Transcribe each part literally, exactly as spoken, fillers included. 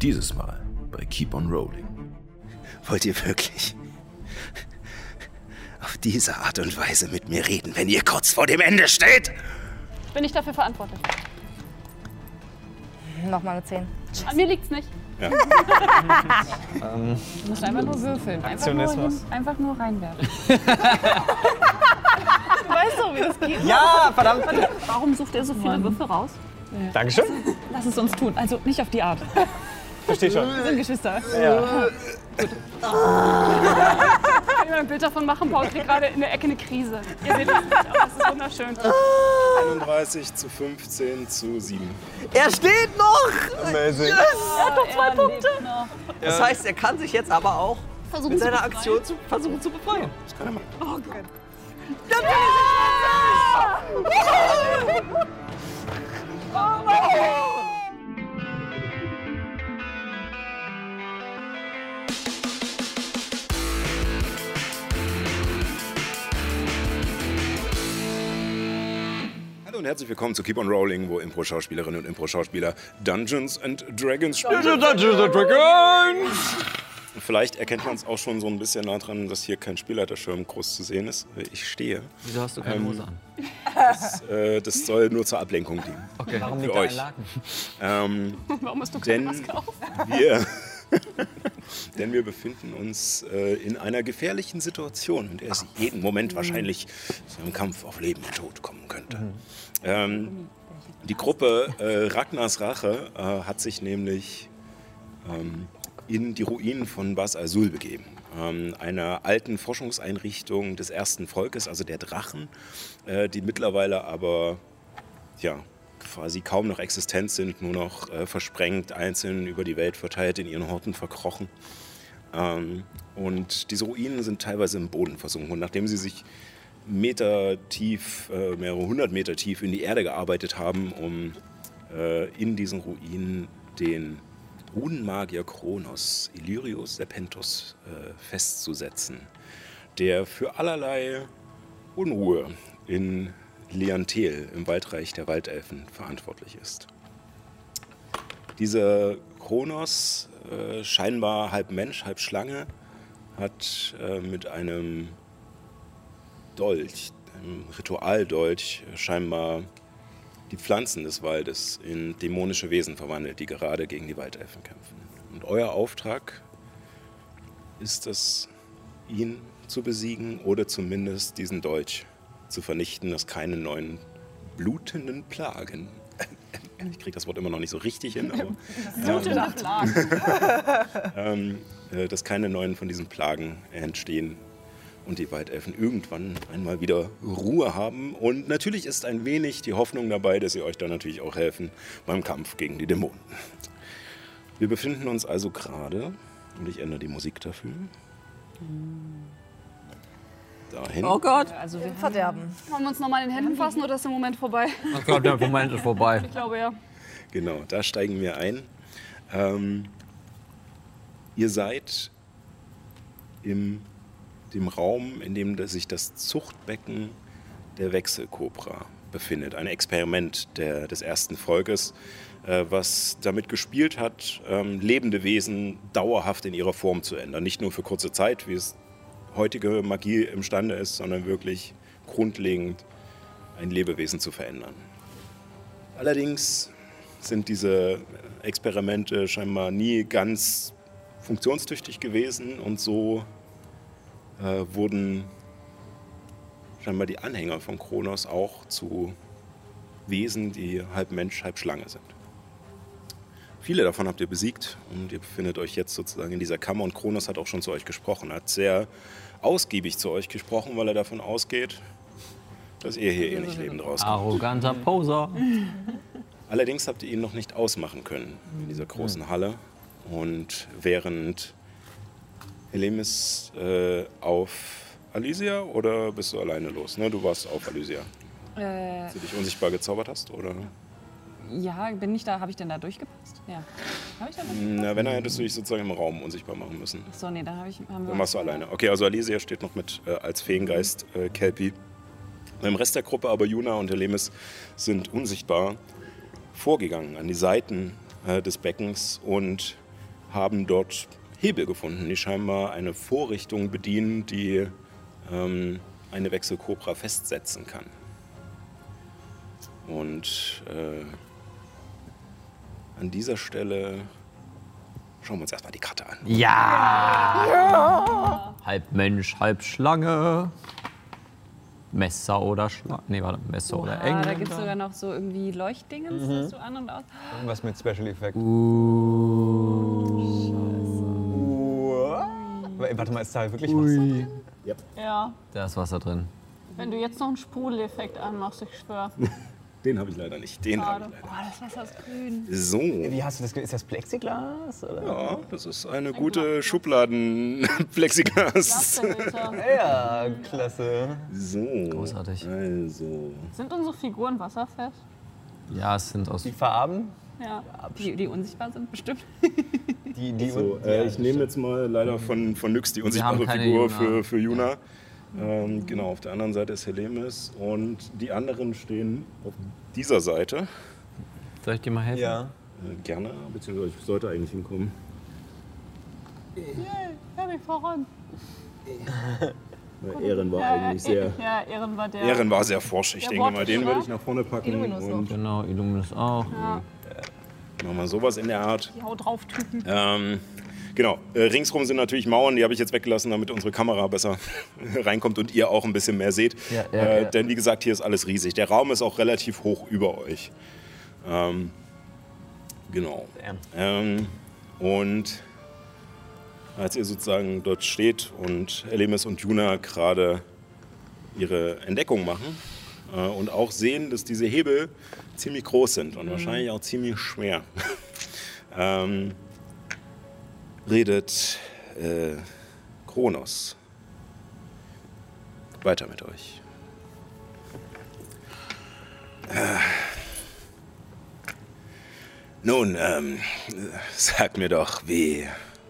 Dieses Mal bei Keep on Rolling. Wollt ihr wirklich auf diese Art und Weise mit mir reden, wenn ihr kurz vor dem Ende steht? Bin ich dafür verantwortlich? Nochmal eine zehn. An mir liegt's nicht. Ja. ähm, du musst einfach nur würfeln. Einfach nur, hin, einfach nur reinwerfen. Du weißt doch, wie das geht. Ja, verdammt. Warum sucht er so viele Würfel raus? Ja. Dankeschön. Lass es uns tun. Also nicht auf die Art. Versteh schon. Wir sind Geschwister. Ja. Gut. Ich kann mir ein Bild davon machen. Paul kriegt gerade in der Ecke eine Krise. Ihr seht es nicht, aber das ist wunderschön. einunddreißig zu fünfzehn zu sieben. Er steht noch! Amazing. Yes. Er hat noch zwei er Punkte. Noch. Das heißt, er kann sich jetzt aber auch versuchen mit seiner Aktion zu, versuchen zu befreien. Das kann er machen. Oh Gott. Ja! Oh mein Gott. Hallo und herzlich willkommen zu Keep on Rolling, wo Impro-Schauspielerinnen und Impro-Schauspieler Dungeons and Dragons spielen. Dungeons and Dragons! Vielleicht erkennt man es auch schon so ein bisschen daran, dass hier kein Spielleiterschirm groß zu sehen ist. Ich stehe. Wieso hast du keine ähm, Hose an? Das, äh, das soll nur zur Ablenkung dienen. Okay, warum für liegt euch. da ein Laken? Ähm, warum hast du keine denn Maske auf? Wir, denn wir befinden uns äh, in einer gefährlichen Situation, in der es jeden Moment wahrscheinlich zu einem Kampf auf Leben und Tod kommen könnte. Mhm. Ähm, die Gruppe äh, Ragnars Rache äh, hat sich nämlich ähm, in die Ruinen von Bas Azul begeben, ähm, einer alten Forschungseinrichtung des ersten Volkes, also der Drachen, äh, die mittlerweile aber ja, quasi kaum noch existent sind, nur noch äh, versprengt, einzeln über die Welt verteilt, in ihren Horten verkrochen. Ähm, und diese Ruinen sind teilweise im Boden versunken. Und nachdem sie sich Meter tief, äh, mehrere hundert Meter tief in die Erde gearbeitet haben, um äh, in diesen Ruinen den Runenmagier Kronos, Illyrius Serpentus, äh, festzusetzen, der für allerlei Unruhe in Liantel im Waldreich der Waldelfen verantwortlich ist. Dieser Kronos, äh, scheinbar halb Mensch, halb Schlange, hat äh, mit einem Dolch, einem Ritualdolch, scheinbar die Pflanzen des Waldes in dämonische Wesen verwandelt, die gerade gegen die Waldelfen kämpfen. Und euer Auftrag ist es, ihn zu besiegen oder zumindest diesen Dolch zu vernichten, dass keine neuen blutenden Plagen, ich kriege das Wort immer noch nicht so richtig hin, aber blutende Plagen, ähm, äh, dass keine neuen von diesen Plagen entstehen und die Waldelfen irgendwann einmal wieder Ruhe haben. Und natürlich ist ein wenig die Hoffnung dabei, dass sie euch dann natürlich auch helfen beim Kampf gegen die Dämonen. Wir befinden uns also gerade, und ich ändere die Musik dafür, dahin. Oh Gott! Also wir Verderben. Wollen wir uns nochmal in den Händen fassen oder ist der Moment vorbei? Ich glaube, der Moment ist vorbei. Ich glaube, ja. Genau, da steigen wir ein. Ähm, ihr seid im dem Raum, in dem sich das Zuchtbecken der Wechselkobra befindet. Ein Experiment der, des ersten Volkes, äh, was damit gespielt hat, ähm, lebende Wesen dauerhaft in ihrer Form zu ändern. Nicht nur für kurze Zeit, wie es heutige Magie imstande ist, sondern wirklich grundlegend ein Lebewesen zu verändern. Allerdings sind diese Experimente scheinbar nie ganz funktionstüchtig gewesen und so äh, wurden scheinbar die Anhänger von Kronos auch zu Wesen, die halb Mensch, halb Schlange sind. Viele davon habt ihr besiegt und ihr befindet euch jetzt sozusagen in dieser Kammer und Kronos hat auch schon zu euch gesprochen. Er hat sehr ausgiebig zu euch gesprochen, weil er davon ausgeht, dass ihr hier eh nicht lebend rauskommt. Arroganter Poser. Allerdings habt ihr ihn noch nicht ausmachen können in dieser großen Halle. Und während Elemis äh, auf Alysia oder bist du alleine los? Ne, du warst auf Alysia. Äh, Als du dich unsichtbar gezaubert hast, oder? Ja, bin ich da, habe ich denn da durchgepasst? Ja. Habe ich da durchgepasst? Na, wenn, dann hättest du dich sozusagen im Raum unsichtbar machen müssen. So, nee, da habe ich... Haben wir Dann machst du alleine. Okay, also Alysia steht noch mit äh, als Feengeist äh, Kelpie. Beim Rest der Gruppe aber Yuna und Elemis sind unsichtbar vorgegangen an die Seiten äh, des Beckens und haben dort Hebel gefunden, die scheinbar eine Vorrichtung bedienen, die ähm, eine Wechselkobra festsetzen kann. Und äh, an dieser Stelle schauen wir uns erstmal die Karte an. Ja! ja! Halb Mensch, halb Schlange. Messer oder Schlange. Nee, warte, Messer Oha, oder Engel. Da gibt es sogar noch so irgendwie Leuchtdingens, mhm. das du an und aus. Irgendwas mit Special Effect. Uh. Scheiße. Warte mal, ist da wirklich Wasser drin? Yep. Ja. Da ist Wasser drin. Wenn du jetzt noch einen Sprudeleffekt anmachst, ich schwöre. Den habe ich leider nicht. Den habe ich leider Boah, das Wasser ist grün. So. Wie hast du das? Ist das Plexiglas? Oder? Ja, das ist eine ein gute Schubladen-Plexiglas. Ja, klasse. So. Großartig. Also. Sind unsere Figuren wasserfest? Ja, es sind aus... Die Farben? Ja, die, die unsichtbar sind bestimmt. Die, die so, un äh, ja, ich nehme jetzt mal leider von, von Nyx die unsichtbare Figur Juna. für, für Juna. Ähm, genau, auf der anderen Seite ist Helemis und die anderen stehen auf dieser Seite. Soll ich dir mal helfen? Ja. Äh, gerne, beziehungsweise ich sollte eigentlich hinkommen. Yay, hör mich voran. Weil Ehren war ja, eigentlich sehr... Ja, Ehren war der... Ehren war sehr forsch. Ich der denke mal, den Wortführer. würde ich nach vorne packen. Illuminus und Genau, Illuminus auch. Ja, machen wir sowas in der Art. die Haut drauf Typen. Ähm, genau, äh, ringsrum sind natürlich Mauern, die habe ich jetzt weggelassen, damit unsere Kamera besser reinkommt und ihr auch ein bisschen mehr seht. Ja, ja, äh, ja. Denn wie gesagt, hier ist alles riesig. Der Raum ist auch relativ hoch über euch. Ähm, genau. Ähm, und als ihr sozusagen dort steht und Helemis und Juna gerade ihre Entdeckung machen äh, und auch sehen, dass diese Hebel ziemlich groß sind und mhm. wahrscheinlich auch ziemlich schwer, ähm, redet äh, Kronos weiter mit euch. Äh, nun, ähm, sagt mir doch, wie,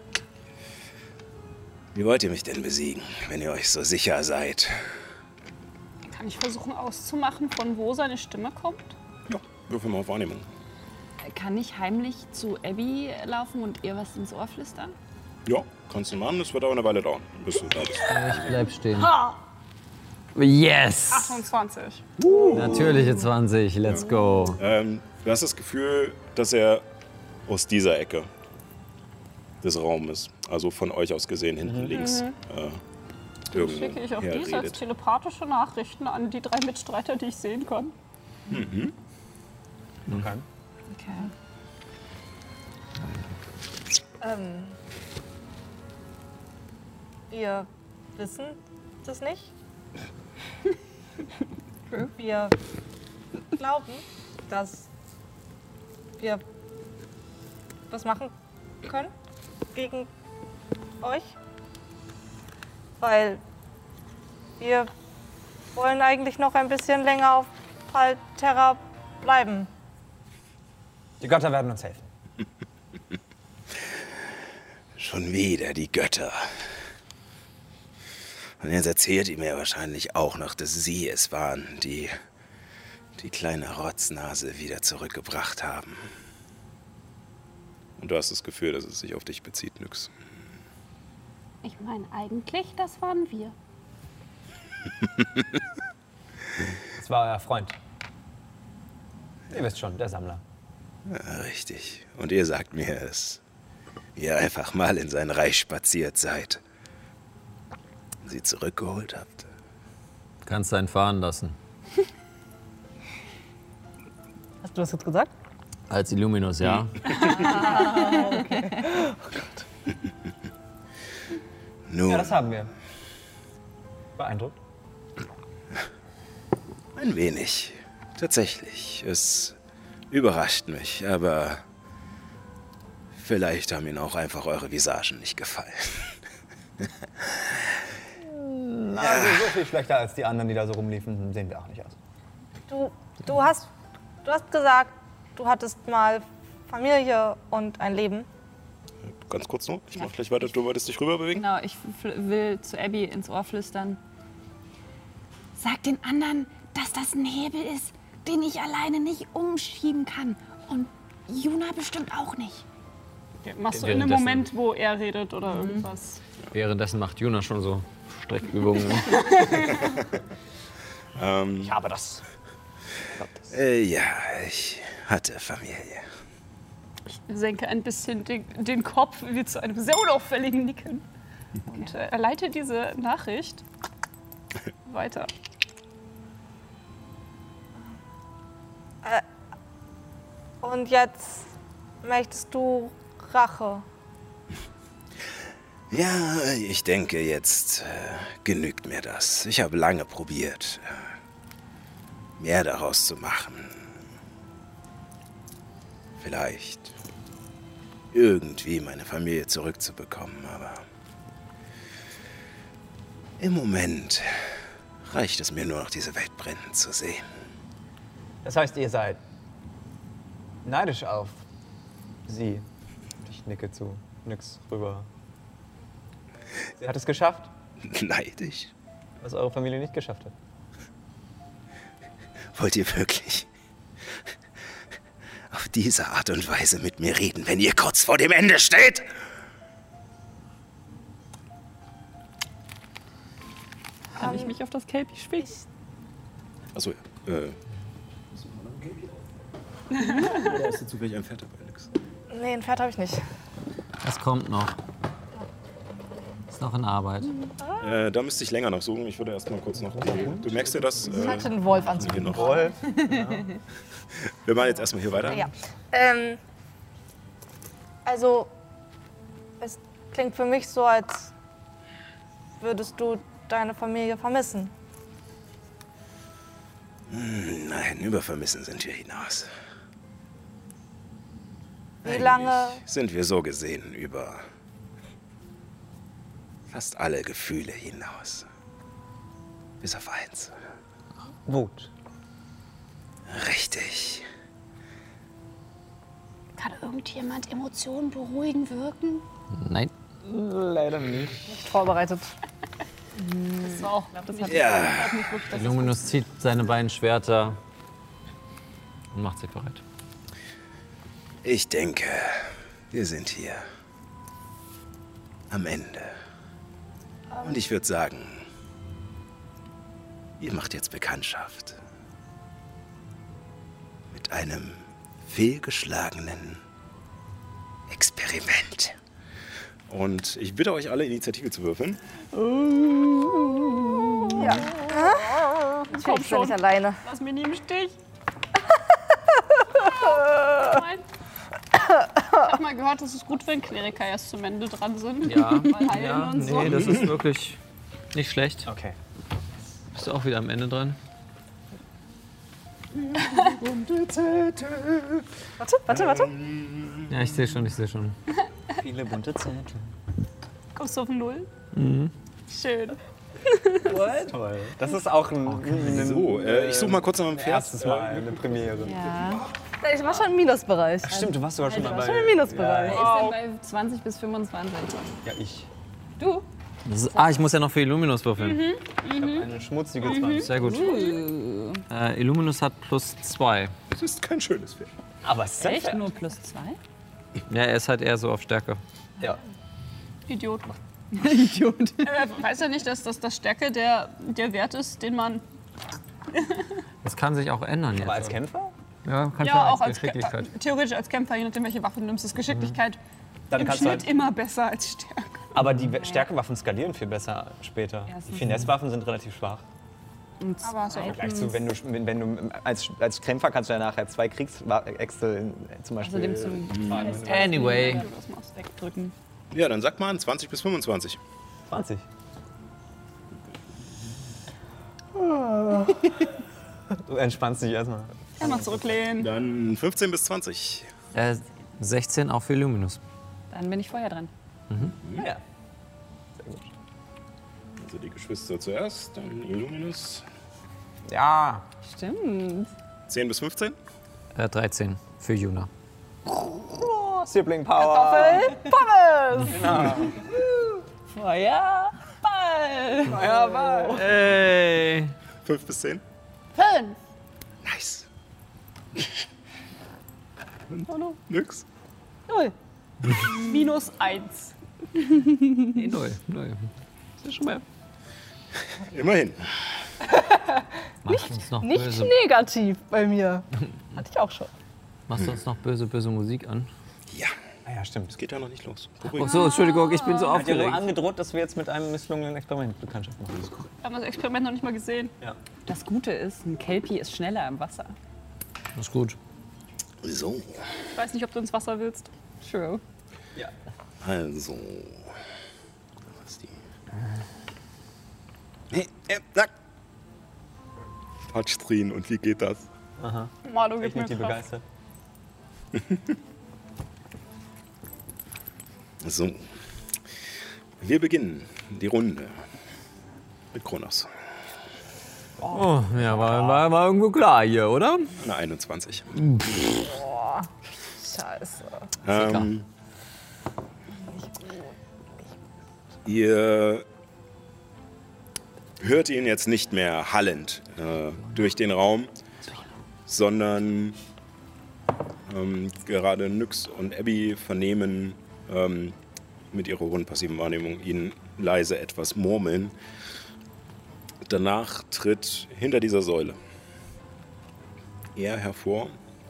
wie wollt ihr mich denn besiegen, wenn ihr euch so sicher seid? Kann ich versuchen auszumachen, von wo seine Stimme kommt? Ja, würfel mal auf Wahrnehmung. Kann ich heimlich zu Abby laufen und ihr was ins Ohr flüstern? Ja, kannst du machen, das wird aber eine Weile dauern, bis du da bist. Ich bleib stehen. Ha! Yes! achtundzwanzig. Uh. Natürliche zwanzig, let's go. Ähm, du hast das Gefühl, dass er aus dieser Ecke des Raumes, also von euch aus gesehen, hinten Mhm. links, äh, Dann irgendwo schicke ich auf dies als herredet. telepathische Nachrichten an die drei Mitstreiter, die ich sehen kann. Mhm. Okay. Okay. Ähm, wir wissen das nicht. Wir glauben, dass wir was machen können gegen euch. Weil wir wollen eigentlich noch ein bisschen länger auf Palterra bleiben. Die Götter werden uns helfen. Schon wieder die Götter. Und jetzt erzählt ihr mir wahrscheinlich auch noch, dass sie es waren, die die kleine Rotznase wieder zurückgebracht haben. Und du hast das Gefühl, dass es sich auf dich bezieht, Nyx. Ich meine, eigentlich, das waren wir. Das war euer Freund. Ihr wisst schon, der Sammler. Ja, richtig. Und ihr sagt mir, dass ihr einfach mal in sein Reich spaziert seid. Sie zurückgeholt habt. Kannst einen fahren lassen. Hast du das jetzt gesagt? Als Illuminus, ja. Ah, okay. Oh Gott. Nun, Ja, das haben wir. Beeindruckt? ein wenig. Tatsächlich. Es überrascht mich, aber vielleicht haben Ihnen auch einfach eure Visagen nicht gefallen. Na, also so viel schlechter als die anderen, die da so rumliefen, sehen wir auch nicht aus. Du, du, hast, du hast gesagt, du hattest mal Familie und ein Leben. Ganz kurz noch, ich mach gleich weiter, du wolltest dich rüber bewegen? Genau, ich fl- will zu Abby ins Ohr flüstern. Sag den anderen, dass das ein Hebel ist, den ich alleine nicht umschieben kann. Und Juna bestimmt auch nicht. Okay, machst du in einem Moment, wo er redet oder irgendwas? Währenddessen macht Juna schon so Streckübungen. Ähm, Ich habe das. Äh, ja, ich hatte Familie. Ich senke ein bisschen den, den Kopf wie zu einem sehr unauffälligen Nicken und äh, erleite diese Nachricht weiter. Und jetzt möchtest du Rache. Ja, ich denke, jetzt äh, genügt mir das. Ich habe lange probiert, äh, mehr daraus zu machen. Vielleicht irgendwie meine Familie zurückzubekommen, aber im Moment reicht es mir nur noch, diese Welt brennen zu sehen. Das heißt, ihr seid neidisch auf sie. Ich nicke zu. Nix rüber. Sie hat es geschafft, Neidisch? was eure Familie nicht geschafft hat. Wollt ihr wirklich auf diese Art und Weise mit mir reden, wenn ihr kurz vor dem Ende steht? Kann ich mich auf das Kelpie schwingen? Achso, ja. Äh. Oder hast du zufällig ein Pferd dabei, Nix? Nee, ein Pferd habe ich nicht. Das kommt noch. Ist noch in Arbeit. Äh, da müsste ich länger noch suchen. Ich würde erst mal kurz noch. Die, du merkst ja das. Ich Äh, hatte einen Wolf hier anzubieten. noch. Wolf. Wir machen jetzt erstmal hier weiter. Ja. Ähm, also, es klingt für mich so, als würdest du deine Familie vermissen. Nein, über Vermissen sind wir hinaus. Wie lange? Sind wir so gesehen über fast alle Gefühle hinaus. Bis auf eins. Wut. Richtig. Kann irgendjemand Emotionen beruhigen wirken? Nein. Leider nicht. Nicht vorbereitet. Das war auch, das hat Ja. auch nicht wirklich das Illuminus zieht seine beiden Schwerter und macht sich bereit. Ich denke, wir sind hier am Ende. Und ich würde sagen, ihr macht jetzt Bekanntschaft mit einem fehlgeschlagenen Experiment. Und ich bitte euch alle, Initiative zu würfeln. Ja. Ich bin schon nicht alleine. Lass mich nie im Stich. Nein. Ich hab mal gehört, es ist gut, wenn Kleriker erst zum Ende dran sind. Ja, Weil heilen ja, und so. nee, das ist wirklich nicht schlecht. Okay. Bist du auch wieder am Ende dran? Warte, warte, warte. Ja, ich sehe schon, ich sehe schon. Viele bunte Zettel. Kommst du auf Null? Schön. Toll. Das ist auch ein, ein So, äh, ich suche mal kurz nach meinem Pferd. erstes Mal eine Premiere. Ja. Ich war schon im Minusbereich. Ach, stimmt, du warst sogar schon Ich war dabei. schon im Minusbereich. Wer ist denn bei zwanzig bis fünfundzwanzig? Ja, ich. Du? Das ist, ah, ich muss ja noch für Illuminus würfeln. Ich habe eine schmutzige zwanzig. Sehr gut. Äh, Illuminus hat plus zwei. Das ist kein schönes Pferd. Aber es ist ein Echt? Pferd. Nur plus zwei? Ja, er ist halt eher so auf Stärke. Ja. Idiot. Idiot. Äh, weiß ja nicht, dass das das Stärke der, der Wert ist, den man Das kann sich auch ändern jetzt. Aber als Kämpfer? Ja, kannst ja auch als Geschicklichkeit. Kä- theoretisch als Kämpfer, je nachdem welche Waffe du nimmst, ist Geschicklichkeit Dann im kannst du Schnitt halt, immer besser als Stärke. aber die Stärkewaffen skalieren viel besser später. Die Finesse-Waffen sind relativ schwach. Aber so Vergleich zu, wenn du, wenn, wenn du als, als Kämpfer kannst du ja nachher zwei Kriegsäxte in- zum Beispiel. dem zum Anyway. wenn du das machst, wegdrücken. Ja, dann sag mal zwanzig bis fünfundzwanzig. zwanzig. Du entspannst dich erstmal. Einmal zurücklehnen. Dann fünfzehn bis zwanzig. Äh, sechzehn auch für Illuminus. Dann bin ich vorher dran. Ja. Also die Geschwister zuerst, dann Illuminus. Ja. Stimmt. zehn bis fünfzehn. Äh, dreizehn für Juna. Sibling Power. Pommes! Feuer, Ball. Ja, Ball. Ey. fünf bis zehn. Fünf. Nice. Oh no. Nix. Null. Minus eins. Nee, null. null. Das ist schon mal. Immerhin. Machst du uns noch Nicht böse, negativ bei mir. Hatte ich auch schon. machst du uns noch böse, böse Musik an? Ja, Ah ja, stimmt. es geht ja noch nicht los. Ach so, Entschuldigung, ich bin so Hat ja nur aufgeregt. angedroht, dass wir jetzt mit einem misslungenen Experiment Bekanntschaft machen. Wir haben das Experiment noch nicht mal gesehen. Das Gute ist, ein Kelpie ist schneller im Wasser. Das ist gut. So, Ich weiß nicht, ob du ins Wasser willst. True. also. Was ist die? Hey, äh, sag. Touchscreen, und wie geht das? Aha. Manu, gib mir Technik, die Kraft. begeistert. So. Wir beginnen die Runde mit Kronos. Oh, ja, war, war, war irgendwo klar hier, oder? Eine einundzwanzig. Scheiße. Ähm, ihr hört ihn jetzt nicht mehr hallend äh, durch den Raum, sondern ähm, gerade Nyx und Abby vernehmen ähm, mit ihrer hohen passiven Wahrnehmung ihn leise etwas murmeln. Danach tritt hinter dieser Säule er hervor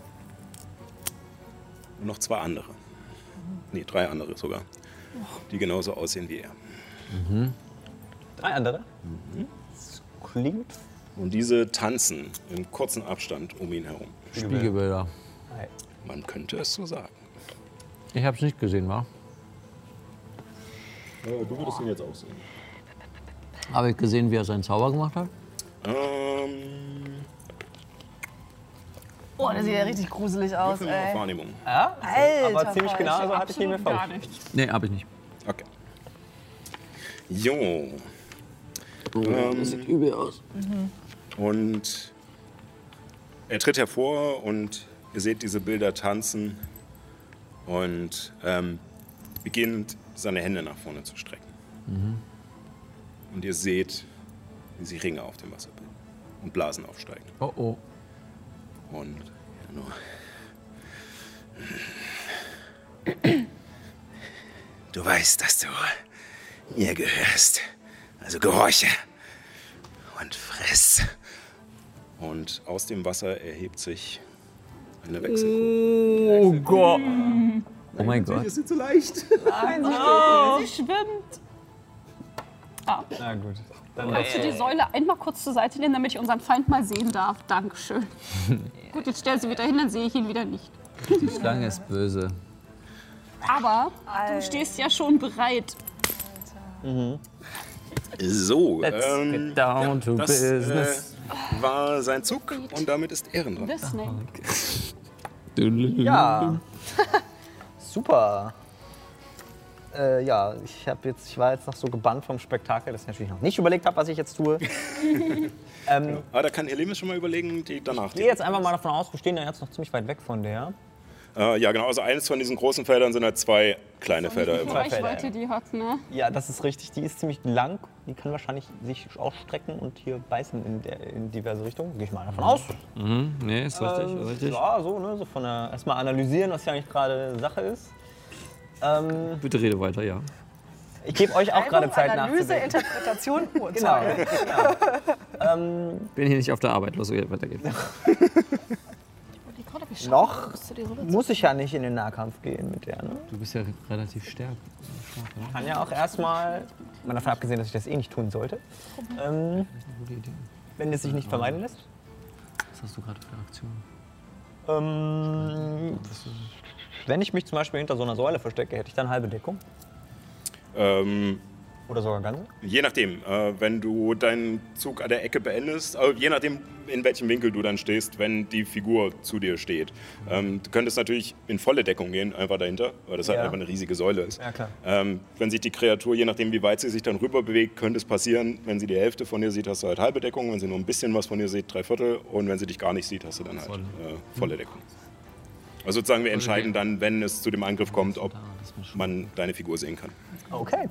und noch zwei andere. Nee, drei andere sogar, die genauso aussehen wie er. Drei andere. Das klingt. Und diese tanzen im kurzen Abstand um ihn herum. Spiegelbilder. Man könnte es so sagen. Ich hab's nicht gesehen, wa? Du würdest ihn jetzt auch sehen. Habe ich gesehen, wie er seinen Zauber gemacht hat? Ähm, Oh, der sieht ja richtig gruselig aus, würfel mal auf ey. Wahrnehmung. Ja, Alter, aber ziemlich genau so hatte ich ihn mir Absolut gar vorgestellt. nicht. Nee, habe ich nicht. Okay. Jo. Das sieht übel aus. Und er tritt hervor und ihr seht diese Bilder tanzen und ähm, beginnt seine Hände nach vorne zu strecken. Und ihr seht, wie sich Ringe auf dem Wasser bilden und Blasen aufsteigen. Oh oh. Und ja, nur. Du weißt, dass du mir gehörst. Also gehorche und friss. Und aus dem Wasser erhebt sich eine Wechselkuh. Oh Gott. Oh mein Gott. Ist nicht so leicht. Sie schwimmt. Na gut. Dann Kannst du die Säule einmal kurz zur Seite nehmen, damit ich unseren Feind mal sehen darf? Dankeschön. Gut, jetzt stell sie wieder hin, dann sehe ich ihn wieder nicht. Die Schlange ist böse. Aber du stehst ja schon bereit. So, Let's ähm, get down to das business. äh, war sein Zug und damit ist Ehren dran. The Snake. Ja. Super. Äh, ja, ich, hab jetzt, ich war jetzt noch so gebannt vom Spektakel, dass ich natürlich noch nicht überlegt habe, was ich jetzt tue. ähm, Aber da kann Helemis schon mal überlegen, die danach. ich gehe jetzt einfach mal davon aus, wir stehen da jetzt noch ziemlich weit weg von der. Äh, ja, genau. Also eines von diesen großen Feldern sind halt zwei kleine Felder. Wie Immer. viel Reichweite die hat, ne? Ja, das ist richtig. Die ist ziemlich lang. Die kann wahrscheinlich sich ausstrecken und hier beißen in, der, in diverse Richtungen. Gehe ich mal davon aus. Mhm. Nee, ist richtig, Ähm, richtig. Ja, so, ne, so von der, erstmal analysieren, was hier eigentlich gerade Sache ist. Ähm, Bitte rede weiter, ja. ich gebe euch auch gerade Zeit Analyse, nachzudenken. Interpretation, Genau. Urteil. genau. ähm, Bin hier nicht auf der Arbeit, los, wie weitergeht. noch muss ich ja nicht in den Nahkampf gehen mit der. Ne? Du bist ja relativ stark. stark oder? Kann ja auch erstmal, mal davon abgesehen, dass ich das eh nicht tun sollte, ähm, Gute Idee. wenn es sich nicht vermeiden lässt. Was hast du gerade für Aktionen? Ähm, wenn ich mich zum Beispiel hinter so einer Säule verstecke, hätte ich dann halbe Deckung. Ähm, Oder sogar ganze. je nachdem, äh, wenn du deinen Zug an der Ecke beendest, äh, je nachdem, in welchem Winkel du dann stehst, wenn die Figur zu dir steht. Ähm, du könntest natürlich in volle Deckung gehen, einfach dahinter, weil das halt Ja. einfach eine riesige Säule ist. Ja, klar. Ähm, wenn sich die Kreatur, je nachdem, wie weit sie sich dann rüber bewegt, könnte es passieren, wenn sie die Hälfte von dir sieht, hast du halt halbe Deckung, wenn sie nur ein bisschen was von dir sieht, drei Viertel, und wenn sie dich gar nicht sieht, hast du dann halt Volle. äh, volle Deckung. Also sozusagen, wir entscheiden dann, wenn es zu dem Angriff kommt, ob man deine Figur sehen kann. Okay.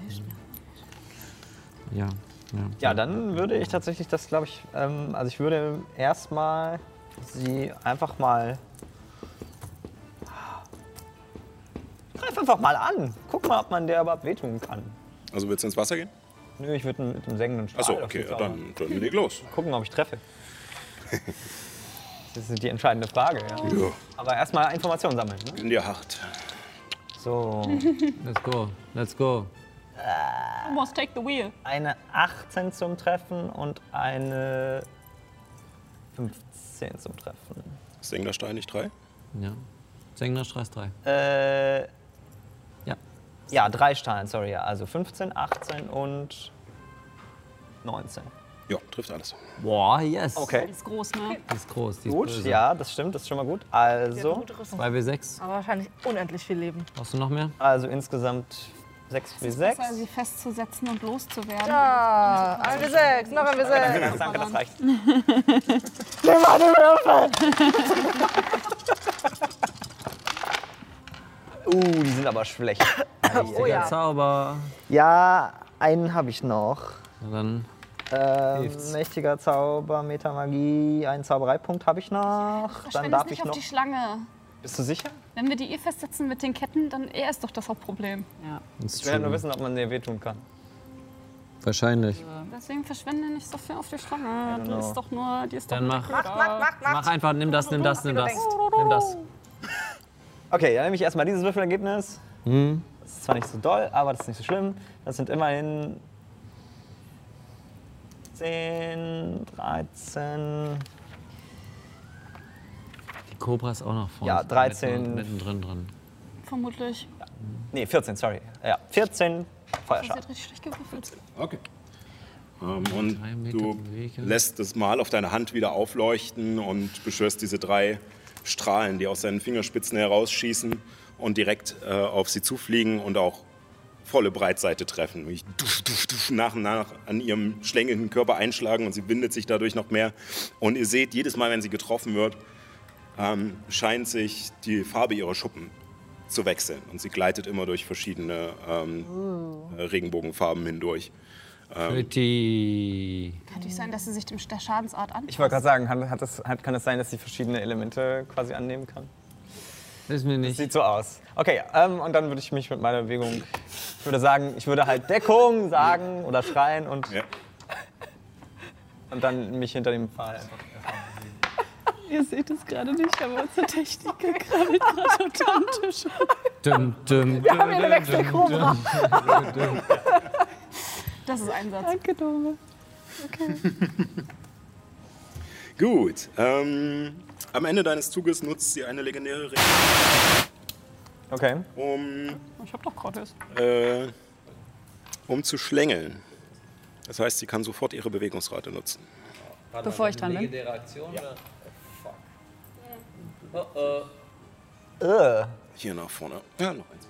Ja, ja. Ja, dann würde ich tatsächlich das, glaube ich, ähm, also ich würde erstmal sie einfach mal. Greif einfach einfach mal an. Guck mal, ob man der überhaupt wehtun kann. Also willst du ins Wasser gehen? Nö, ich würde mit dem sengenden Strahl. Achso, auf okay, die ja, zaubern. dann, dann leg los. Gucken, ob ich treffe. Das ist die entscheidende Frage, ja. Ja. Aber erstmal Informationen sammeln. Ne? Gönn dir hart. So, Let's go, let's go. Almost take the wheel. eine achtzehn zum Treffen und eine fünfzehn zum Treffen. Sengender Stein nicht drei? Ja. Sengender Straß drei. Äh, Ja. ja, drei Steine, sorry. Ja. Also fünfzehn, achtzehn und neunzehn. Ja, trifft alles. Boah, yes. Okay. Die ist groß, ne? Die ist groß, die ist Gut, böse. ja, das stimmt, das ist schon mal gut. Also, zwei W sechs. Aber wahrscheinlich unendlich viel Leben. Brauchst du noch mehr? also insgesamt sechs W sechs. Besser, sie festzusetzen und loszuwerden. Ja, ein W sechs, noch ein W sechs. Danke, danke, das reicht. Nimm meine Würfel! Uh, die sind aber schlecht. Oh ja. Zauber. Ja, einen habe ich noch. Na dann. Ähm, Hilft's. mächtiger Zauber, Metamagie, einen Zaubereipunkt habe ich noch. Dann Verschwende es darf nicht ich auf noch. die Schlange. Bist du sicher? Wenn wir die eh festsetzen mit den Ketten, dann er ist doch das Hauptproblem. Ja. Ist Ich will halt nur true. wissen, ob man dir wehtun kann. Wahrscheinlich. Deswegen verschwende nicht so viel auf die Schlange. don't Die know. ist doch nur, die ist doch Dann nur mach- blöd. Mach, mach, mach, Mach einfach, nimm das, nimm das, nimm das. Nimm das. Okay, dann nehme ich erstmal dieses Würfelergebnis. Hm. Das ist zwar nicht so doll, aber das ist nicht so schlimm. Das sind immerhin zehn, dreizehn. Die Cobra ist auch noch vorne. Ja, dreizehn. Mittendrin drin. Vermutlich. Nee, vierzehn, sorry. Ja, vierzehn Das Feuerschaden. hat richtig schlecht gewürfelt. Okay. Ähm, und Drei Meter du Bewegung. lässt das Mal auf deiner Hand wieder aufleuchten und beschwörst diese drei Strahlen, die aus seinen Fingerspitzen herausschießen und direkt äh, auf sie zufliegen und auch volle Breitseite treffen. Wie duf, duf, duf, nach und nach an ihrem schlängelnden Körper einschlagen und sie windet sich dadurch noch mehr. Und ihr seht, jedes Mal, wenn sie getroffen wird, ähm, scheint sich die Farbe ihrer Schuppen zu wechseln. Und sie gleitet immer durch verschiedene ähm, äh, Regenbogenfarben hindurch. Pretty. Könnte es sein, dass sie sich dem der Schadensart anpasst? Ich wollte gerade sagen, hat, hat es, hat, kann es sein, dass sie verschiedene Elemente quasi annehmen kann? Wissen wir Das nicht. sieht so aus. Okay, ähm, und dann würde ich mich mit meiner Bewegung, ich würde sagen, ich würde halt Deckung sagen oder schreien und, Ja. und dann mich hinter dem Pfahl einfach. Ihr seht es gerade nicht, aber unsere Techniker krabbelt gerade unter dem Tisch. Dum, dum, Wir haben hier eine Wechselkobra. Das ist ein Satz. Danke, Dome. Gut. Ähm, am Ende deines Zuges nutzt sie eine legendäre Regel, Okay. um, Ich hab doch gerade es. äh, um zu schlängeln. Das heißt, sie kann sofort ihre Bewegungsrate nutzen. Bevor ich dran bin. Äh. Hier nach vorne. Ja, noch eins.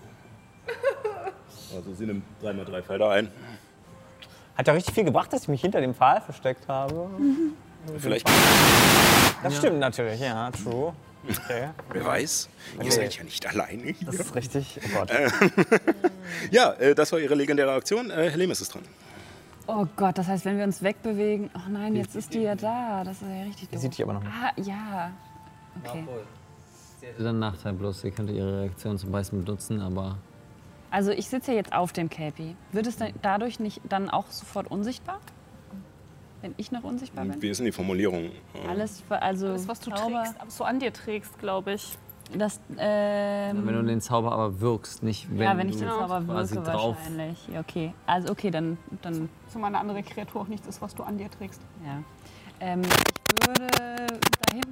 Also sie nimmt drei mal drei Felder ein. Hat ja richtig viel gebracht, dass ich mich hinter dem Pfahl versteckt habe. Vielleicht, Das stimmt natürlich, ja, true. Okay. wer weiß, ihr seid ja nicht alleine. Das ist richtig. Oh Gott. Ja, äh, das war ihre legendäre Aktion. Äh, Helemis ist dran. Oh Gott, das heißt, wenn wir uns wegbewegen. Oh nein, jetzt ist die ja da. Das ist ja richtig Die doof. sieht dich aber noch nicht. Ah, ja. Okay. Sie hätte dann einen Nachteil bloß. Sie könnte ihre Reaktion zum Beispiel benutzen, aber. Also ich sitze ja jetzt auf dem Kelpie. Wird es dann dadurch nicht dann auch sofort unsichtbar? Wenn ich noch unsichtbar bin? Wie ist denn die Formulierung? Äh, Alles, also Das, was du Zauber, trägst, was du an dir trägst, glaube ich. Das, ähm, Wenn du den Zauber aber wirkst, nicht wenn, ja, wenn ich du den Zauber quasi wirke drauf. wahrscheinlich. Ja, okay. Also okay, dann, dann Zumal eine andere Kreatur auch nichts ist, was du an dir trägst. ja. Ähm, ich würde dahin,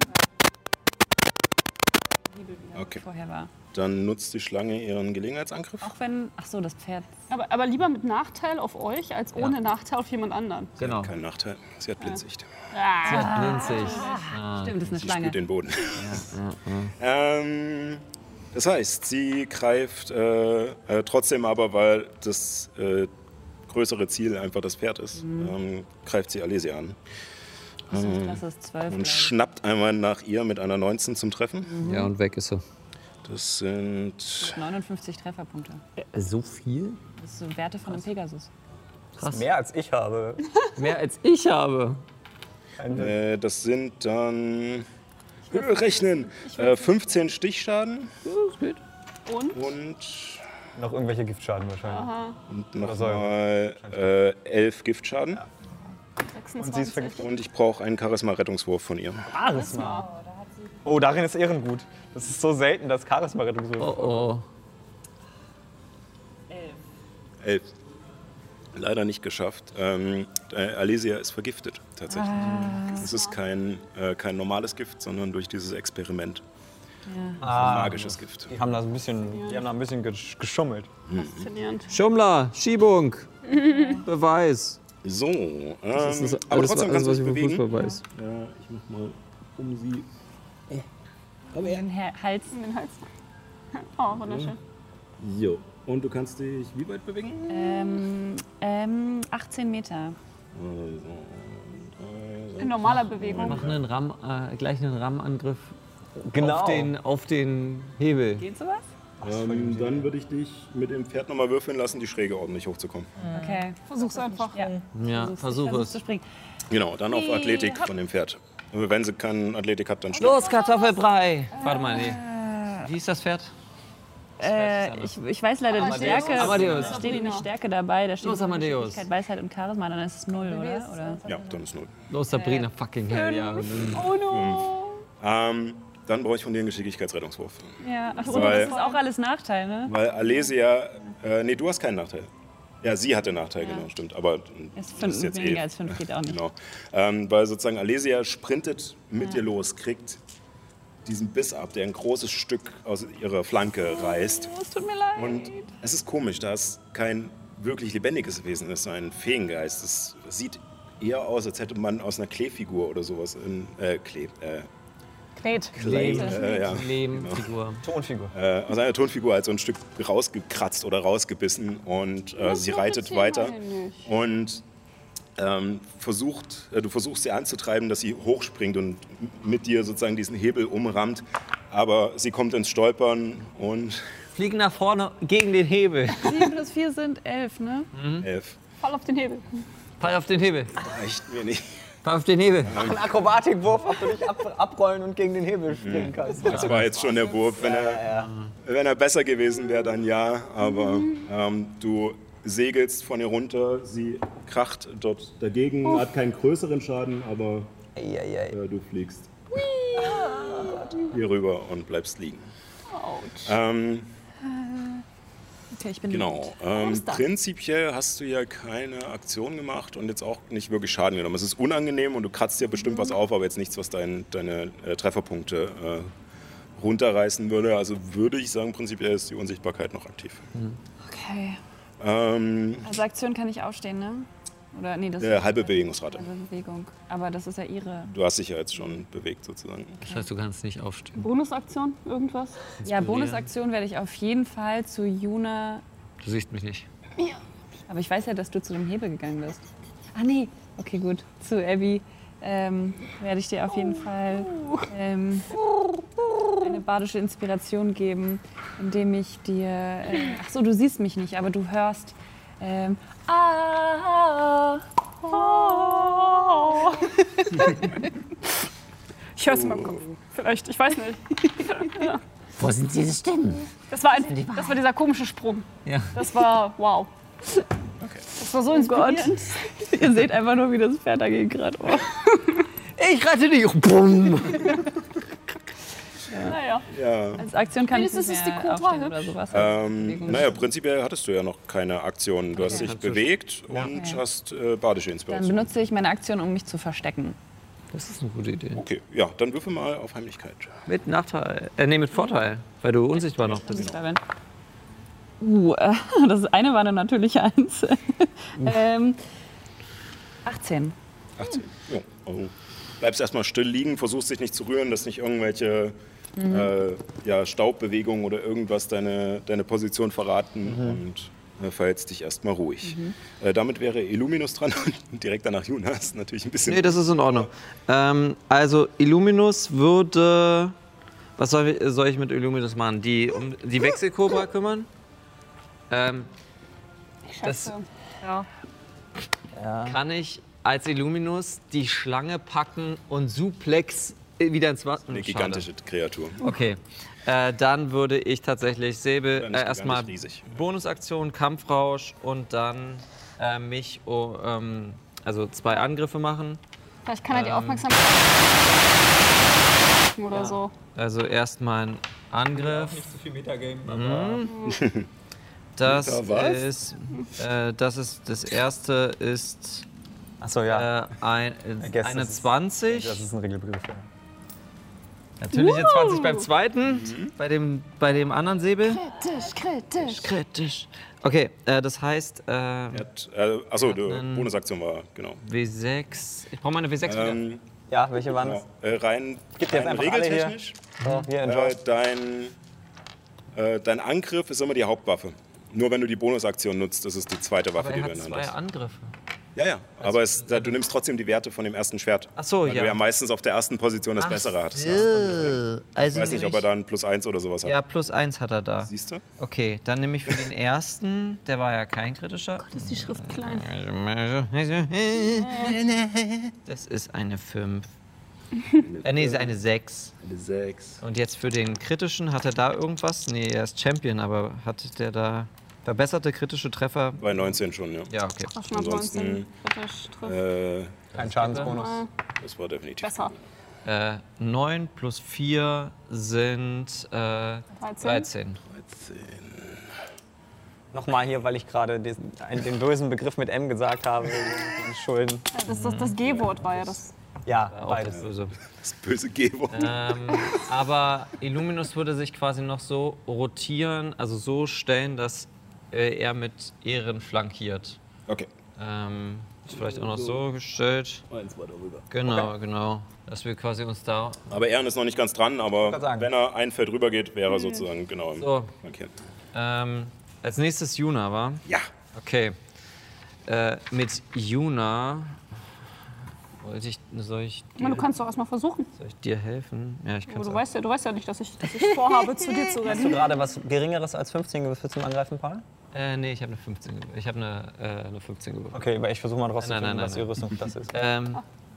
wie du wieder Okay. vorher war. Dann nutzt die Schlange ihren Gelegenheitsangriff. Auch wenn, ach so, das Pferd. Aber, aber lieber mit Nachteil auf euch, als ohne Nachteil auf jemand anderen. Genau. Kein Nachteil. Sie hat Blindsicht. Sie hat Blindzicht. Ah. Stimmt, das ist eine Sie Schlange. spürt den Boden. Ja, ja. Ähm, das heißt, sie greift äh, äh, trotzdem aber, weil das äh, größere Ziel einfach das Pferd ist, ähm, greift sie Alesia an Das ist zwölf. und glaub ich. schnappt einmal nach ihr mit einer neunzehn zum Treffen. ja, und weg ist sie. Das sind neunundfünfzig Trefferpunkte. So viel? Das sind Werte von einem Pegasus. Krass. Mehr als ich habe. Mehr als ich habe. äh, das sind dann äh, rechnen äh, fünfzehn Stichschaden Und? Und, Noch irgendwelche Giftschaden wahrscheinlich. Aha. und nochmal äh, elf Giftschaden. Und sie ist sechsundzwanzig. vergiftet. Und ich brauche einen Charisma-Rettungswurf von ihr. Charisma. Oh, darin ist Ehren gut. Das ist so selten, dass Charisma-Rettungswürfe. Oh oh. Elf. Leider nicht geschafft. Ähm, äh, Alesia ist vergiftet, tatsächlich. Es ist kein, äh, kein normales Gift, sondern durch dieses Experiment. Ah, Ein magisches Gift. Die haben da so ein bisschen, die haben da ein bisschen gesch- geschummelt. Faszinierend. Schummler, Schiebung, Beweis. So, ähm, Das ist aber alles, trotzdem alles kannst was du ich dich vom Fußball bewegen. weiß. Ja, ich mach mal um sie. Den Her- Hals. In den Hals. Oh, wunderschön. Jo. Und du kannst dich wie weit bewegen? Ähm, ähm, achtzehn Meter. In normaler Bewegung. Mach einen Ram, äh, gleich einen Rammangriff Genau. auf, den, auf den Hebel. Geht sowas? Ähm, dann würde ich dich mit dem Pferd nochmal würfeln lassen, die Schräge ordentlich hochzukommen. Okay. Versuch's einfach. Ja. Ja, Versuch's- versuch versuch's es. zu springen. Genau, dann auf Wie, Athletik hopp. von dem Pferd. Wenn sie keine Athletik hat, dann schnell. Los, Kartoffelbrei! Warte mal, nee. Wie ist das Pferd? Äh, ich, ich weiß leider die Stärke. Amadeus. Da steht die Stärke dabei. Da steht Los, Amadeus. Geschicklichkeit, Weisheit und Charisma. Dann ist es null, oder? oder? Ja, dann ist null. Los, Sabrina, fucking hell, ja. Oh no. Ähm, dann brauche ich von dir einen Geschicklichkeitsrettungswurf. Ja, ach so, Weil- das ist auch alles Nachteil, ne? Weil Alesia, äh, nee, du hast keinen Nachteil. Ja, sie hatte Nachteil, genau, stimmt. Aber Ist das fünf, ist jetzt weniger eh, als fünf geht auch nicht. genau. Ähm, weil sozusagen Alesia sprintet mit dir los, kriegt diesen Biss ab, der ein großes Stück aus ihrer Flanke reißt. Oh, es tut mir leid. Und es ist komisch, da es kein wirklich lebendiges Wesen ist, sondern ein Feengeist. Es sieht eher aus, als hätte man aus einer Klee-Figur oder sowas in äh, Klee, äh, Klet. Clay, äh, ja, Lehmfigur. Tonfigur. äh, aus einer Tonfigur halt so ein Stück rausgekratzt oder rausgebissen und äh, sie reitet weiter und ähm, versucht, äh, du versuchst sie anzutreiben, dass sie hochspringt und mit dir sozusagen diesen Hebel umrammt, aber sie kommt ins Stolpern und Fliegen nach vorne gegen den Hebel. sieben plus vier sind elf, ne? elf. Fall auf den Hebel. Fall auf den Hebel. Reicht mir nicht. Fall auf den Hebel. Ein Akrobatikwurf, ob du dich ab, abrollen und gegen den Hebel springen kannst. Das war jetzt schon der Wurf. Wenn er, wenn er besser gewesen wäre, dann ja. Aber ähm, du segelst von ihr runter, sie kracht dort dagegen, hat keinen größeren Schaden, aber Eieiei. äh, du fliegst hier rüber und bleibst liegen. Ähm, Okay, ich bin genau. Ähm, prinzipiell hast du ja keine Aktion gemacht und jetzt auch nicht wirklich Schaden genommen. Es ist unangenehm und du kratzt dir bestimmt was auf, aber jetzt nichts, was dein, deine äh, Trefferpunkte äh, runterreißen würde. Also würde ich sagen, prinzipiell ist die Unsichtbarkeit noch aktiv. Okay. Ähm, Also Aktion kann ich aufstehen, ne? Oder nee, das äh, ist halbe Bewegungsrate. halbe Bewegung. Aber das ist ja ihre. Du hast dich ja jetzt schon bewegt sozusagen. Das heißt, du kannst nicht aufstehen. Bonusaktion, irgendwas? Ja, Bonusaktion werde ich auf jeden Fall zu Juna. Du siehst mich nicht. Aber ich weiß ja, dass du zu dem Hebel gegangen bist. Ah nee, okay gut. Zu Abby ähm, werde ich dir auf jeden Fall ähm, eine badische Inspiration geben, indem ich dir. Äh, ach so, du siehst mich nicht, aber du hörst. Ähm, ah, Oh. Ich höre es in meinem Kopf. Vielleicht, ich weiß nicht. Wo sind diese Stimmen? Das war, ein, das war dieser komische Sprung. Ja. Das war wow. Das war so inspirierend. Ihr seht einfach nur, wie das Pferd dagegen gerade. Oh. Ich rette dich. Bumm. Naja. Ja. Als Aktion kann ich Wenigstens nicht ist die mehr Cobra aufstehen oder hübsch. sowas. Ähm, naja, prinzipiell hattest du ja noch keine Aktion. Du hast dich Kannst du- bewegt und Okay. hast äh, badische Dann Inspiration. benutze ich meine Aktion, um mich zu verstecken. Das ist eine gute Idee. Okay, ja, dann würfel mal auf Heimlichkeit. Mit Nachteil. Äh, nee, mit Vorteil. Weil du unsichtbar noch bist. Unsichtbar bin. Uh, äh, das eine war eine natürliche Eins. ähm, achtzehn. achtzehn. Jo, also bleibst erstmal still liegen, versuchst dich nicht zu rühren, dass nicht irgendwelche äh, ja, Staubbewegungen oder irgendwas deine, deine Position verraten und äh, verhältst dich erstmal ruhig. Äh, damit wäre Illuminus dran und direkt danach Jonas. Natürlich ein bisschen. Nee, das ist in Ordnung. Ähm, also Illuminus würde... Was soll, ich- soll ich mit Illuminus machen? Die um die Wechselkobra kümmern? Ähm, Ich Das- schätze. Ja. kann ich als Illuminus die Schlange packen und Suplex wieder ins Wasser? eine gigantische Kreatur. Okay. Äh, dann würde ich tatsächlich Säbel Dann äh, ist die erstmal gar nicht riesig. Bonusaktion, Kampfrausch und dann äh, mich, oh, ähm, also zwei Angriffe machen. Vielleicht kann er die Ähm. Aufmerksamkeit oder so. Also erstmal ein Angriff. Nicht zu viel Metagame, Mhm. Das Meta was? ist, äh, das ist, das erste ist Achso, ja. äh, ein, I guess eine das ist- zwanzig. Das ist ein Regelbegriff, ja. Natürlich eine zwanzig beim zweiten, bei, dem, bei dem anderen Säbel. Kritisch, kritisch. Kritisch. Okay, äh, das heißt äh, Er hat, äh, achso, die einen- Bonusaktion war, genau. W sechs. Ich brauche meine W sechs wieder. Ähm, Ja, welche waren genau. das? äh, rein Gib dir jetzt rein einfach alle hier. regeltechnisch. So, hier, enjoy. Äh, dein, äh, dein Angriff ist immer die Hauptwaffe. Nur wenn du die Bonusaktion nutzt, ist es die zweite Waffe, Aber die er du hat in der zwei Hand hast. Angriffe. Ja, ja, aber es, da, du nimmst trotzdem die Werte von dem ersten Schwert. Ach so, weil ja. du ja meistens auf der ersten Position das Bessere hattest. Ich Also weiß nicht, ob er da ein Plus eins oder sowas hat. Ja, plus eins hat er da. Siehst du? Okay, dann nehme ich für den ersten, der war ja kein kritischer. Ist die Schrift klein? Das ist eine fünf. Äh, nee, ist eine sechs. Eine sechs. Und jetzt für den kritischen, hat er da irgendwas? Nee, er ist Champion, aber hat der da verbesserte kritische Treffer? Bei neunzehn schon, ja. Ja, okay. Ach, schon ab Ansonsten, neunzehn. Kritisch trifft. Äh, Kein Schadensbonus. das war definitiv. Besser. Äh, neun plus vier sind äh, dreizehn. Nochmal hier, weil ich gerade diesen- einen- den bösen Begriff mit M gesagt habe. Die Schulden. Ja, das, das, das G-Wort war ja das. Ja, Auch beides. böse. Das böse G-Wort. Ähm, aber Illuminus würde sich quasi noch so rotieren, also so stellen, dass äh, er mit Ehren flankiert. Okay. Ähm, ist vielleicht auch noch so gestellt. Eins weiter rüber. Genau, genau. Dass wir quasi uns da. Aber Ehren ist noch nicht ganz dran, aber grad sagen. wenn er ein Feld rüber geht, wäre er sozusagen genau im So. Markieren. Ähm, als nächstes Yuna, war? Ja. Okay. Äh, mit Yuna. Wollte ich, soll, ich Ich meine, dir, du kannst doch erstmal versuchen. soll ich dir helfen? Ja, ich kann Aber es du auch. weißt ja, du weißt ja nicht, dass ich, dass ich vorhabe, zu dir zu Hast du rennen. gerade was Geringeres als fünfzehn gewürfelt zum Angreifen, Paul? Äh, nee, ich habe eine fünfzehn gewürfelt. Ich habe eine, äh, eine fünfzehn gewürfelt. Okay, aber ich versuche mal Nein, nein, rauszufinden, nein, was nein. die Rüstungsklasse ist. Ähm,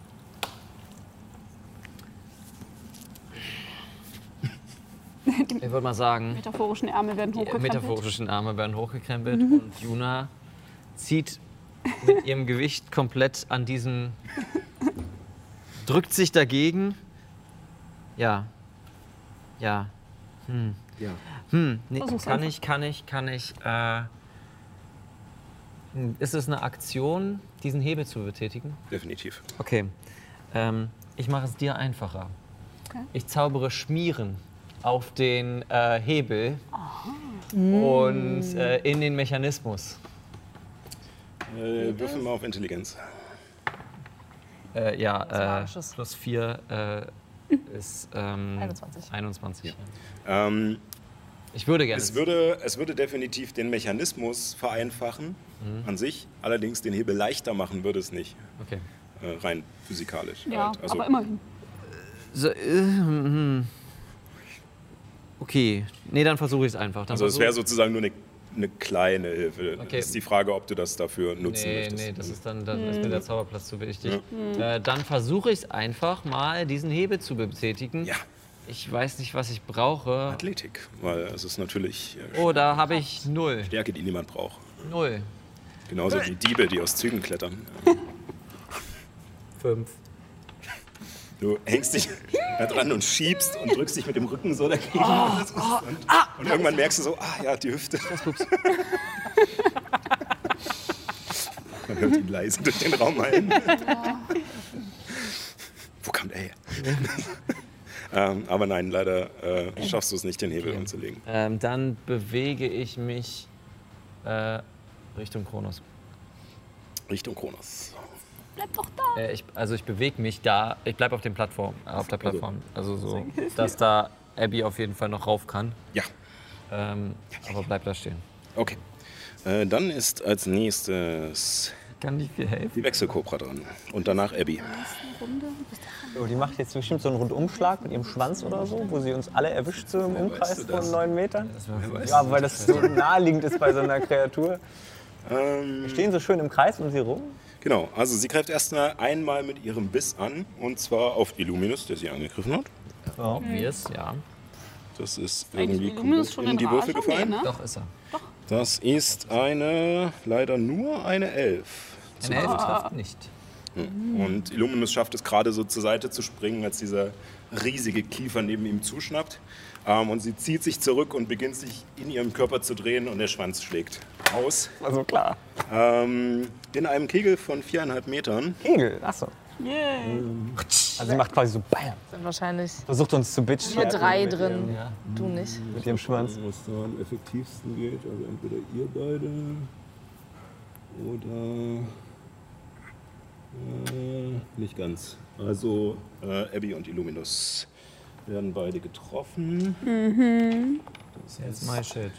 ich würde mal sagen, Metaphorischen Ärmel werden die hochgekrempelt. metaphorischen Arme werden hochgekrempelt und Yuna zieht mit ihrem Gewicht komplett an diesem, drückt sich dagegen. Ja. Ja. Hm. Ja. Hm. Nee, Versuch's kann einfach. ich, kann ich, kann ich. Äh, ist es eine Aktion, diesen Hebel zu betätigen? Definitiv. Okay. Ähm, ich mache es dir einfacher. Okay. Ich zaubere Schmieren auf den äh, Hebel und äh, in den Mechanismus. Äh, würfel mal auf Intelligenz. Äh, ja, äh, Magisches. plus vier äh, ist ähm, einundzwanzig. einundzwanzig. Ähm, Ich würde gerne. es, würde, es würde definitiv den Mechanismus vereinfachen an sich. Allerdings den Hebel leichter machen würde es nicht. Okay. Äh, rein physikalisch. Ja, halt. Also, aber immerhin. So, äh, hm. Okay. Nee, dann versuche ich es einfach. Dann also es versuch- wäre sozusagen nur eine, eine kleine Hilfe. Okay. Das ist die Frage, ob du das dafür nutzen Nee, möchtest. nee, das ist dann, dann ist mir der Zauberplatz zu wichtig. Äh, dann versuche ich es einfach mal, diesen Hebel zu betätigen. Ja, Ich weiß nicht, was ich brauche. Athletik. Weil es ist natürlich äh, Oh, da habe ich null. Stärke, die niemand braucht. Null. Genauso wie Diebe, die aus Zügen klettern. Fünf. Du hängst dich da dran und schiebst und drückst dich mit dem Rücken so dagegen. und, das ist, und, und irgendwann merkst du so, ah ja, die Hüfte. Man hört ihn leise durch den Raum hallen. Wo kam der her? ähm, aber nein, leider äh, schaffst du es nicht, den Hebel umzulegen. Ähm, dann bewege ich mich äh, Richtung Kronos. Richtung Kronos. Bleib doch da. Äh, ich, also ich bewege mich da, ich bleibe auf, den Plattform, äh, auf der Plattform. Also so, dass da Abby auf jeden Fall noch rauf kann. Ja, Ähm, aber bleib da stehen. okay. Äh, dann ist als nächstes Kann nicht viel helfen. die Wechselkobra dran. Und danach Abby. So, die macht jetzt bestimmt so einen Rundumschlag mit ihrem Schwanz oder so, wo sie uns alle erwischt, so im Umkreis von neun Metern. Ja, weil das so naheliegend ist bei so einer Kreatur. Ähm, Wir stehen so schön im Kreis um sie rum. Genau, also sie greift erst einmal mit ihrem Biss an. Und zwar auf Illuminus, der sie angegriffen hat. Obvious, ja. Das ist Eigentlich irgendwie Illuminus schon in in die Würfel Rage? Nee, gefallen. ne? Doch, ist er. Das ist eine, leider nur eine Elf. Eine Elf trifft nicht. Und Illuminus schafft es gerade so zur Seite zu springen, als dieser riesige Kiefer neben ihm zuschnappt. Ähm, und sie zieht sich zurück und beginnt sich in ihrem Körper zu drehen und der Schwanz schlägt aus. Also klar. Ähm, in einem Kegel von viereinhalb Metern. Kegel, achso. Yeah. Also sie macht quasi so BAM. Sind wahrscheinlich Versucht uns zu bitchen. nur drei drin. Du nicht. Mit ihrem Schwanz. Was da am effektivsten geht, also entweder ihr beide oder äh, nicht ganz. Also äh, Abby und Illuminus werden beide getroffen. Mhm. Das Jetzt ist my shit.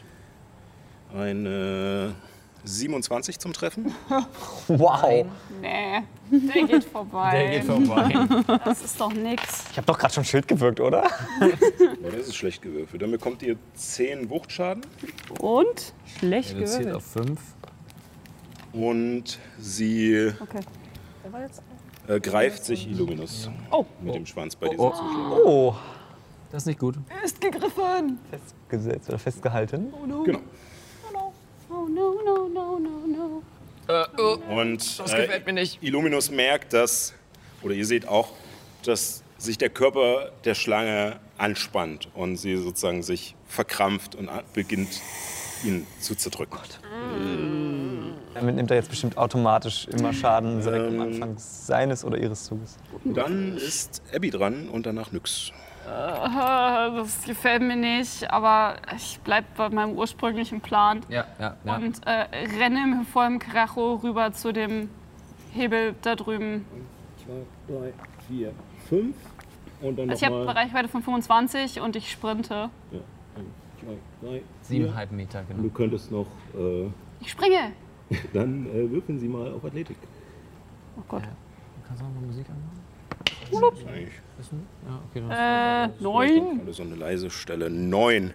eine siebenundzwanzig zum Treffen. Wow. Nee, der geht vorbei. Der geht vorbei. Das ist doch nix. Ich habe doch gerade schon Schild gewirkt, oder? Ja, das ist schlecht gewürfelt. Dann bekommt ihr zehn Wuchtschaden Und? Schlecht Reduziert gewürfelt. auf fünf. und sie Okay. Wer war jetzt? äh, greift sich Illuminus Oh. mit dem Schwanz bei diesem Oh. Zuschlag. Oh. Das ist nicht gut. Er ist gegriffen. Festgesetzt oder festgehalten. Genau. Oh no, no, no, no, no. Und Das äh, gefällt mir nicht. Illuminus merkt, dass, oder ihr seht auch, dass sich der Körper der Schlange anspannt und sie sozusagen sich verkrampft und an- beginnt, ihn zu zerdrücken. Damit nimmt er jetzt bestimmt automatisch immer Schaden direkt am Ähm. Anfang seines oder ihres Zuges. Dann ist Abby dran und danach Nyx. Ah, das gefällt mir nicht, aber ich bleib bei meinem ursprünglichen Plan Ja, ja, ja. und äh, renne im vollem Karacho rüber zu dem Hebel da drüben. zwei, drei, vier, fünf und dann Also ich habe eine Reichweite von fünfundzwanzig und ich sprinte. Ja, eins, zwei, drei, Siebeneinhalb Meter, Du genau. könntest noch, äh, Ich springe. dann äh, würfeln Sie mal auf Athletik. Oh Gott. Kannst du noch mal Musik anmachen? Eigentlich Wissen? Ja, okay, dann Äh, vielleicht neun. gerade so eine leise Stelle. Neun.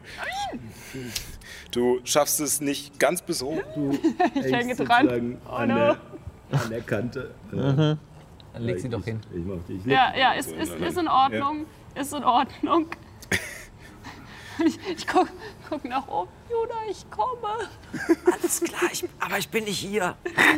Du schaffst es nicht ganz bis hoch. Du Ich hänge dran. Oh an, no. der, an der Kante. Äh, Dann leg sie doch hin. Ich mach dich. Ich leg Ja, dich ja, so ist, ist, in ist der- in Ordnung. Ist in Ordnung. Ich, ich guck, guck nach oben. Juna, ich komme. Alles klar, ich, aber ich bin nicht hier.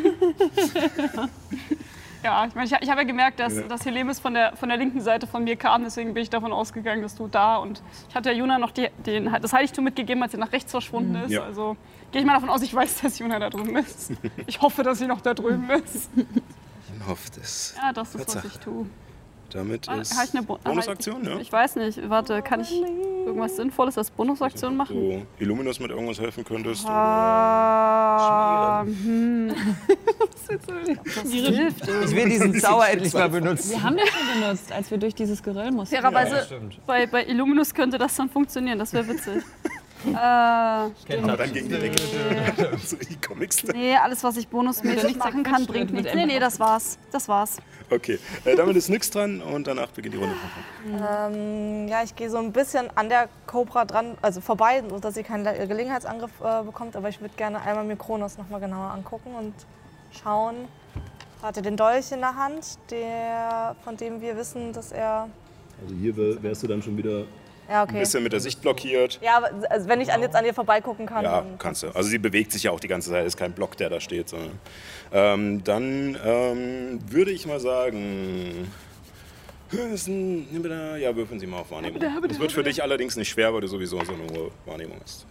Ja, ich meine, ich, ich habe ja gemerkt, dass, Ja. dass Helemis von der, von der linken Seite von mir kam. Deswegen bin ich davon ausgegangen, dass du da und ich hatte ja Juna noch die, den, das Heiligtum mitgegeben, als sie nach rechts verschwunden ist. Ja. Also gehe ich mal davon aus, ich weiß, dass Juna da drüben ist. Ich hoffe, dass sie noch da drüben ist. Ich hoffe es. Ja, das ist, was Tatsache. ich tue. Damit Ah, ist habe ich eine Bo- Bonusaktion, ich, ja? Ich weiß nicht. Warte, kann ich irgendwas Sinnvolles als Bonusaktion machen? Du Illuminus mit irgendwas helfen könntest. Ah, hm. Das hilft. Ich will diesen Zauber endlich mal benutzen. Wir haben den schon benutzt, als wir durch dieses Geröll mussten. Fairerweise, stimmt. bei, bei Illuminus könnte das dann funktionieren. Das wäre witzig. äh, Aber dann gegen die Decke. So die Comics. nee, alles, was ich bonusmäßig machen kann, bringt nichts. Nee, nee, das war's. Das war's. Okay, äh, damit ist Nyx dran und danach beginnt die Runde. Ähm, ja, ich gehe so ein bisschen an der Cobra dran, also vorbei, sodass sie keinen Le- Gelegenheitsangriff äh, bekommt. Aber ich würde gerne einmal mir Kronos noch mal genauer angucken und schauen. Hat er den Dolch in der Hand, der, von dem wir wissen, dass er... Also hier wär- wärst du dann schon wieder Ja, ein okay. bisschen mit der Sicht blockiert. Ja, aber also wenn ich an, jetzt an ihr vorbeigucken kann, Ja, dann... kannst du. Also sie bewegt sich ja auch die ganze Zeit, ist kein Block, der da steht. Sondern, ähm, dann ähm, würde ich mal sagen, ist ein, nimm bitte- ja, würfeln Sie mal auf Wahrnehmung. Das wird für dich allerdings nicht schwer, weil du sowieso so eine hohe Wahrnehmung hast.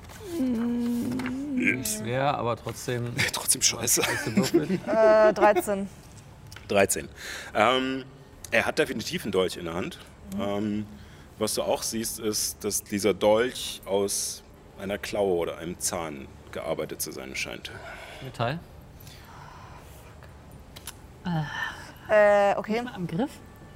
Schwer, aber trotzdem Trotzdem scheiße. gewürfelt. Äh, dreizehn. dreizehn. Ähm, er hat definitiv einen Dolch in der Hand. Ähm, was du auch siehst, ist, dass dieser Dolch aus einer Klaue oder einem Zahn gearbeitet zu sein scheint. Metall. Äh, okay. Am Griff?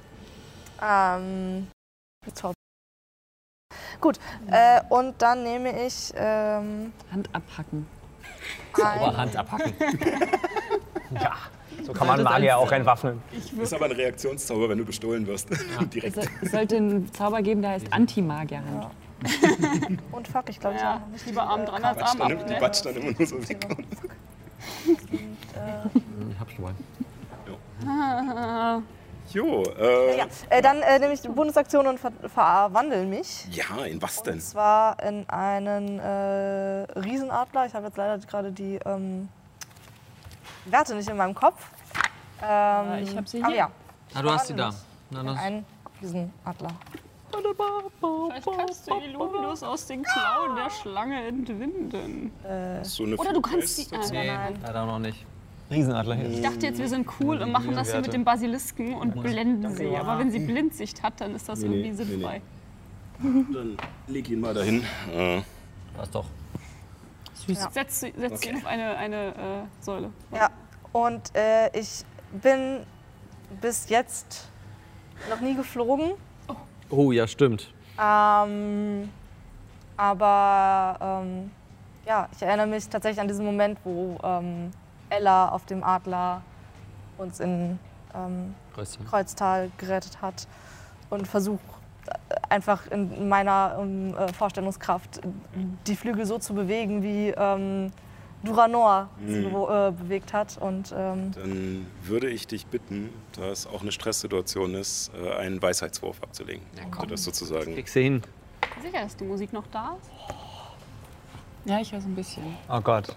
Ähm, Zauber. Gut, äh, und dann nehme ich ähm, Hand abhacken. ein, Hand abhacken. Ja, so kann man Magier auch entwaffnen. Das ist aber ein Reaktionszauber, wenn du bestohlen wirst. Direkt. Es, es sollte einen Zauber geben, der heißt Anti-Magier-Hand. und fuck, ich glaube, ich Ja, habe noch nicht lieber Arm dran als Batsch Arm dann, ab. die Ne? batscht dann immer nur so weg. Ich hab schon mal. Jo, äh, Ja, äh, dann äh, nehme ich die Bonusaktion und ver verwandle mich. ja, in was denn? Und zwar in einen äh, Riesenadler. Ich habe jetzt leider gerade die ähm, Werte nicht in meinem Kopf. Ähm, ich hab sie aber hier. ja, Ah, du hast sie da. verwandle Na, mich in das einen Riesenadler. Vielleicht kannst du Illuminus aus den Klauen der Schlange entwinden. So eine Oder du kannst sie. Flugleiste? Ah, nee, nein. leider noch nicht. Riesenadler hier. Ich dachte jetzt, wir sind cool und machen das hier mit dem Basilisken und blenden sie. Aber wenn sie Blindzicht hat, dann ist das Nee, nee, irgendwie nee, sinnfrei. Dann leg ihn mal dahin. Äh, Was doch. Setz, sie- setz sie auf eine, eine äh, Säule. Ja, und äh, ich bin bis jetzt noch nie geflogen. Oh, ja, stimmt. Ähm, aber ähm, ja, ich erinnere mich tatsächlich an diesen Moment, wo ähm, Ella auf dem Adler uns in ähm, Kreuzchen. Kreuztal gerettet hat und versucht einfach in meiner ähm, äh, Vorstellungskraft die Flügel so zu bewegen, wie ähm, Duranor sie bewo- äh, bewegt hat. Und ähm, dann würde ich dich bitten, da es auch eine Stresssituation ist, äh, einen Weisheitswurf abzulegen. Ja, das sozusagen. Kriegst du hin. Sicher, dass die Musik noch da ist? Ja, ich weiß ein bisschen. Oh Gott.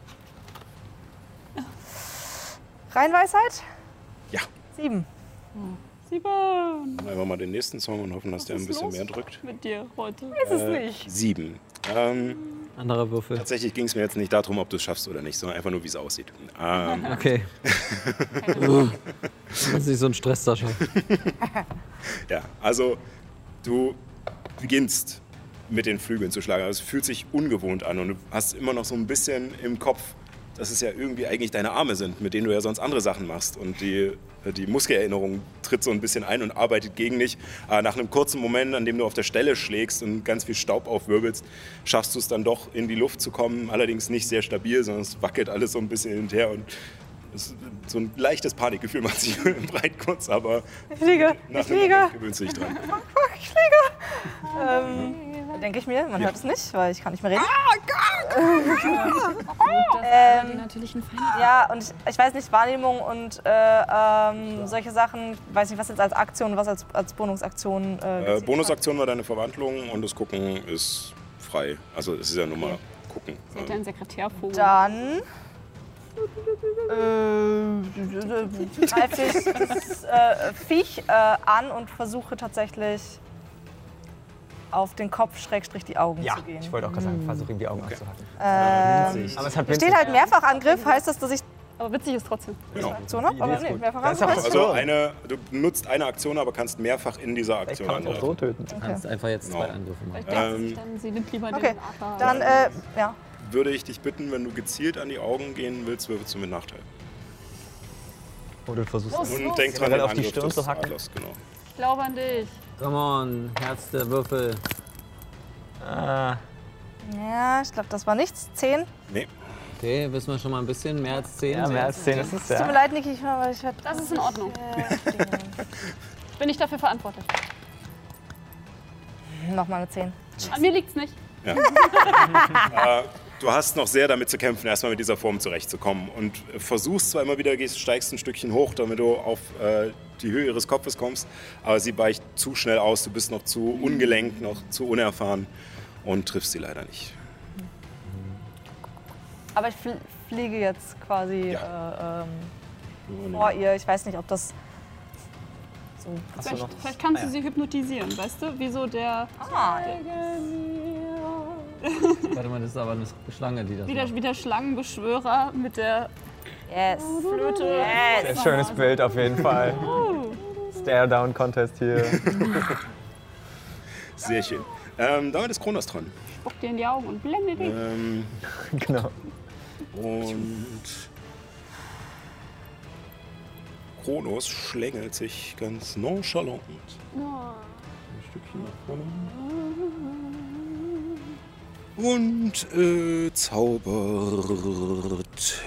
Reinweisheit? Ja. Sieben. Sieben. Dann einfach mal den nächsten Song und hoffen, dass der Was ein ist bisschen los mehr drückt. mit dir heute? Ist es nicht. Sieben. Ähm, Anderer Würfel. tatsächlich ging es mir jetzt nicht darum, ob du es schaffst oder nicht, sondern einfach nur, wie es aussieht. Ähm, Okay. Du kannst nicht so einen Stress da schaffen. ja, also du beginnst mit den Flügeln zu schlagen. Also es fühlt sich ungewohnt an und du hast immer noch so ein bisschen im Kopf, dass es ja irgendwie eigentlich deine Arme sind, mit denen du ja sonst andere Sachen machst. Und die, die Muskelerinnerung tritt so ein bisschen ein und arbeitet gegen dich. Aber nach einem kurzen Moment, an dem du auf der Stelle schlägst und ganz viel Staub aufwirbelst, schaffst du es dann doch in die Luft zu kommen. Allerdings nicht sehr stabil, sondern es wackelt alles so ein bisschen hin und her. Und es, so ein leichtes Panikgefühl macht sich breit kurz, aber Ich fliege, nach ich einem fliege, Moment gewöhnst du dich dran. ich fliege. Ähm, denke ich mir, man hört es nicht, weil ich kann nicht mehr reden. Ähm, die natürlichen Feinde. Ja, und ich, ich weiß nicht, Wahrnehmung und äh, ähm, solche Sachen, ich weiß nicht, was jetzt als Aktion und was als, als Bonusaktion äh, Äh, gezählt Bonusaktion war deine Verwandlung und das Gucken ist frei. Also es ist ja nur mal gucken. Sie hat ja einen Sekretärvogel. hat. Dann äh, greife ich das äh, Viech äh, an und versuche tatsächlich auf den Kopf schrägstrich die Augen Ja, zu gehen. ich wollte auch gerade sagen, versuche ihm die Augen aufzuhalten. Ähm, Aber es hat steht halt Mehrfachangriff, heißt das, dass ich Aber witzig ist trotzdem. Genau. Aktion habe? Aber nee, Das Mehrfachangriff ist heißt Also eine, du nutzt eine Aktion, aber kannst mehrfach in dieser Ich Aktion kann uns auch so angreifen. töten. Du kannst einfach jetzt zwei Genau. Angriffe machen. Vielleicht denkt sie Ähm, sich dann, sie nimmt lieber Okay, den Adler. dann, äh, ja. Würde ich dich bitten, wenn du gezielt an die Augen gehen willst, würfelst du mit Nachteil. Oder du versuchst Los, Und los. denk dran, den auf die Angriff Stirn des zu hacken. Adlers, genau. Ich glaube an dich. Come on, Herz der Würfel. Ah, Ja, ich glaube, das war nichts. Zehn. Nee, Okay, wissen wir schon mal ein bisschen. Mehr als zehn. ja, mehr als zehn ist es, Tut mir ja. leid, Niki, ich, ich werde. Das ist in Ordnung. Bin ich dafür verantwortlich. Nochmal eine Zehn. An mir liegt's nicht. äh, du hast noch sehr damit zu kämpfen, erstmal mit dieser Form zurechtzukommen. Und versuchst zwar immer wieder, gehst, steigst ein Stückchen hoch, damit du auf äh, die Höhe ihres Kopfes kommst, aber sie weicht zu schnell aus. Du bist noch zu ungelenkt, noch zu unerfahren und triffst sie leider nicht. Aber ich fl fliege jetzt quasi Ja. äh, ähm, vor ihr. Ich weiß nicht, ob das so. Hast du Vielleicht, noch? vielleicht kannst du sie hypnotisieren, weißt du? Wie so der. Ah, Warte mal, das ist aber eine Schlange, die das Wie der, macht. wie der Schlangenbeschwörer mit der yes. Flöte. Yes. Sehr schönes Bild auf jeden Fall. Stare-Down-Contest hier. Sehr schön. Ähm, damit ist Kronos dran. Spuck dir in die Augen und blende dich. Ähm, Genau. und Kronos schlängelt sich ganz nonchalant ein Stückchen nach vorne und äh, zaubert.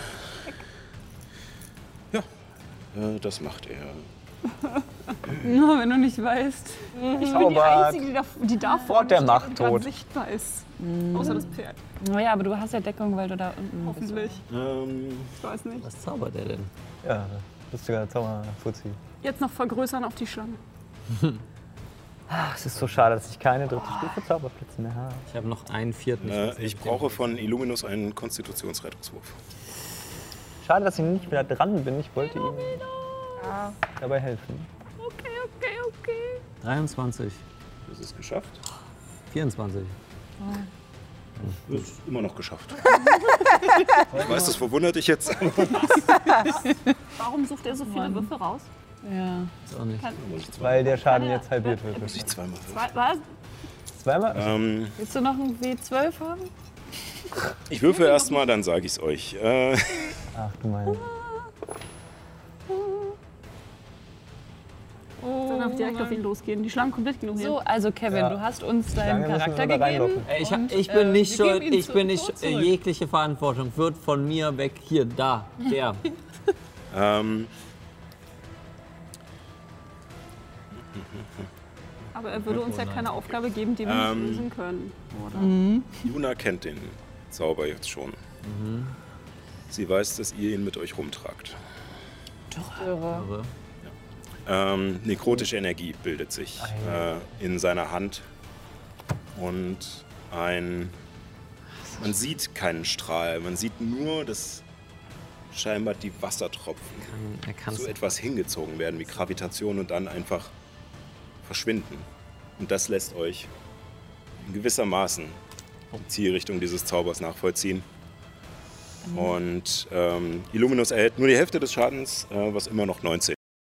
Ja, äh, das macht er. Nur wenn du nicht weißt. Ich bin die Zaubert. Einzige, die da, die da Vor vorne der steht Macht und gerade tot. sichtbar ist. Außer das Pferd, Naja, aber du hast ja Deckung, weil du da unten bist. hoffentlich. Ähm, Ich weiß nicht. Was zaubert er denn? Ja, lustiger Zauber, Fuzzi. jetzt noch vergrößern auf die Schlange. Ach, es ist so schade, dass ich keine dritte Stufe Zauberblitze mehr habe. Ich habe noch einen vierten. Äh, ich brauche von Illuminus einen Konstitutionsrettungswurf. Schade, dass ich nicht wieder dran bin. Ich wollte ihm ja. dabei helfen. Okay, okay, okay. dreiundzwanzig. Das ist geschafft. vierundzwanzig. Das ist immer noch geschafft. Ich weiß, das verwundert dich jetzt. Warum sucht er so viele Würfel raus? Ja. Ist auch nicht. Kann, Weil der Schaden jetzt halbiert wird. Muss ich zweimal würfeln. zwei, was? Zweimal? Ähm, Willst du noch ein W zwölf haben? ich würfel erstmal, dann sage ich es euch. Äh, Ach du meine. Dann darf direkt auf ihn losgehen. Die Schlangen komplett ignorieren. So, also Kevin, Ja. du hast uns deinen Lange müssen wir Charakter da gegeben. reinlocken. Ey, Ich, und, ich bin äh, nicht wir schuld, geben ihn ich zu- bin nicht tot äh, zurück. jegliche Verantwortung wird von mir weg. Hier, da, der. ähm, Aber er würde uns ja keine Aufgabe geben, die wir Ähm. nicht lösen können. Oder? Mhm. Juna kennt den Zauber jetzt schon. Sie weiß, dass ihr ihn mit euch rumtragt. Irre. Ähm, nekrotische Energie bildet sich äh, in seiner Hand und ein. Man sieht keinen Strahl, man sieht nur, dass scheinbar die Wassertropfen Er kann zu etwas hingezogen werden wie Gravitation und dann einfach verschwinden. Und das lässt euch in gewissermaßen die Zielrichtung dieses Zaubers nachvollziehen. Und ähm, Illuminus erhält nur die Hälfte des Schadens, äh, was immer noch neunzehn.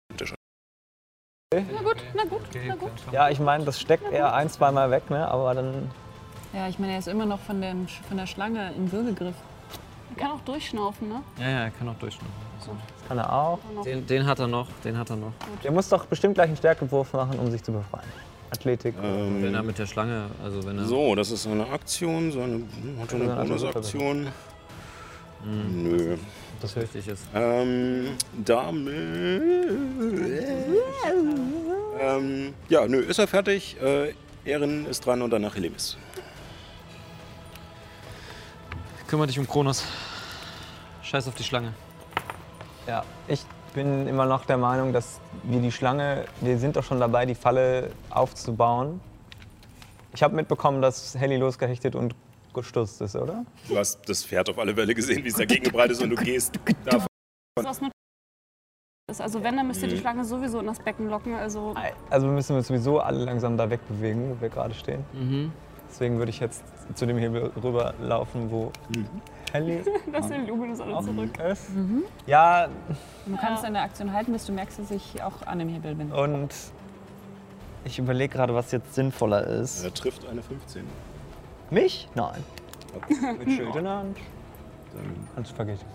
Na gut, na gut, na gut. Ja, ich meine, das steckt er ein, zweimal weg, ne? Aber dann. Ja, ich meine, er ist immer noch von, dem, von der Schlange im Würgegriff. Er kann auch durchschnaufen, ne? Ja, ja, er kann auch durchschneiden. Das kann er auch. Den, den hat er noch, den hat er noch. Der muss doch bestimmt gleich einen Stärkewurf machen, um sich zu befreien. Athletik. Wenn er mit der Schlange, also wenn er... So, das ist eine Aktion, so eine, hat er eine Also eine Bonusaktion. Nö. Das hilft. Richtig ist. Ähm, damit. Ähm, ja, nö, ist er fertig. Äh, Erin ist dran und danach Helemis. Kümmere dich um Kronos. Scheiß auf die Schlange. Ja, ich bin immer noch der Meinung, dass wir die Schlange, wir sind doch schon dabei, die Falle aufzubauen. Ich habe mitbekommen, dass Helly losgehechtet und gestürzt ist, oder? Du hast das Pferd auf alle Fälle gesehen, wie es dagegen gebreitet ist und du gehst davon. Was mit ist. Also wenn, dann müsst ihr die Schlange sowieso in das Becken locken. Also Also müssen wir uns sowieso alle langsam da wegbewegen, wo wir gerade stehen. Mhm. Deswegen würde ich jetzt zu dem Hebel rüberlaufen, wo Helly das sind Illuminus alle zurück. ist. Ja, Und du kannst deine Aktion halten, bis du merkst, dass ich auch an dem Hebel bin. und ich überlege gerade, was jetzt sinnvoller ist. Er trifft eine fünfzehn. Mich? Nein. Mit Schild in der Hand. Kannst du vergessen.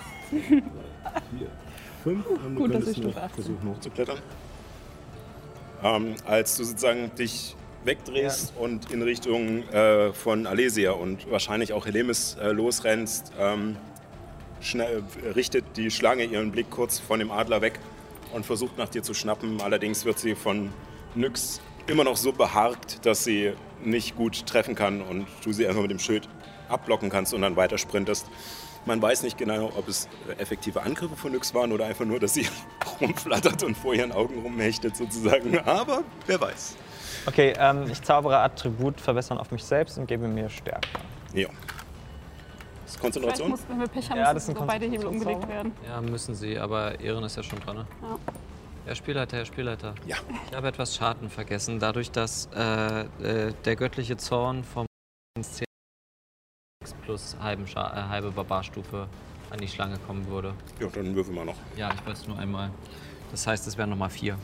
Fünf. Und du Gut, dass könntest ich noch Stufe achtzehn. versuchen hochzuklettern. Ähm, als du sozusagen dich wegdrehst und in Richtung äh, von Alesia und wahrscheinlich auch Helemis äh, losrennst, ähm, schnell, äh, richtet die Schlange ihren Blick kurz von dem Adler weg und versucht nach dir zu schnappen. Allerdings wird sie von Nyx immer noch so behaart, dass sie nicht gut treffen kann und du sie einfach mit dem Schild abblocken kannst und dann weiter sprintest. Man weiß nicht genau, ob es effektive Angriffe von Nyx waren oder einfach nur, dass sie rumflattert und vor ihren Augen rumhechtet sozusagen. Aber wer weiß. Okay, ähm, ich zaubere Attribut verbessern auf mich selbst und gebe mir Stärke. Ja. Das ist Vielleicht Konzentration? muss, wenn wir Pech haben, Ja, das müssen ist so ein beide Hebel umgelegt Konzentrationszauber. werden. Ja, müssen sie, aber Ehren ist ja schon dran, ne? Ja. Herr Spielleiter, Herr Spielleiter. Ja. Ich habe etwas Schaden vergessen, dadurch, dass äh, äh, der göttliche Zorn vom zehn plus halben Scha äh, halbe Barbarstufe an die Schlange kommen würde. Ja, dann würfeln wir noch. Ja, ich weiß nur einmal. Das heißt, es wären nochmal vier.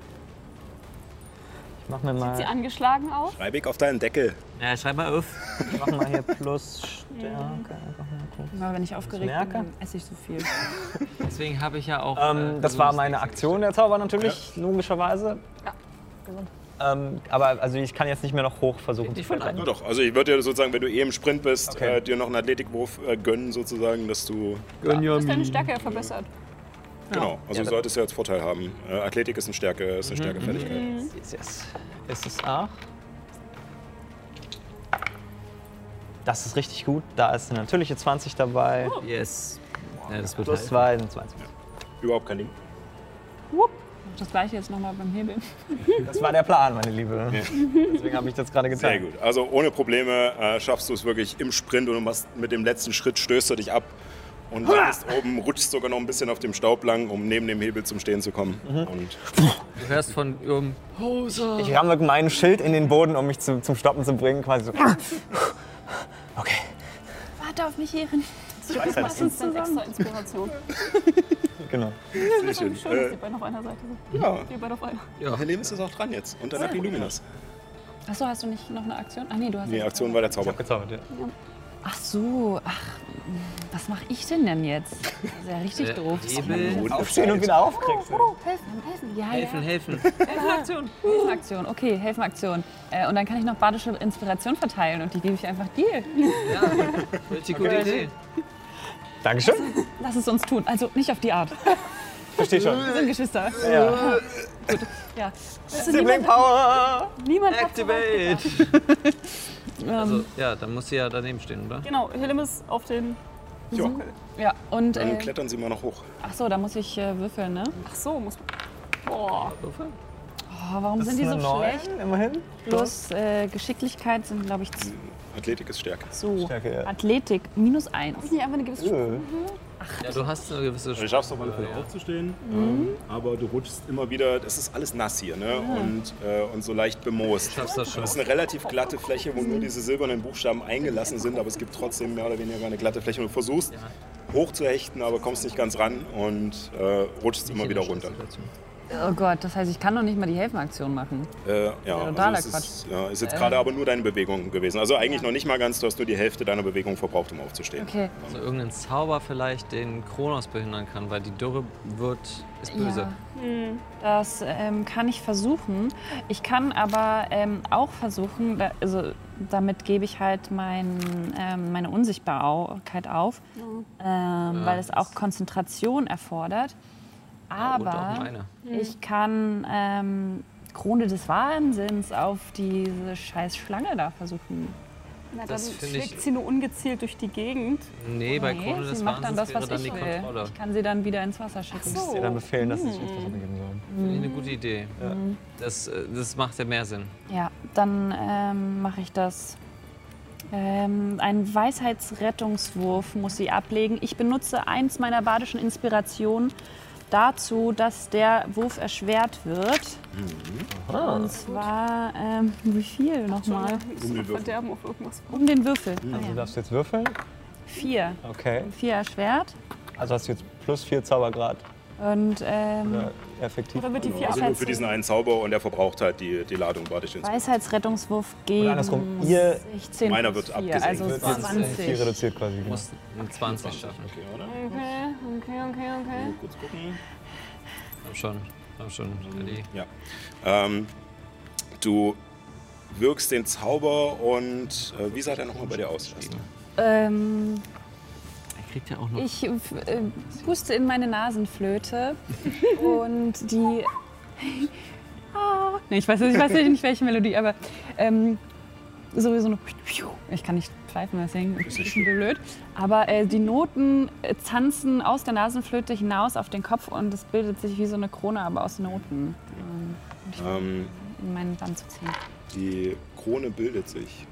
Ich mach mir Sieht sie mal, angeschlagen aus? Schreib ich auf deinen Deckel. Ja, schreib mal auf. ich mach mal hier plus Stärke. Einfach mal gucken. Aber wenn ich aufgeregt Merke? bin, dann esse ich so viel. Deswegen habe ich ja auch. Ähm, äh, das war meine Aktion, der Zauber natürlich, logischerweise. Ja. Ähm, aber also ich kann jetzt nicht mehr noch hoch versuchen zu Ich von klettern. Na doch, also ich würde dir sozusagen, wenn du eh im Sprint bist, Okay. äh, dir noch einen Athletikwurf äh, gönnen sozusagen, dass du... Du hast deine Stärke ja verbessert. Genau, also Ja, du solltest ja jetzt Vorteil haben. Äh, Athletik ist eine Stärke, ist eine Stärkefertigkeit. Yes, yes. Ist es auch? Das ist richtig gut. Da ist eine natürliche zwanzig dabei. Yes. Ja, das wird Plus helfen. zwei sind zwanzig. Überhaupt kein Ding. mach das gleiche jetzt nochmal beim Hebeln. Das war der Plan, meine Liebe. Ja. Deswegen habe ich das gerade getan. Sehr gut. Also ohne Probleme äh, schaffst du es wirklich im Sprint und du machst mit dem letzten Schritt stößt du dich ab und landest oben, rutschst sogar noch ein bisschen auf dem Staub lang, um neben dem Hebel zum Stehen zu kommen. Mhm. Und du hörst von ihrem Hose. Ich ramme meinen Schild in den Boden, um mich zu, zum Stoppen zu bringen, quasi so. Okay. Warte auf mich, Ehren. Das macht uns dann extra Inspiration. Genau. Sehr schön. Schön, dass die beiden auf einer Seite sind. Ja. Die beiden auf einer. Ja. Helemis ist auch dran jetzt und danach die Luminas. Achso, hast du nicht noch eine Aktion? Ach nee, du hast. Die Aktion war der Zauber. Ich hab gezaubert, ja. Ja. Ach so, ach, was mache ich denn denn jetzt? Das ist ja richtig Äh, doof. Hebel. Aufstehen und wieder aufkriegst. Helfen, helfen, ja, Helfen, ja. helfen. Helfenaktion. Helfenaktion, okay, Helfenaktion. Äh, und dann kann ich noch badische Inspiration verteilen und die gebe ich einfach dir. Ja, richtig gute Idee. Dankeschön. Lass es uns tun. Also nicht auf die Art. Versteh schon. Wir sind Geschwister. Ja. Gut, ja. Sibling Power! Niemand hat Activate! ähm, Also, ja, dann muss sie ja daneben stehen, oder? Genau, Helemis auf den. Ja. Ja, und. Dann Äh, klettern sie mal noch hoch. ach so, da muss ich äh, würfeln, ne? Ach so, muss man. Boah. Oh, warum Das sind ist die so eine neun, schlecht? immerhin. Plus äh, Geschicklichkeit sind, glaube ich, z- Athletik ist stärker. so. Stärke, ja. Athletik minus eins. Nicht einfach eine gewisse Öh. Ja, du hast eine gewisse Du schaffst auf alle Fälle aufzustehen, ähm, aber du rutschst immer wieder, das ist alles nass hier, ne? und, äh, und so leicht bemoost. Du schaffst das schon. Das ist eine relativ glatte Fläche, wo nur diese silbernen Buchstaben eingelassen sind, aber es gibt trotzdem mehr oder weniger eine glatte Fläche. Und du versuchst hochzuhechten, aber kommst nicht ganz ran und äh, rutschst immer wieder runter. Oh Gott, das heißt, ich kann doch nicht mal die Helfenaktion machen. Äh, ja, totaler also es ist, ja, ist jetzt gerade aber nur deine Bewegung gewesen. Also eigentlich noch nicht mal ganz, du hast nur die Hälfte deiner Bewegung verbraucht, um aufzustehen. Okay. Also irgendein Zauber vielleicht den Kronos behindern kann, weil die Dürre wird, ist böse. Ja. Das ähm, kann ich versuchen. Ich kann aber ähm, auch versuchen, da, also damit gebe ich halt mein, ähm, meine Unsichtbarkeit auf, ähm, weil es auch Konzentration erfordert. Ja, und auch Aber meine. ich kann ähm, Krone des Wahnsinns auf diese scheiß Schlange da versuchen. Na, dann Das find ich- schlägt sie nur ungezielt durch die Gegend. Nee, bei Nee, Krone sie des macht dann Wahnsinns das, was wäre dann die ich will. Kontrolle. Ich kann sie dann wieder ins Wasser schicken. Ich muss dir dann befehlen, dass sie sich ins Wasser begeben sollen. Finde ich eine gute Idee. Das, äh, das macht ja mehr Sinn. Ja, dann ähm, mache ich das. Ähm, einen Weisheitsrettungswurf muss sie ablegen. Ich benutze eins meiner badischen Inspirationen dazu, dass der Wurf erschwert wird. Und zwar, ähm, wie viel nochmal? Um den Verderben auf irgendwas. Um den Würfel. Also du darfst jetzt würfeln. Vier. Okay. Vier erschwert. Also hast du jetzt plus vier Zaubergrad. Und ähm, Oder effektiv. Oder wird die vier Also nur für diesen einen Zauber und der verbraucht halt die, die Ladung badische Inspiration. Weisheitsrettungswurf gegen Oder andersrum, ihr- sechzehn Meiner plus wird vier, abgesenkt. also Wird vier zwanzig. reduziert quasi. Du Genau. musst eine zwanzig schaffen. Okay, oder? Okay, okay, okay, okay. Kurz gucken. Komm schon, komm schon, Ellie. Ja. Ähm, du wirkst den Zauber und äh, wie sah der nochmal bei dir aus? Erstmal? Ähm, Er kriegt ja auch noch. Ich äh, puste in meine Nasenflöte und die. Ah, nee, ich weiß, ich weiß nicht, welche Melodie, aber ähm, sowieso eine. Ich kann nicht pfeifen, deswegen ist ein bisschen blöd. Aber äh, die Noten äh, tanzen aus der Nasenflöte hinaus auf den Kopf und es bildet sich wie so eine Krone, aber aus Noten. Ähm, und ich Ähm, in meinen Band zu ziehen. die Krone bildet sich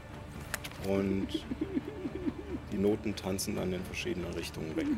und die Noten tanzen dann in verschiedene Richtungen weg.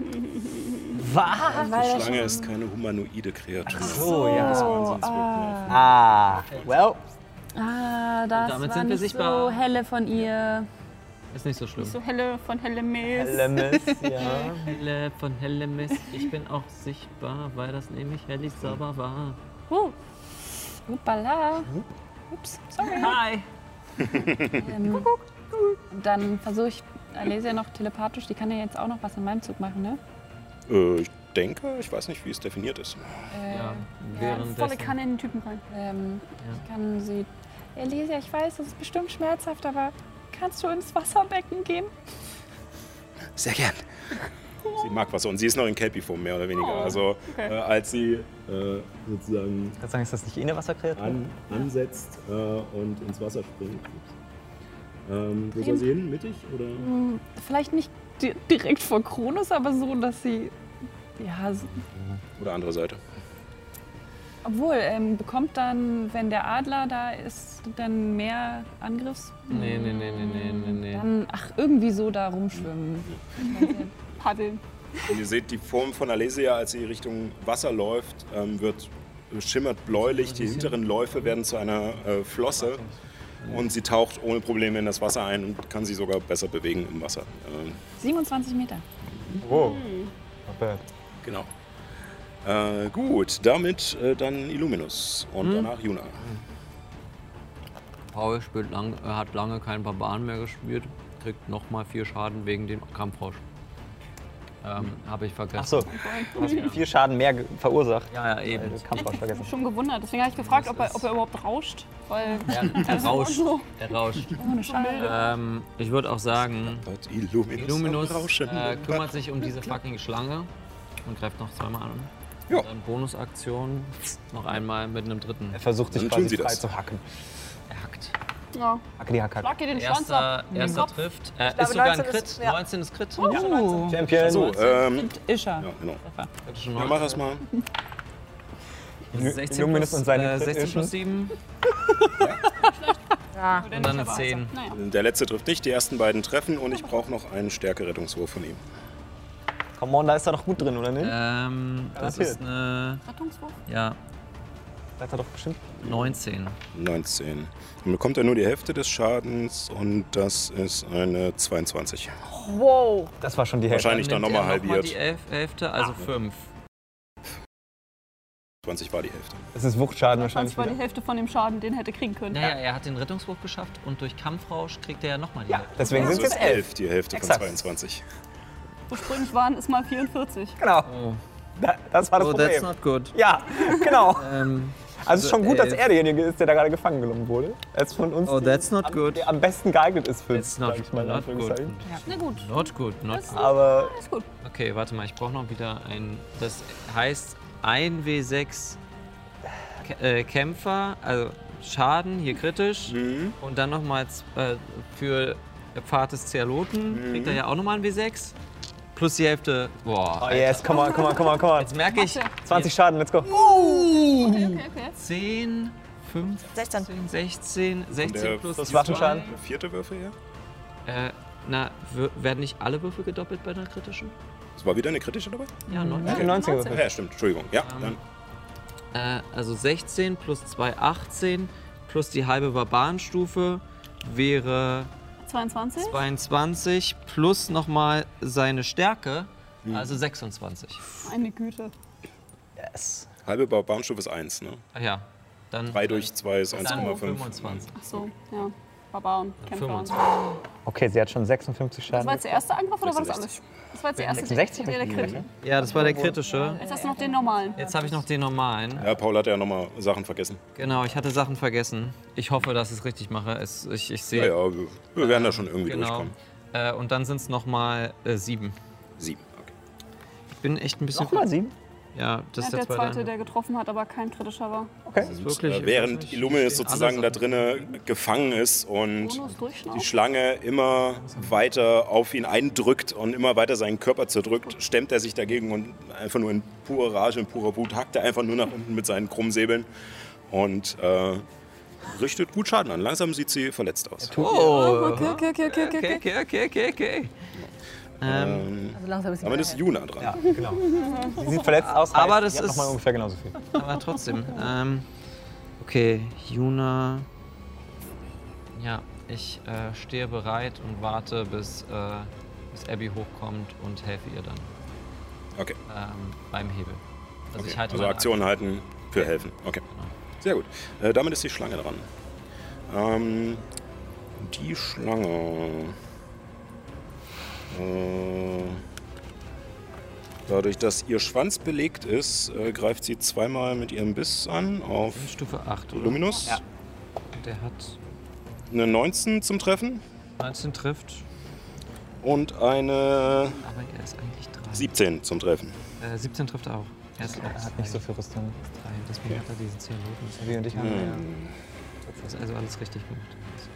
Die Schlange ist keine humanoide Kreatur. So, ja. Das Wahnsinnswirken. Ah, well. Ah, das damit war sind wir nicht sichtbar. so helle von ihr. Ist nicht so schlimm. So helle von Helemis. Lemmes, ja. Helle von Hellemis, ich bin auch sichtbar, weil das nämlich Helly sauber war. Uh. Uppala. Ups, sorry. Hi! Ähm, und dann versuche ich Alesia noch telepathisch, die kann ja jetzt auch noch was in meinem Zug machen, ne? Äh, ich denke, ich weiß nicht, wie es definiert ist. Äh, Ja, Volle währenddessen. Kanne in den Typen rein. ähm, Ja. Ich kann sie. Alesia, ich weiß, das ist bestimmt schmerzhaft, aber kannst du ins Wasserbecken gehen? Sehr gern. Sie mag Wasser und sie ist noch in Kelpie-Form, mehr oder weniger. Also okay. äh, als sie äh, sozusagen Kannst du sagen, ist das nicht eh eine Wasserkreatur? an, ansetzt äh, und ins Wasser springt. Ähm, wo soll sie hin? Mittig? Oder? Hm, vielleicht nicht di direkt vor Kronos, aber so, dass sie. Ja, so, Oder andere Seite. Obwohl, ähm, bekommt dann, wenn der Adler da ist, dann mehr Angriffs... Nee, nee, nee, nee, nee, nee, nee. Dann, ach, irgendwie so da rumschwimmen. Paddeln. Und ihr seht die Form von Alesia, als sie Richtung Wasser läuft, ähm, wird schimmert bläulich. Die hinteren Läufe werden zu einer äh, Flosse. Und sie taucht ohne Probleme in das Wasser ein und kann sich sogar besser bewegen im Wasser. Ähm, siebenundzwanzig Meter. Wow. Not bad. genau. Äh, gut, damit äh, dann Illuminus und Hm. danach Juna. Paul spielt lang, äh, hat lange keinen Barbaren mehr gespielt, kriegt nochmal vier Schaden wegen dem Kampfrausch. Ähm, Habe ich vergessen. Ach so, du hast vier Schaden mehr ge- verursacht. Ja, ja, eben. Weil du Kampfrausch Ich vergessen. bin schon gewundert. Deswegen habe ich gefragt, ob er, ob er überhaupt rauscht. Weil Er, er rauscht. so. Er rauscht. Ohne Schade. Ähm, ich würde auch sagen, Gott, Illuminus, Illuminus am Rauschen. äh, kümmert sich um diese fucking Schlange und greift noch zweimal an. Ja. Dann Bonusaktion noch einmal mit einem dritten. Er versucht sich Dann tun quasi sie frei das. zu hacken. Er hackt. Ja. Hacke die Hack, Hack. Schlag ihr den Schwanz Erster, ab. in den erster Kopf. trifft. Äh, glaube, ist sogar ein neunzehn Crit. ist- ja. neunzehn ist Crit. Oh. Champion. So, ähm, Ist er. ja, genau. Kritische Ja, neun. mach das mal. sechzehn Illuminus plus, und seine äh, sechzehn plus Crit-Ischen. sieben Ja. Oder und dann nicht, eine aber zehn. Naja. Der letzte trifft nicht, die ersten beiden treffen und ich brauche noch einen Stärke-Rettungswurf von ihm. Come on, da ist er doch gut drin, oder nicht? Ähm, das Garantiert. ist eine, Rettungswurf? ja, Da hat er doch bestimmt. neunzehn. neunzehn. Dann bekommt er nur die Hälfte des Schadens und das ist eine zweiundzwanzig. Wow. Das war schon die Hälfte. Wahrscheinlich dann nimmt nochmal er noch mal halbiert. die Elf, Hälfte, also fünf. zwanzig war die Hälfte. Das ist Wuchtschaden Das wahrscheinlich war die wieder. Hälfte von dem Schaden, den er hätte kriegen können. Naja, er hat den Rettungswurf geschafft und durch Kampfrausch kriegt er ja nochmal die Ja, Hälfte. deswegen Also sind es ist jetzt elf. elf die Hälfte Exakt. von zweiundzwanzig. Ursprünglich waren es mal vierundvierzig. Genau. Oh, Da, das war das oh that's Problem. not good. Ja, genau. Ähm, Also es ist schon gut, dass elf. er derjenige ist, der da gerade gefangen genommen wurde. Er ist von uns Oh, that's not am, good. der am besten geeignet ist für That's not, sag ich mal, in not good. Anführungszeichen. Na gut. Not good, not good. Aber Ist gut. Okay, warte mal, ich brauche noch wieder ein. Das heißt ein W sechs Kä- äh, Kämpfer, also Schaden, hier kritisch. Mhm. Und dann nochmal äh, für Pfad des Zealoten Mhm. kriegt er ja auch nochmal ein W sechs. Plus die Hälfte. Boah. oh yes, come on, come on, come on, come on. Jetzt merke ich. zwanzig Schaden, let's go. Okay, okay, okay. zehn, sechzehn. fünfzehn, sechzehn, sechzehn der plus plus die Waffenschaden. Der vierte Würfel hier. zwei. Äh, na, w- werden nicht alle Würfel gedoppelt bei einer kritischen? Es war wieder eine kritische dabei? Ja, neun. Er hat die neunzehn Ach gewürfelt. ja, stimmt. Entschuldigung. Ja, Ähm, dann Äh, also sechzehn plus zwei, achtzehn plus die halbe Barbarenstufe wäre zweiundzwanzig? zweiundzwanzig plus nochmal seine Stärke, also sechsundzwanzig. Meine Güte. Yes. halbe Barbarenstufe ist eins, ne? Ach ja, dann, drei durch zwei ist dann eins Komma fünf. fünfundzwanzig. Ach so, ja. Barbaren, Kämpfer. fünfundzwanzig. Okay, sie hat schon sechsundfünfzig Das Schaden. war jetzt der erste Angriff oder war das alles? sechsundsechzig. Das war jetzt der erste. sechsundsechzig der, der hab ich Crit. gesehen, Ja, das war der kritische. Jetzt hast du noch den normalen. Jetzt habe ich noch den normalen. Ja, Paul hat ja nochmal Sachen vergessen. Genau, ich hatte Sachen vergessen. Ich hoffe, dass ich es richtig mache. Es, ich, ich Ja, sehe. ja, wir, wir werden da schon irgendwie Genau. durchkommen. Äh, und dann sind es nochmal äh, sieben. Sieben, okay. Ich bin echt ein bisschen. Nochmal sieben? Ja, das Ja, ist der der zweite, zweite. der getroffen hat, aber kein kritischer war. Okay. Wirklich, Äh, ich weiß während nicht, Illuminus stehen sozusagen da alle drinnen gefangen ist und Bonus die durchschnaufen. Schlange immer weiter auf ihn eindrückt und immer weiter seinen Körper zerdrückt, stemmt er sich dagegen und einfach nur in purer Rage, in purer Wut hackt er einfach nur nach unten mit seinen krummen Säbeln und äh, richtet gut Schaden an. Langsam sieht sie verletzt aus. Oh, Okay, okay, okay, okay, okay. okay, okay, okay, okay, okay. Ähm, Ähm, Also langsam ist sie damit wieder ist hell. Juna dran. Ja, genau. Sie sieht verletzt aus, Aber heißt, das sie hat ist- noch mal ungefähr genauso viel. aber trotzdem. Ähm, okay, Juna. Ja, ich äh, stehe bereit und warte, bis, äh, bis Abby hochkommt und helfe ihr dann Okay, ähm, beim Hebel. Also okay. ich halte Also meine Aktion halten für helfen. Okay, sehr gut. Äh, damit ist die Schlange dran. Ähm, die Schlange... Äh, dadurch, dass ihr Schwanz belegt ist, äh, greift sie zweimal mit ihrem Biss an auf Aktion. Stufe acht, oder? Luminus. Ja. Der hat Eine neunzehn zum Treffen neunzehn trifft, und eine aber er ist eigentlich drei. siebzehn zum Treffen. Äh, siebzehn trifft auch. Er ist auch Er hat nicht so viel Rüstung. drei. Deswegen hat er diesen zehn Noten. Wie und ich haben wir ja. Das ist also alles richtig gemacht.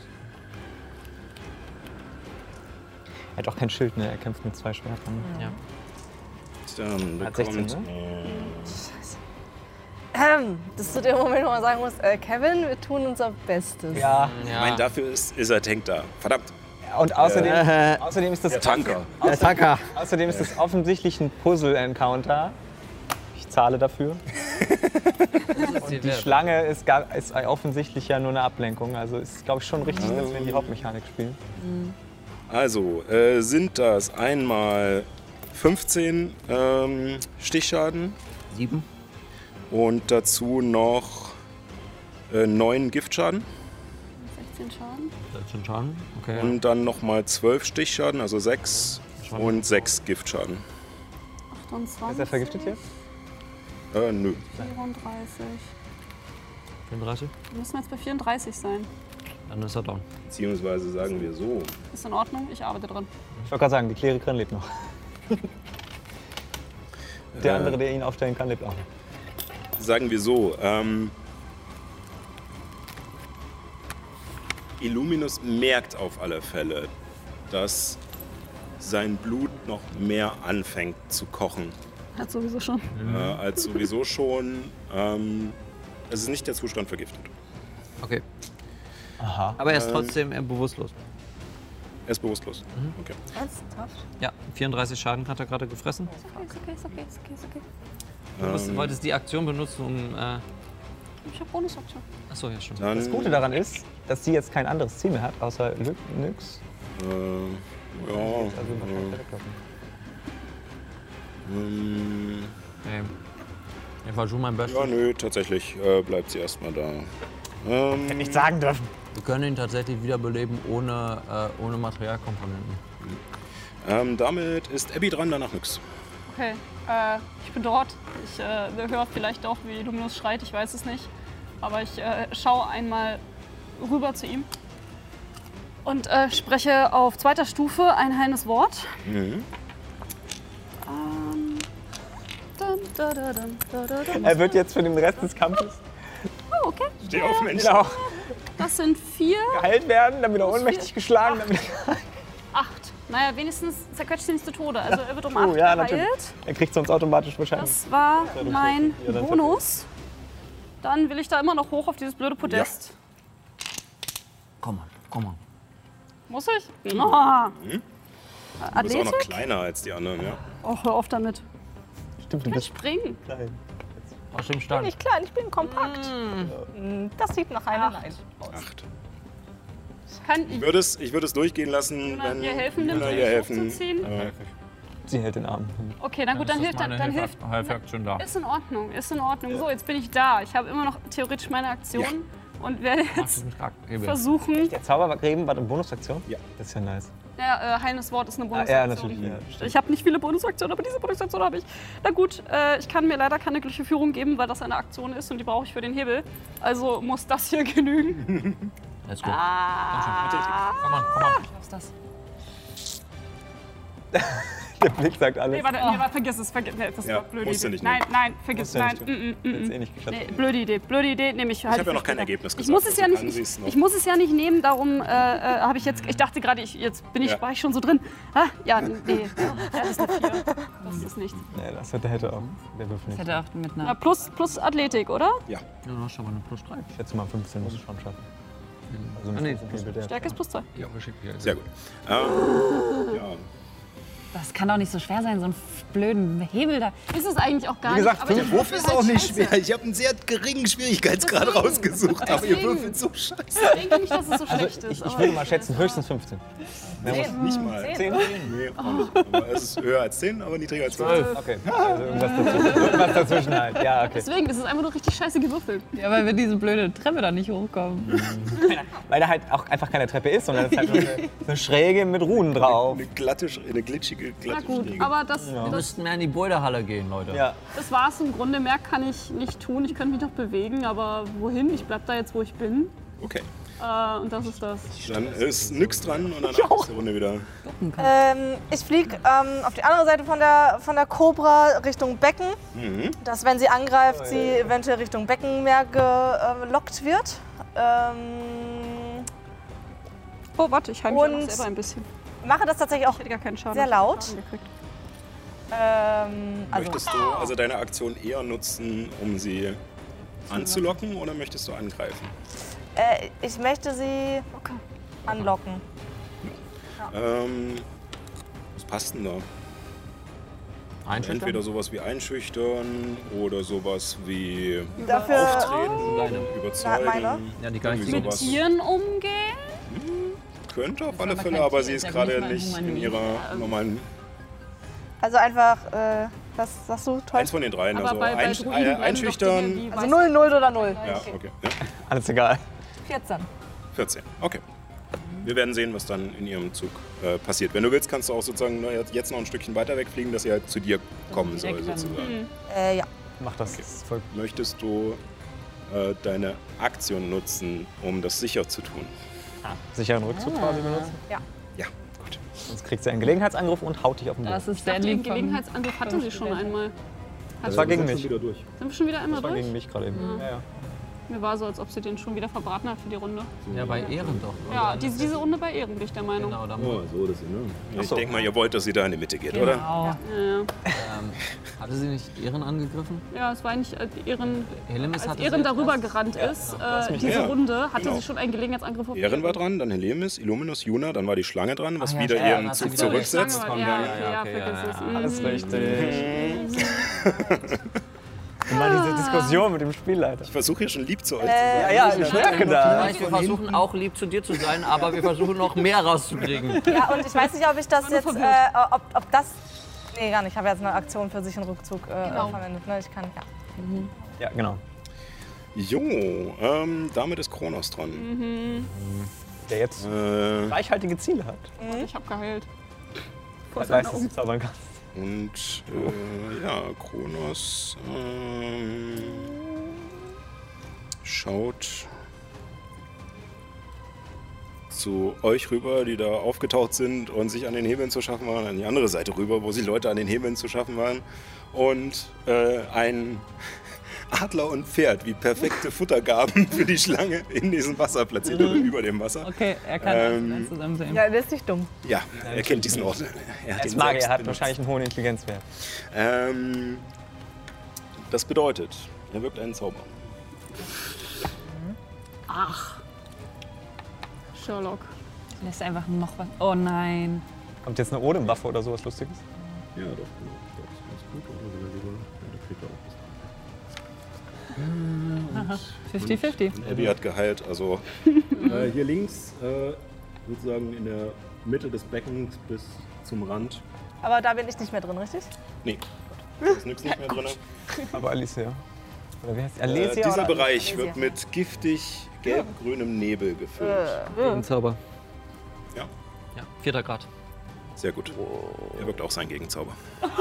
Er hat auch kein Schild, ne? Er kämpft mit zwei Schwertern. Ja. Dann Hat bekommt sechzehn, äh, Ähm, das ist so der Moment, wo man sagen muss, äh, Kevin, wir tun unser Bestes. Ja. Ich meine, dafür ist, ist er Tank da. Verdammt. Und außerdem, Äh. außerdem ist das Der Tanker. Der Tanker. Außerdem ist das offensichtlich ein Puzzle-Encounter. Ich zahle dafür. Und die Schlange ist, gar, ist offensichtlich ja nur eine Ablenkung. Also ist, glaube ich, schon richtig, dass wir in die Hauptmechanik spielen. Also, äh, sind das einmal fünfzehn ähm, Stichschaden Sieben. und dazu noch äh, neun Giftschaden sechzehn Schaden. sechzehn Schaden. Okay. und dann nochmal zwölf Stichschaden, also sechs und sechs Giftschaden. achtundzwanzig. Ist er vergiftet jetzt? Äh, nö. vierunddreißig. vierunddreißig. Wir müssen jetzt bei vierunddreißig sein. Dann ist er down. Beziehungsweise sagen wir so. Ist in Ordnung? Ich arbeite dran. Ich wollte gerade sagen, die Klerikerin lebt noch. Der Äh. andere, der ihn aufstellen kann, lebt auch noch. Sagen wir so, ähm, Illuminus merkt auf alle Fälle, dass sein Blut noch mehr anfängt zu kochen, Hat sowieso schon. äh, als sowieso schon. Ähm, es ist nicht der Zustand vergiftet. Okay. Aha. Aber er ist Ähm. trotzdem äh, bewusstlos. Er ist bewusstlos. Okay. Ernsthaft? Ja, vierunddreißig Schaden hat er gerade gefressen. Ist okay, ist okay, ist okay, ist okay, ist okay. Du musst, Ähm, wolltest die Aktion benutzen, um. Äh, Ich hab Bonusaktion. achso, ja, stimmt. Dann, Das Gute daran ist, dass sie jetzt kein anderes Ziel mehr hat, außer Lü- Nyx. Äh, ja. Also wahrscheinlich weglaufen. Ähm, Okay. Ich war schon mein Bestes. ja, nö, tatsächlich äh, bleibt sie erstmal da. Ähm, Hätte nicht sagen dürfen. Wir können ihn tatsächlich wiederbeleben ohne, äh, ohne Materialkomponenten. ähm, damit ist Abby dran, danach nix. Okay, äh, ich bin dort. Ich äh, höre vielleicht auch, wie Luminus schreit, ich weiß es nicht. Aber ich äh, schaue einmal rüber zu ihm und äh, spreche auf zweiter Stufe ein heiles Wort. Mhm. Ähm, dun, dun, dun, dun, dun, dun, dun. Er wird jetzt für den Rest des Kampfes Oh, okay. Steh auf, Mensch. wieder auch Das sind vier, geheilt werden, dann wieder ohnmächtig geschlagen. Dann wieder acht. Naja, wenigstens zerquetscht ihn nicht zu Tode. Also er wird um Oh, acht ja, geheilt. natürlich. Er kriegt sonst automatisch wahrscheinlich. Das war doch mein so. Ja, dann Bonus. Dann will ich da immer noch hoch auf dieses blöde Podest. Komm mal, komm mal. Muss ich? Oh. Du bist auch noch Athletik? kleiner als die anderen, ja. Oh, hör auf damit. Stimmt, du Ich bist springen. klein. Außerdem Ich bin stark. nicht klein, ich bin kompakt. Mm, Das sieht nach einer Nein aus. Acht. Kann Ich ich würde es, ich würde es durchgehen lassen, Juna wenn ihr helfen nimmt, Juna um ihr mich helfen. hochzuziehen? Äh, Sie hält den Arm. Okay, na gut, dann hilft, dann, dann hilft. Hilfeaktion da. Ist in Ordnung, ist in Ordnung. So, jetzt bin ich da. Ich habe immer noch theoretisch meine Aktion und werde jetzt versuchen. Der Zaubergräben war eine Bonusaktion? Ja. Das ist ja nice. Ja, äh, heiles Wort ist eine Ah, Bonusaktion. ja, natürlich. Ja, stimmt. Ich habe nicht viele Bonusaktionen, aber diese Bonusaktion habe ich. Na gut, äh, ich kann mir leider keine glückliche Führung geben, weil das eine Aktion ist und die brauche ich für den Hebel. Also muss das hier genügen. Let's go. Ah. Komm mal, komm mal. Was ist das? Der Blick sagt alles. Nee, warte, nee, warte, vergiss es, vergiss nee, das Ja, war eine blöde musst du Idee. nicht nein, nehmen. nein, vergiss, Musst du ja nein. nicht Mm, mm, mm, Hätt's mm. eh nicht geschafft. Nee, blöde Idee, blöde Idee nehme ich. Ich habe ja noch kein Ergebnis Ich gesagt. muss es ja also nicht, kann sie's noch. ich muss es ja nicht nehmen, darum äh, äh, habe ich jetzt, ich dachte gerade, ich, jetzt bin ich, Ja. war ich schon so drin. Ah, ja, nee, ja, das ist eine vier. Das ist es nicht. Nee, das hätte, hätte auch der Würfel Das nicht. hätte auch mit Na, einer. plus, plus Athletik, oder? Ja. Ja, du hast schon mal eine plus drei. Ich schätze mal fünfzehn muss ich schon schaffen. Also Ah, nee, mit Hebel der- Stärke ist plus zwei. Ja, geschickt. Ja, Sehr gut. Ähm, ja. Das kann doch nicht so schwer sein, so einen blöden Hebel da. Ist es eigentlich auch gar Wie gesagt, nicht. aber fünf der Wurf ist auch nicht schwer. Ich habe einen sehr geringen Schwierigkeitsgrad Deswegen. rausgesucht, aber ihr Deswegen. würfelt so scheiße. Ich denke nicht, dass es so schlecht ist. Ich, ich aber- würde mal schätzen, höchstens fünfzehn. Nicht mal. Zehn? Nee, auch nicht. Aber es ist höher als zehn, aber niedriger als zwölf. Okay, also irgendwas dazwischen. Irgendwas dazwischen halt. Ja, okay. Deswegen, das ist einfach nur richtig scheiße gewürfelt. Ja, weil wir diese blöde Treppe da nicht hochkommen. Weil da halt auch einfach keine Treppe ist, sondern es ist halt nur eine, eine Schräge mit Runen drauf. Eine glatte, eine glitschige, Na glatte gut, Schräge. aber das, Wir das, müssten mehr in die Boulderhalle gehen, Leute. Ja. das war es im Grunde. Mehr kann ich nicht tun. Ich könnte mich noch bewegen, aber wohin? Ich bleib da jetzt, wo ich bin. Okay, Äh, und das ist das. dann ist nix dran und dann ist die Runde wieder. Ähm, ich fliege ähm, auf die andere Seite von der, von der Cobra Richtung Becken, Mhm. dass wenn sie angreift, sie eventuell Richtung Becken mehr gelockt wird. Ähm, Oh, warte, ich heim mich auch noch Und- selber ein bisschen. mache das tatsächlich auch Ich hätte gar keinen Schaden. sehr laut. Schaden gekriegt. Ähm, also, Möchtest du also deine Aktion eher nutzen, um sie anzulocken oder möchtest du angreifen? Äh, ich möchte sie anlocken. Ähm, was passt denn da? Einschüchtern? Entweder sowas wie einschüchtern oder sowas wie Dafür auftreten, überzeugen. Na, meine? Ja, die irgendwie geistigen. Mit sowas. Tieren umgehen? Könnte auf ist alle aber Fälle, kein aber Tier, sie ist ist ja nicht gerade mal ein nicht in Humanoid. ihrer normalen. Also einfach, äh, was sagst du? Toll. Eins von den dreien. Aber Also bei, bei einsch- Druiden äh, bleiben doch einschüchtern. Dinge, die Also weiß- null, null oder null. Ja, okay. Ja. Alles egal. vierzehn. vierzehn. Okay. Wir werden sehen, was dann in ihrem Zug äh, passiert. Wenn du willst, kannst du auch sozusagen jetzt noch ein Stückchen weiter wegfliegen, dass sie halt zu dir kommen soll, direkt dann- sozusagen. Äh, ja. Mach das. Das ist voll Möchtest du äh, deine Aktion nutzen, um das sicher zu tun? sicheren Rückzug quasi benutzen. Ja, gut. Sonst kriegt sie einen Gelegenheitsangriff und haut dich auf den Boden. Das ist Ich sehr dachte, den lieb von- Gelegenheitsangriff hatte sie schon einmal. Das war gegen mich. Wieder durch. Sind wir schon wieder einmal Das war durch? gegen mich gerade eben. Ja, ja. Mir war so, als ob sie den schon wieder verbraten hat für die Runde. Ja, bei Ehren doch. Ja, Oder? diese, diese Runde bei Ehren bin ich der Meinung. Genau, da Oh, so das, ne? Ich so. denke mal, ihr wollt, dass sie da in die Mitte geht, oder? Genau. Ja, ja. ähm, hatte sie nicht Ehren angegriffen? ja, es war nicht äh, Ehren. Helemis Als hatte Ehren sie darüber erst- gerannt ist, äh, mich diese Ja, Runde, hatte genau. sie schon einen Gelegenheitsangriff auf Ehren war dran, dann Helemis, Illuminus, Juna, dann war die Schlange dran, was Ach ja, wieder ja, ihren dann hat Zug sie wieder die zurücksetzt. Schlange war- Ja, okay, ja, vergiss es. Mhm. Alles richtig. Immer diese Diskussion mit dem Spielleiter. Ich versuche hier schon lieb zu euch zu Äh, sein. Ja, ja, ich merke das. Wir versuchen auch lieb zu dir zu sein, aber wir versuchen noch mehr rauszukriegen. Ja, und ich weiß nicht, ob ich das nur jetzt, äh, verwirrt. ob, ob das, nee, gar nicht. Ich habe jetzt eine Aktion für sich einen Rückzug äh, Genau. verwendet. Ne? Ich kann, ja. Ja, genau. Jo, ähm, damit ist Kronos dran. Der jetzt Äh, reichhaltige Ziele hat. Ich hab geheilt. Vor Das seiner heißt, dass Um- du zaubern kannst. und äh, ja, Kronos ähm, schaut zu euch rüber, die da aufgetaucht sind und sich an den Hebeln zu schaffen waren, an die andere Seite rüber, wo sie Leute an den Hebeln zu schaffen waren. Und äh, ein Adler und Pferd wie perfekte Futtergaben für die Schlange in diesem Wasser platziert oder über dem Wasser. Okay, er kann Ähm, alles zusammen sehen. Ja, der ist nicht dumm. Ja, er kennt diesen Ort. Er hat Als ihn Magier selbst hat benutzt. wahrscheinlich einen hohen Intelligenzwert. Ähm, das bedeutet, er wirkt einen Zauber. Sherlock. Lässt einfach noch was. Oh nein. Kommt jetzt eine Odem-Waffe oder sowas Lustiges? Ja, doch. Ich glaube, das ist ganz gut. fünfzig fünfzig. Abby hat geheilt, also äh, hier links, äh, sozusagen in der Mitte des Beckens bis zum Rand. Aber da bin ich nicht mehr drin, richtig? Nee, da ist nichts nicht mehr drin. Aber Alicia. Oder wie heißt sie? Äh, Alicia? dieser oder? Bereich Alesia. wird mit giftig gelb-grünem Nebel gefüllt. Gegenzauber. Ja, Ja, vierter Grad. sehr gut. Er wirkt auch seinen Gegenzauber.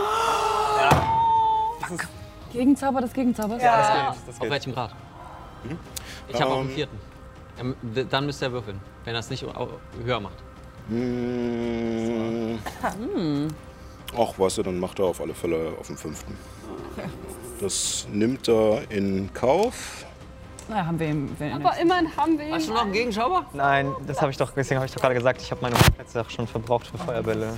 Gegenzauber des Gegenzaubers? Ja, das geht. Das Auf geht. welchem Grad? Ich habe auch einen Ähm, vierten. Ähm, d- Dann müsste er würfeln, wenn er es nicht au- höher macht. Mmh. Ach, weißt du, dann macht er auf alle Fälle auf den fünften. Das nimmt er in Kauf. Na, haben wir ihm. wir- Aber immerhin haben wir ihn. Hast du noch einen Gegenzauber? Nein, das habe ich doch, deswegen habe ich doch gerade gesagt, ich habe meine Plätze auch schon verbraucht für Feuerbälle.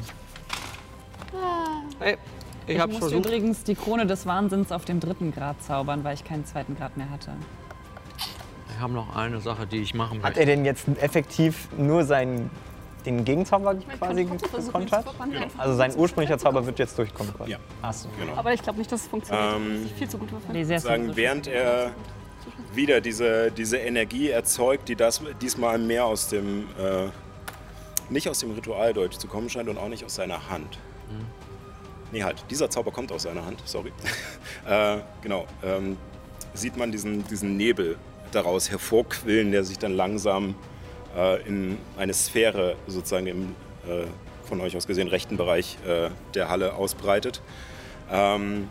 Hey, ich, Ich habe musste versucht. übrigens die Krone des Wahnsinns auf dem dritten Grad zaubern, weil ich keinen zweiten Grad mehr hatte. Wir haben noch eine Sache, die ich machen Hat möchte. er denn jetzt effektiv nur seinen, den Gegenzauber Ich kann quasi trotzdem versuchen, ihn gekontert? zu verwandeln. Also sein ursprünglicher Zauber wird jetzt durchkommen quasi? Ja. Achso. Genau. Aber ich glaube nicht, dass es funktioniert. Ähm, Ich viel zu gut würfeln. Nee, sehr Sagen, philosophisch. während er wieder diese, diese Energie erzeugt, die das diesmal mehr aus dem, äh, nicht aus dem Ritualdeutsch zu kommen scheint und auch nicht aus seiner Hand. Nee, halt, dieser Zauber kommt aus seiner Hand, sorry. äh, genau, ähm, sieht man diesen, diesen Nebel daraus hervorquillen, der sich dann langsam äh, in eine Sphäre sozusagen im äh, von euch aus gesehen rechten Bereich äh, der Halle ausbreitet. Ähm,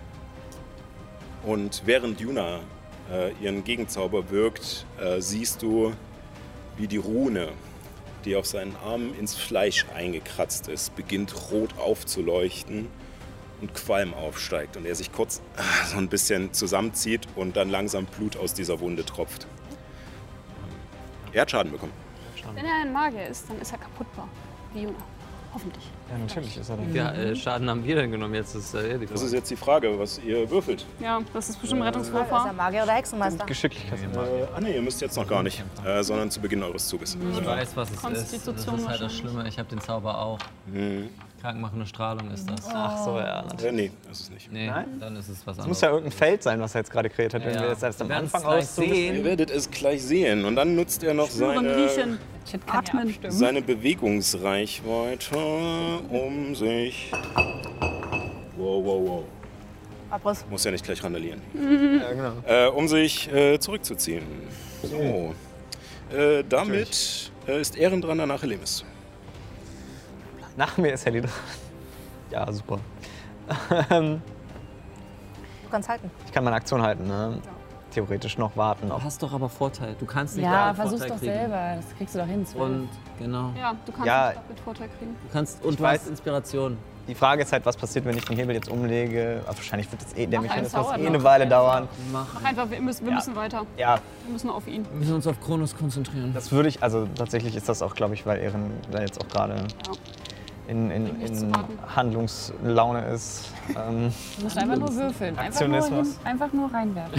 und während Juna äh, ihren Gegenzauber wirkt, äh, siehst du, wie die Rune, die auf seinen Armen ins Fleisch eingekratzt ist, beginnt rot aufzuleuchten und Qualm aufsteigt und er sich kurz äh, so ein bisschen zusammenzieht und dann langsam Blut aus dieser Wunde tropft. Er hat Schaden bekommen. Wenn er ein Magier ist, dann ist er kaputtbar. Wie Juna. Hoffentlich. Ja, natürlich ist er dann. Wie viel äh, Schaden haben wir denn genommen? Jetzt ist äh, die Das Frage. ist jetzt die Frage, was ihr würfelt. Ja, das ist bestimmt ein Ist Rettungswurfer. er Magier oder Hexenmeister? Geschicklichkeit. Äh, ah nee, ihr müsst jetzt noch gar nicht, äh, sondern zu Beginn eures Zuges. Ich weiß, was es ist. Das Konstitution ist halt das wahrscheinlich. Schlimme. Ich habe den Zauber auch. Mhm. Krankmachende Strahlung ist das. Ach so, ja. Äh, nee, das ist nicht. Nee, Nein? dann ist es was Es anderes. muss ja irgendein Feld sein, was er jetzt gerade kreiert hat, Ja, wenn ja. wir jetzt erst am Wir werden's Anfang gleich auszugen. sehen. Ihr werdet es gleich sehen. Und dann nutzt er noch Spüren, seine, riechen, Shit, kann ja atmen. abstimmen. seine Bewegungsreichweite, um sich... Wow, wow, wow. Abriss. Muss ja nicht gleich randalieren. Ja, genau. Äh, um sich äh, zurückzuziehen. So. Äh, damit äh, ist Ehren dran, danach Helemis. Nach mir ist Helly dran. Ja, super. Ähm, Du kannst halten. ich kann meine Aktion halten, ne? Theoretisch noch warten. Du Ob hast doch aber Vorteil. Du kannst nicht Ja, damit versuch's Vorteil doch kriegen. selber. Das kriegst du doch hin. zwölf. Und genau. Ja, du kannst Ja. es mit Vorteil kriegen. Du kannst und Ich du weiß- hast Inspiration. die Frage ist halt, was passiert, wenn ich den Hebel jetzt umlege. Aber wahrscheinlich wird jetzt eh, der Mach Mechanismus einen eh Zauber eine noch. Weile dauern. Mach. Mach einfach, wir müssen, wir Ja. müssen weiter. Ja, Wir müssen auf ihn. Wir müssen uns auf Kronos konzentrieren. das würde ich, also tatsächlich ist das auch, glaube ich, weil Ehren da jetzt auch gerade in, in, Nichts in zu warten. Handlungslaune ist. Ähm, Du musst einfach nur würfeln. Einfach nur, hin, Aktionismus. einfach nur reinwerfen.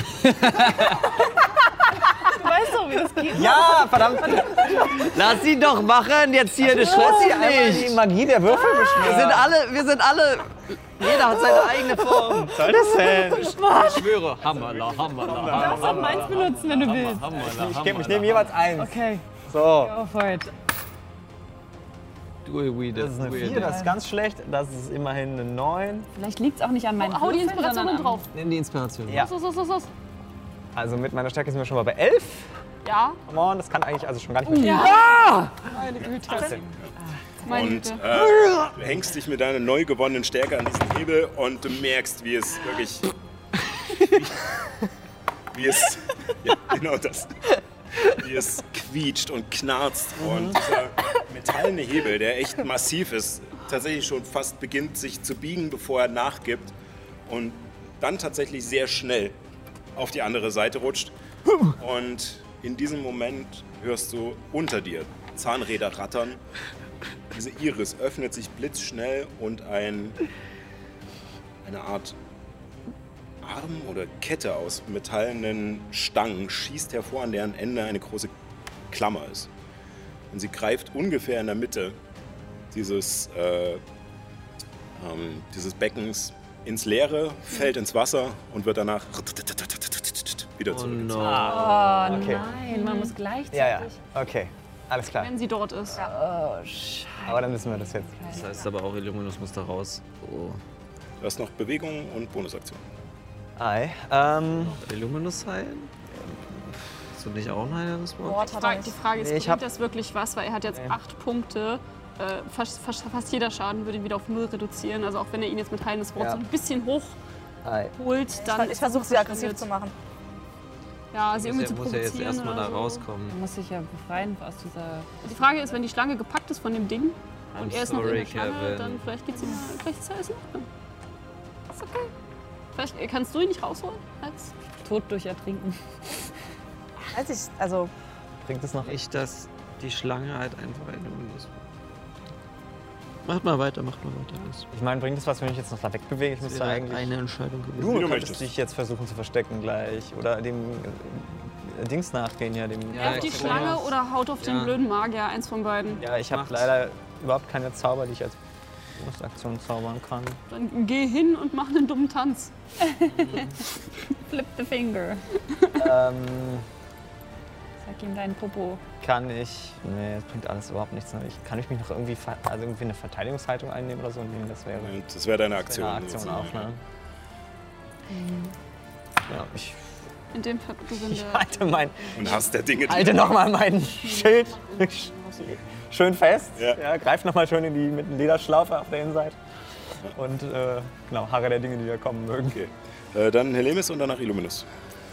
Du weißt doch, wie das geht. ja, verdammt! Lass ihn doch machen, jetzt hier, das Lass sie einmal die Magie der Würfel beschwören. Wir sind alle, wir sind alle, jeder hat seine eigene Form. Was soll das denn? Ich schwöre, Hammerla, Hammerla, Du darfst auch meins benutzen, wenn du willst. Hammerla, Ich, geb- ich nehme jeweils eins. Okay, So, go for it. Du, we das ist eine vier, das ist ganz schlecht. Das ist immerhin eine neun. Vielleicht liegt es auch nicht an meinen Hau die Würfeln, Inspiration sondern drauf. Nimm die Inspiration. Ja. Los, los, los, los. Also mit meiner Stärke sind wir schon mal bei elf. Ja. Come on, das kann eigentlich also schon gar nicht mehr. Ja! Meine Güte. Meine Und Güte. äh, du hängst dich mit deiner neu gewonnenen Stärke an diesen Hebel und du merkst, wie es wirklich... wie es... Ja, genau das. Wie es quietscht und knarzt. Und dieser metallene Hebel, der echt massiv ist, tatsächlich schon fast beginnt sich zu biegen, bevor er nachgibt. Und dann tatsächlich sehr schnell auf die andere Seite rutscht. Und in diesem Moment hörst du unter dir Zahnräder rattern. Diese Iris öffnet sich blitzschnell und ein, eine Art Arm oder Kette aus metallenen Stangen schießt hervor, an deren Ende eine große Klammer ist. Und sie greift ungefähr in der Mitte dieses, äh, ähm, dieses Beckens ins Leere, fällt ins Wasser und wird danach wieder Oh zurückgezogen. no. Oh Okay. nein, man muss gleichzeitig. Ja, ja. Okay, alles klar. Wenn sie dort ist. Oh, Scheiße. Aber dann wissen wir das jetzt. Das heißt aber auch, Illuminus muss da raus. Oh. Du hast noch Bewegung und Bonusaktion. Ei. Ähm, Illuminus heilen? Hast du nicht auch ein heileres Wort? Wort Die hat er Frage, die nicht. Frage ist, Nee, ich bringt hab- das wirklich was? Weil er hat jetzt Nee. acht Punkte. Äh, fast, fast, fast jeder Schaden würde ihn wieder auf null reduzieren. Also auch wenn er ihn jetzt mit heilendes Wort Ja. so ein bisschen hochholt, ei. dann... Ich versuche sie aggressiv zu machen. Ja, sie irgendwie Muss zu ja, muss ja jetzt provozieren erstmal oder da so. rauskommen. Man muss sich ja befreien aus dieser. Die Frage ist, wenn die Schlange gepackt ist von dem Ding I'm und er ist noch in sorry, der Schlange, Kevin. dann vielleicht geht's ihm vielleicht ist er essen. Ist okay. Vielleicht äh, kannst du ihn nicht rausholen? Als Tod durch Ertrinken. Weiß ich, also Bringt es noch ich, dass die Schlange halt einfach ein Illuminus. Macht mal weiter, macht mal weiter. Das Ich meine, bringt es was, wenn ich jetzt noch da wegbewege? Ich müsste wäre eigentlich... eine Entscheidung Du, gewesen. Wie du könntest möchtest. dich jetzt versuchen zu verstecken gleich. Oder dem äh, Dings nachgehen, ja. Dem, Ja, auf die ich- Schlange oder haut auf den Ja. blöden Magier, eins von beiden. ja ich habe Macht's. leider überhaupt keine Zauber, die ich als Bonusaktion zaubern kann. Dann geh hin und mach einen dummen Tanz. Flip the finger. ähm, Sag ihm deinen Popo. kann ich... Nee, das bringt alles überhaupt nichts. Ne? Ich, kann ich mich noch irgendwie, ver- also irgendwie eine Verteidigungshaltung einnehmen oder so? Nee, das wäre... Und das wäre deine Das Aktion. wäre eine Aktion auch, ne? Ja, ich In dem Fall gewinnt ich der. halte, mein, Und hast der Dinge, die halte noch mal mein Schild schön fest. Ja. Ja. Greif noch mal schön in die mit Lederschlaufe auf der Innenseite. Und äh, genau, harre der Dinge, die da kommen mögen. Okay. Äh, dann Helemis und danach Illuminus.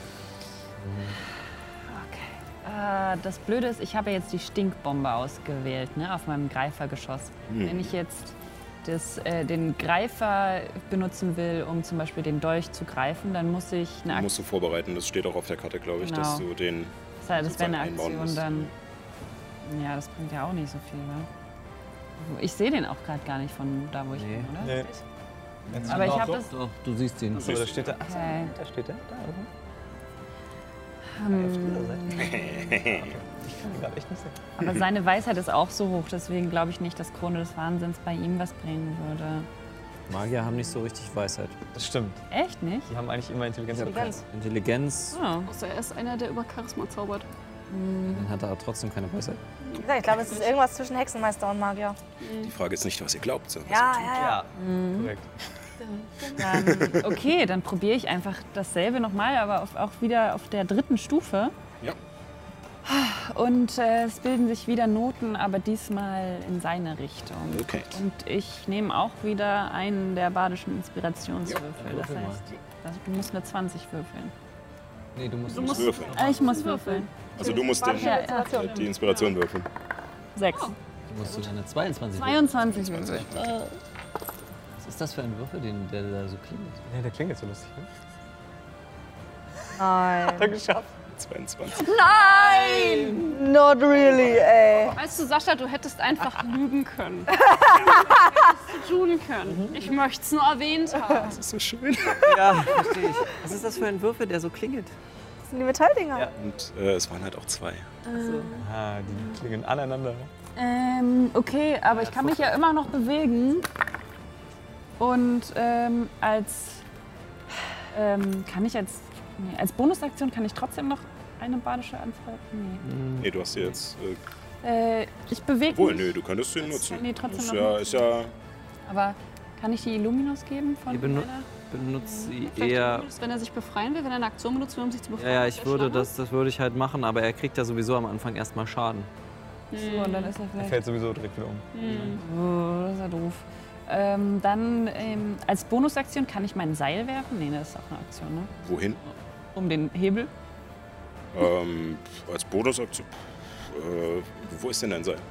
Äh, das Blöde ist, ich habe jetzt die Stinkbombe ausgewählt, ne, auf meinem Greifergeschoss. Hm. Wenn ich jetzt das, äh, den Greifer benutzen will, um zum Beispiel den Dolch zu greifen, dann muss ich eine Aktion. Musst du vorbereiten. Das steht auch auf der Karte, glaube ich, Genau. dass du den... Das wäre eine sozusagen einbauen Aktion, musst. dann. Ja, das bringt ja auch nicht so viel, ne? Ich sehe den auch gerade gar nicht von da, wo ich Nee. bin, oder? Nee. Aber ich habe das. Doch, du siehst ihn. So, da steht er. Achso, Okay. da steht er. Da oben. Hm, Ich kann ihn gerade echt nicht sehen. aber seine Weisheit ist auch so hoch, deswegen glaube ich nicht, dass Krone des Wahnsinns bei ihm was bringen würde. Magier haben nicht so richtig Weisheit. Das stimmt. Echt nicht? Die haben eigentlich immer Intelligenz. Intelligenz. Intelligenz, Oh. Also er ist einer, der über Charisma zaubert. dann hat er aber trotzdem keine Weisheit. Wie gesagt, ich glaube, es ist irgendwas zwischen Hexenmeister und Magier. Die Frage ist nicht, was ihr glaubt, sondern was Ja, ihr tut. ja, ja. Ja, korrekt. Ähm, okay, dann probiere ich einfach dasselbe nochmal, aber auf, auch wieder auf der dritten Stufe. Ja. Und äh, es bilden sich wieder Noten, aber diesmal in seine Richtung. Okay. Und ich nehme auch wieder einen der badischen Inspirationswürfel. Ja, Das würfel mal. heißt, also du musst eine zwanzig würfeln. Nee, du musst, Du musst Würfeln. Äh, ich muss würfeln. Also du musst den, Ja, ja. die Inspiration würfeln. Sechs. du musst sogar eine zweiundzwanzig. zweiundzwanzig würfeln. Was ist das für ein Würfel, den, der da so klingt? Ja, der klingt jetzt so lustig, ne? Nein. Hat er geschafft. zweiundzwanzig. Nein! Not really, ey. Weißt du, Sascha, du hättest einfach lügen können. Du hättest tun können. Ich möchte es nur erwähnt haben. Das ist so schön. Ja, verstehe ich. Was ist das für ein Würfel, der so klingelt? Das sind die Metalldinger. Ja. Und äh, es waren halt auch zwei. Ah, die klingen aneinander. Ähm, okay, aber ich kann mich ja immer noch bewegen. Und ähm, als. Ähm, kann ich als. Nee, als Bonusaktion kann ich trotzdem noch eine badische Anfrage. Nee. Nee, du hast dir jetzt. Äh, Äh, ich bewege wohl, mich. nö, du könntest den nutzen. Nee, trotzdem ist noch ja, nutzen. ist ja. Aber kann ich die Illuminus geben von Ihr benu meiner? benutzt sie Vielleicht eher. würdest, wenn er sich befreien will, wenn er eine Aktion benutzt, will, um sich zu Ja, befreien. ja, aus ich der würde Schlange. das, das würde ich halt machen, aber er kriegt ja sowieso am Anfang erstmal Schaden. So, und dann ist er Der vielleicht. fällt sowieso direkt wieder um. Oh, das ist ja doof. Ähm, dann ähm, als Bonusaktion kann ich mein Seil werfen. Nee, das ist auch eine Aktion, ne? Wohin? Um den Hebel. Ähm, als Bonusaktion. Äh, wo ist denn dein Seil?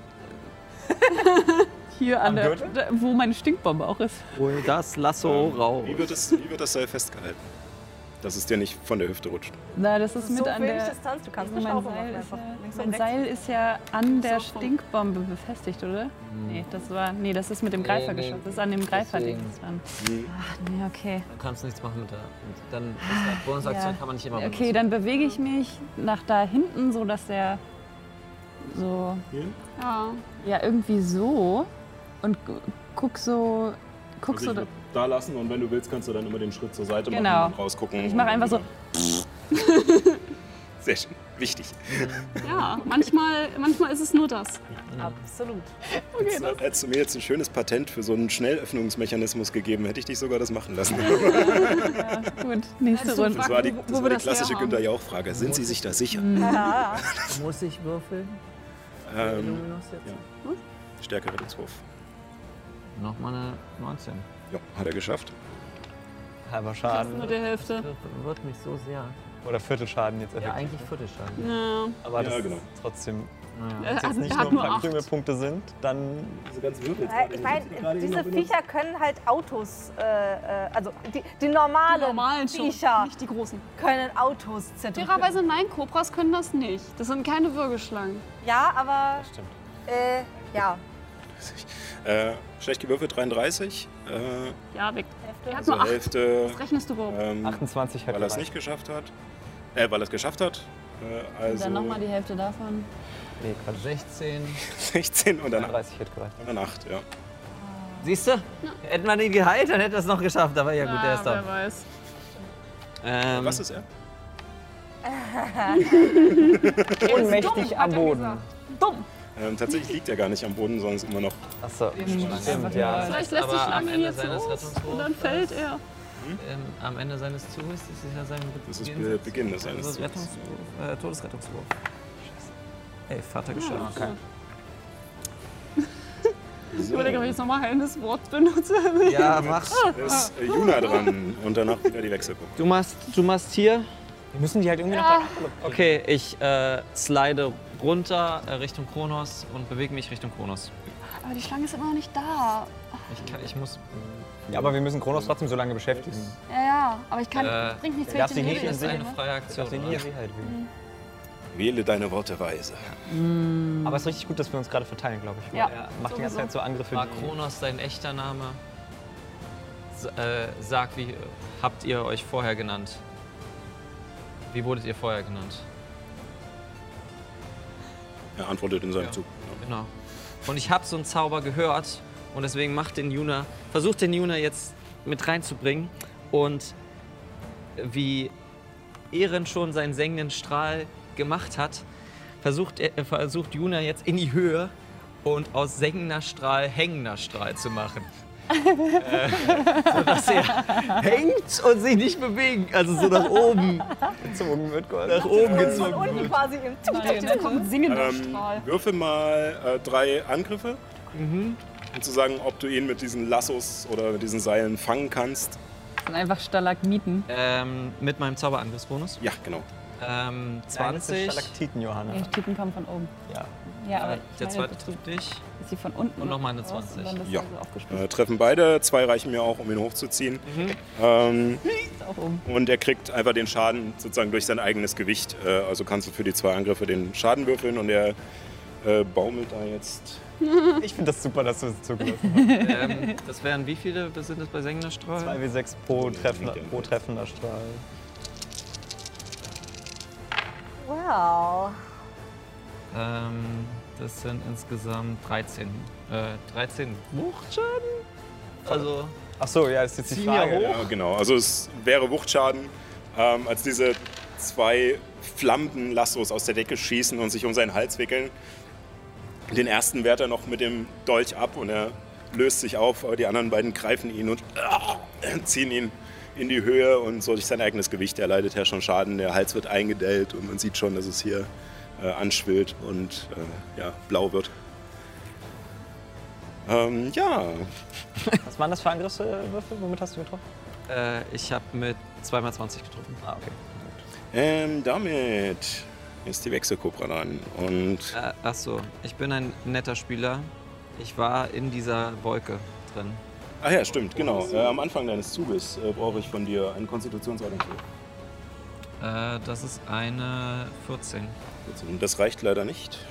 Hier an Am der, Gürtel? da, wo meine Stinkbombe auch ist. Hol das Lasso raus. Wie wird, das, wie wird das Seil festgehalten? Dass es dir nicht von der Hüfte rutscht. Na, das ist So mit an wenig der. Distanz, du kannst Also eine mein Schraube Seil, machen ist einfach. ja, Links mein und rechts. Seil ist ja an der So, vom- Stinkbombe befestigt, oder? Nee, das war. Nee, das ist mit dem Greifergeschoss. nee, Das ist an dem Greiferding deswegen. dran. Ach, nee, okay. Du kannst nichts machen mit der. Mit, dann ist der Bonusaktion Ja. kann man nicht immer Okay, benutzen. dann bewege ich mich nach da hinten, so dass der so. Ja. Ja, irgendwie so. Und gu- guck so. Guck so. da- da lassen und wenn du willst, kannst du dann immer den Schritt zur Seite Genau. machen und rausgucken. Ich mache und einfach so. wieder- Sehr schön. Wichtig. Ja, manchmal, manchmal ist es nur das. Absolut. Hättest, hättest du mir jetzt ein schönes Patent für so einen Schnellöffnungsmechanismus gegeben, hätte ich dich sogar das machen lassen. Ja, gut, nächste Also, Runde. Das war die, Wo- wo das wir war die das klassische herhaben. Günther Jauch-Frage. Sind Sie sich da sicher? Ja. Muss ich würfeln? Ähm, Illuminus jetzt? ja. Stärke Rettungswurf. Nochmal eine neunzehn. Ja, hat er geschafft. Halber Nur Schaden. die Hälfte. Das verwirrt mich so sehr. Oder Viertelschaden jetzt Ja, effektiv. eigentlich Viertelschaden. Ja. Aber das Ja, genau. ist trotzdem, Naja. Er wenn es hat, jetzt nicht er hat nur nur ein paar acht. Krümelpunkte sind, dann Diese ganzen Würfel. Weil, Ich meine, diese Viecher können halt Autos, äh, äh, also die, die normalen, Die normalen schon, Viecher nicht die großen. können Autos zerdrücken. Fairerweise nein, Kobras können das nicht. Das sind keine Würgeschlangen. Ja, aber stimmt. äh, ja. Äh, schlecht gewürfelt dreiunddreißig. Äh, Ja, weg. Er hat also nur acht. Hälfte, Was rechnest du überhaupt? ähm, achtundzwanzig hätte weil er es gereicht. nicht geschafft hat. Äh, weil er es geschafft hat. Äh, Und also dann nochmal die Hälfte davon. Nee, Quatsch. sechzehn. sechzehn und dann, dreiunddreißig hätte gereicht. und dann acht, ja. Siehst du? Hätten wir den geheilt, dann hätte er es noch geschafft. Aber ja gut, der ist wer da. weiß. Ähm, Was ist er? Ohnmächtig am Boden. Dumm. Ähm, tatsächlich liegt er gar nicht am Boden, sondern ist immer noch. Achso, Einfach stimmt, ja. Vielleicht lässt die Aber am Schlange Ende jetzt seines los Rettungswurfs und dann fällt er. Ähm, am Ende seines Zuges, das ist ja sein Das ist Beginn- Be- Beginn des seines also Zuges. Rettungswurf, äh, Todesrettungswurf. Ey, Vater geschafft. Okay. Ich überlege, ob ich jetzt nochmal heilendes Wort benutze. Ja, mach. Ist äh, Juna dran und danach wieder die Wechselgruppe. Du machst, du machst hier. Wir müssen die halt irgendwie Ja. noch da. Okay, ich äh, slide runter äh, Richtung Kronos und bewege mich Richtung Kronos. Aber die Schlange ist immer noch nicht da. Ich, kann, ich muss. Ja, aber wir müssen Kronos trotzdem so lange beschäftigen. Ja, ja, aber ich kann. Äh, bringt nichts, wenn darf ich sie den nicht Hebel Das ist jetzt eine nehme. freie Ich Aktion. darf sie nie oder? in Sicherheit wiegen. Wähle deine Worte weise. Aber es ist richtig gut, dass wir uns gerade verteilen, glaube ich. weil Ja, er macht die ganze sowieso. Zeit so Angriffe. War die- Kronos dein echter Name? S äh, sag, wie habt ihr euch vorher genannt? Wie wurdet ihr vorher genannt? Er antwortet in seinem Ja. Zug. Genau. Und ich habe so einen Zauber gehört und deswegen macht den Juna, versucht den Juna jetzt mit reinzubringen und wie Ehren schon seinen sengenden Strahl gemacht hat, versucht, er, versucht Juna jetzt in die Höhe und aus sengender Strahl hängender Strahl zu machen. äh, sodass er hängt und sich nicht bewegen, also so nach oben gezogen wird. nach oben Von gezogen unten wird. quasi im Jetzt kommt ein singender Ähm, Strahl. würfel mal äh, drei Angriffe, Mhm. um zu sagen, ob du ihn mit diesen Lassos oder mit diesen Seilen fangen kannst. Das sind einfach Stalagmiten. Ähm, mit meinem Zauberangriffsbonus. Ja, genau. Ähm, Nein, das sind zwanzig. Stalaktiten, Johanna. Die Typen kommen von oben. Ja. Ja, aber Äh, ich der meine, zweite dass trifft dich. Ist sie von unten Und noch mal eine raus zwanzig. und dann das Ja. so aufgespitzt Äh, treffen beide, zwei reichen mir auch, um ihn hochzuziehen. Ähm, ist auch oben. und er kriegt einfach den Schaden sozusagen durch sein eigenes Gewicht. Äh, also kannst du für die zwei Angriffe den Schaden würfeln und er äh, baumelt da jetzt. Ich finde das super, dass du es zugelassen hast. ähm, das wären wie viele sind das bei Sengender Strahl? zwei W sechs pro, treffender, pro treffender Strahl. Wow. Ähm, das sind insgesamt dreizehn. Äh, dreizehn Wuchtschaden? Also, Ach so, ja, das ist jetzt die Ziehen ja Frage. hoch. Ja, genau. Also es wäre Wuchtschaden, ähm, als diese zwei flammenden Lassos aus der Decke schießen und sich um seinen Hals wickeln. Den ersten wehrt er noch mit dem Dolch ab und er löst sich auf, aber die anderen beiden greifen ihn und äh, ziehen ihn in die Höhe und so durch sein eigenes Gewicht. Er leidet ja schon Schaden, der Hals wird eingedellt und man sieht schon, dass es hier äh, anschwillt und äh, ja, blau wird. Ähm, ja, Was waren das für Angriffswürfel? Womit hast du getroffen? äh, ich habe mit zwei mal zwanzig getroffen. Ah, okay. ähm, damit ist die Wechselkobra dran und Äh, ach so, ich bin ein netter Spieler. Ich war in dieser Wolke drin. ach ja, stimmt, genau. Äh, am Anfang deines Zuges äh, brauche ich von dir einen Konstitutionsordnung. Äh, das ist eine vierzehn. Und das reicht leider nicht.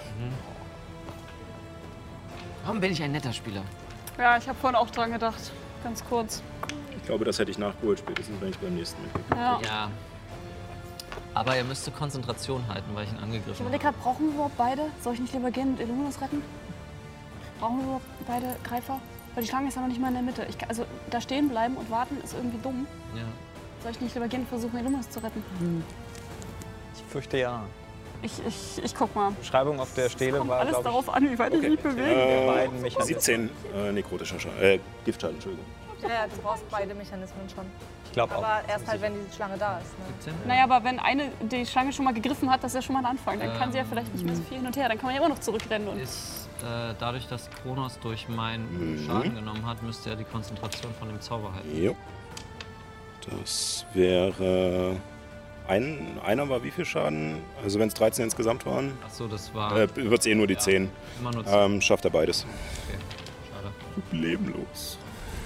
Warum bin ich ein netter Spieler? Ja, ich habe vorhin auch dran gedacht. Ganz kurz. Ich glaube, das hätte ich nachgeholt, spätestens wenn ich beim nächsten mitgekommen Ja. Ja. Aber er müsste Konzentration halten, weil ich ihn Ich angegriffen überlege habe. gerade, brauchen wir überhaupt beide? Soll ich nicht lieber gehen und Illuminus retten? Brauchen wir überhaupt beide Greifer? Weil die Schlange ist ja noch nicht mal in der Mitte. Ich, kann- also da stehen bleiben und warten ist irgendwie dumm. Ja. Soll ich nicht lieber gehen und versuchen, Illuminus zu retten? Ich fürchte ja. Ich, ich, ich guck mal. Die Beschreibung auf der Stele Kommt war, alles glaube ich, darauf an, wie weit ich mich bewege. der Äh, beiden Mechanismen. siebzehn äh, nekrotischer Schaden, äh, Giftschaden, Entschuldigung. Ja, ja, du brauchst beide Mechanismen schon. Ich glaube auch. Aber erst halt, wenn die Schlange da ist. Ne? siebzehn? Naja, aber wenn eine die Schlange schon mal gegriffen hat, das ist ja schon mal ein Anfang. Dann kann sie ja Ähm. vielleicht nicht mehr so viel hin und her. Dann kann man ja immer noch zurückrennen. Und Ist äh, dadurch, dass Kronos durch meinen Mhm. Schaden genommen hat, müsste er die Konzentration von dem Zauber halten. Jo. Das wäre. Ein, einer war wie viel Schaden? Also, wenn es dreizehn insgesamt waren, Achso, das war äh, wird es eh nur die Ja. zehn. immer nur zehn. Ähm, schafft er beides. Okay, schade. Lebenlos.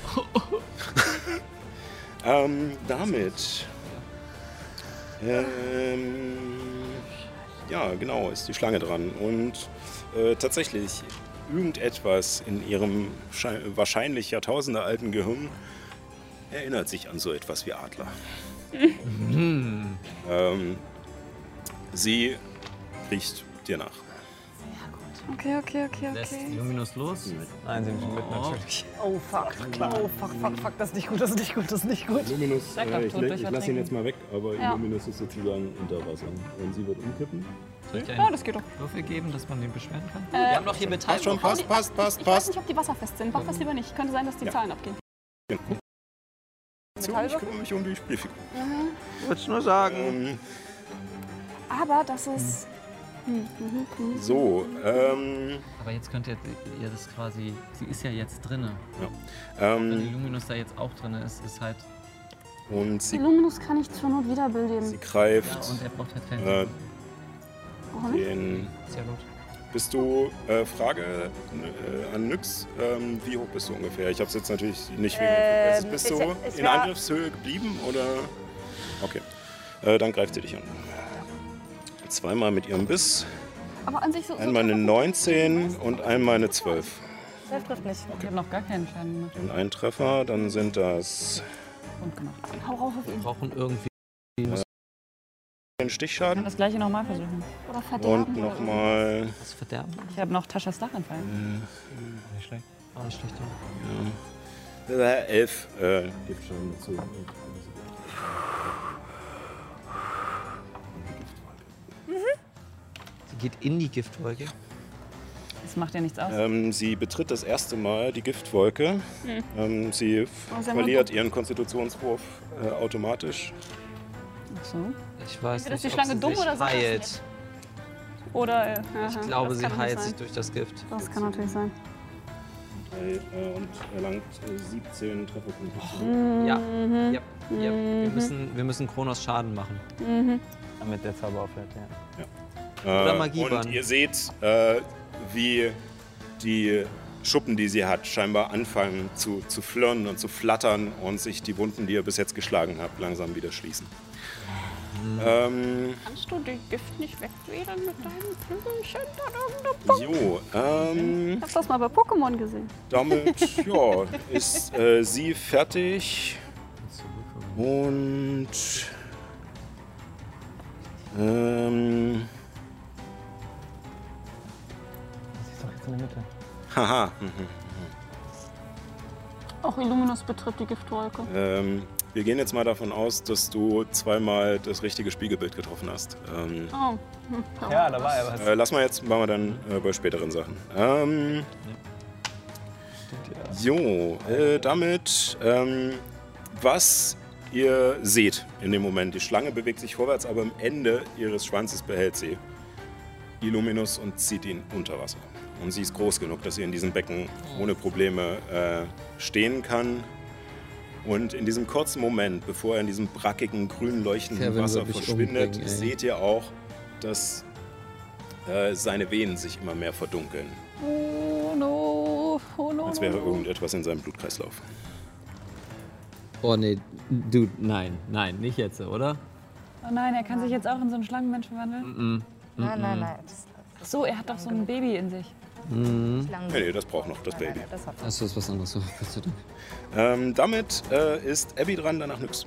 ähm, damit. Ähm, ja, genau, ist die Schlange dran. Und äh, tatsächlich, irgendetwas in ihrem schei- wahrscheinlich Jahrtausende alten Gehirn erinnert sich an so etwas wie Adler. ähm, sie riecht dir nach. okay, okay, okay, Lässt okay. Luminus los? Nein, sie müssen mit Oh. natürlich. Oh fuck, oh fuck, fuck, fuck, das ist nicht gut, das ist nicht gut, das ist nicht gut. Luminus, Sag doch, äh, ich, tot le- durch ich lasse ihn Ertrinken. jetzt mal weg, aber Ja. Luminus ist sozusagen unter Wasser. Und sie wird umkippen. Soll ich dir Ja, einen das geht doch. Würfel geben, dass man den beschweren kann? Äh, Wir haben doch hier Metall. Passt schon, passt, passt, passt, Ich weiß passt. nicht, ob die wasserfest sind. Mach das lieber nicht. Könnte sein, dass die Ja. Zahlen abgehen. So, ich kümmere mich um die Spielfigur. Wollt's nur sagen. Ähm, Aber das ist. so, ähm, Aber jetzt könnt ihr, ihr das quasi. Sie ist ja jetzt drinne. ja. Wenn die ähm, Luminus da jetzt auch drinne ist, ist halt. und sie, Illuminus kann ich zur Not sie wiederbeleben. Ja, greift und er braucht halt keinen. äh, Warum nicht? den. Sehr gut. Bist du, äh, Frage äh, an Nyx, ähm, wie hoch bist du ungefähr? Ich habe es jetzt natürlich nicht wegen Ähm, Bist du ich- ich in wär- Angriffshöhe geblieben oder? Okay, äh, dann greift sie dich an. zweimal mit ihrem Biss. Aber an sich so. Einmal eine neunzehn und einmal eine zwölf. zwölf trifft nicht. Ich habe noch gar keinen Schaden gemacht. Und ein Treffer, dann sind das Und gemacht. Hau rauf auf Wir ihn. brauchen irgendwie. einen Ich kann Stichschaden. das gleiche nochmal versuchen. Oder verderben. Und nochmal Was verderben. Ich habe noch Taschas Dachanfall. Nicht schlecht. Auch nicht schlecht. äh, elf äh, Giftschaden dazu. Sie geht in die Giftwolke. Das macht ja nichts aus. Ähm, sie betritt das erste Mal die Giftwolke. Ähm, sie Oh, sehr verliert ihren Konstitutionswurf äh, automatisch. Ach so. Ich weiß Entweder ist nicht, die ob Schlange sie dumm sich oder so heilt. Oder. Äh, Ich aha, glaube, das sie kann natürlich heilt sich sein. durch das Gift. Das kann natürlich sein. Äh, und erlangt äh, siebzehn Trefferpunkte. Ja. Mhm. Ja. Ja. Wir, müssen, wir müssen Kronos Schaden machen. Damit der Zauber aufhört, ja. Oder Äh, Magiebahn. Und ihr seht, äh, wie die Schuppen, die sie hat, scheinbar anfangen zu, zu flirren und zu flattern und sich die Wunden, die ihr bis jetzt geschlagen habt, langsam wieder schließen. Ähm, Kannst du die Gift nicht wegwedern mit deinen Flügelchen? jo, ähm, Ich hab das mal bei Pokémon gesehen. damit ja, ist äh, sie fertig. Und ähm, Das ist doch jetzt in der Mitte. haha. Auch Illuminus betritt die Giftwolke. Ähm, wir gehen jetzt mal davon aus, dass du zweimal das richtige Spiegelbild getroffen hast. Ähm, Oh. Hm. Ja, da war ja was. äh, lass mal jetzt, machen wir dann äh, bei späteren Sachen. Ähm, jo, äh, damit, ähm, was ihr seht in dem Moment, die Schlange bewegt sich vorwärts, aber am Ende ihres Schwanzes behält sie Illuminus und zieht ihn unter Wasser. Und sie ist groß genug, dass sie in diesem Becken ohne Probleme äh, stehen kann. Und in diesem kurzen Moment, bevor er in diesem brackigen, grün leuchtenden Kevin Wasser wird mich verschwindet, umbringen, ey. seht ihr auch, dass äh, seine Venen sich immer mehr verdunkeln. Oh no. Oh no. Als wäre irgendetwas in seinem Blutkreislauf. Oh nee, du, nein, nein, nicht jetzt, oder? Oh nein, er kann sich jetzt auch in so einen Schlangenmensch verwandeln? Nein, nein, nein. Das, Ach so, er hat doch so ein Baby in sich. das Nee, lang nee, das braucht noch das Baby. Das hat Das ist was anderes. Oh, Gott sei Dank. Ähm, damit äh, ist Abby dran, danach nix.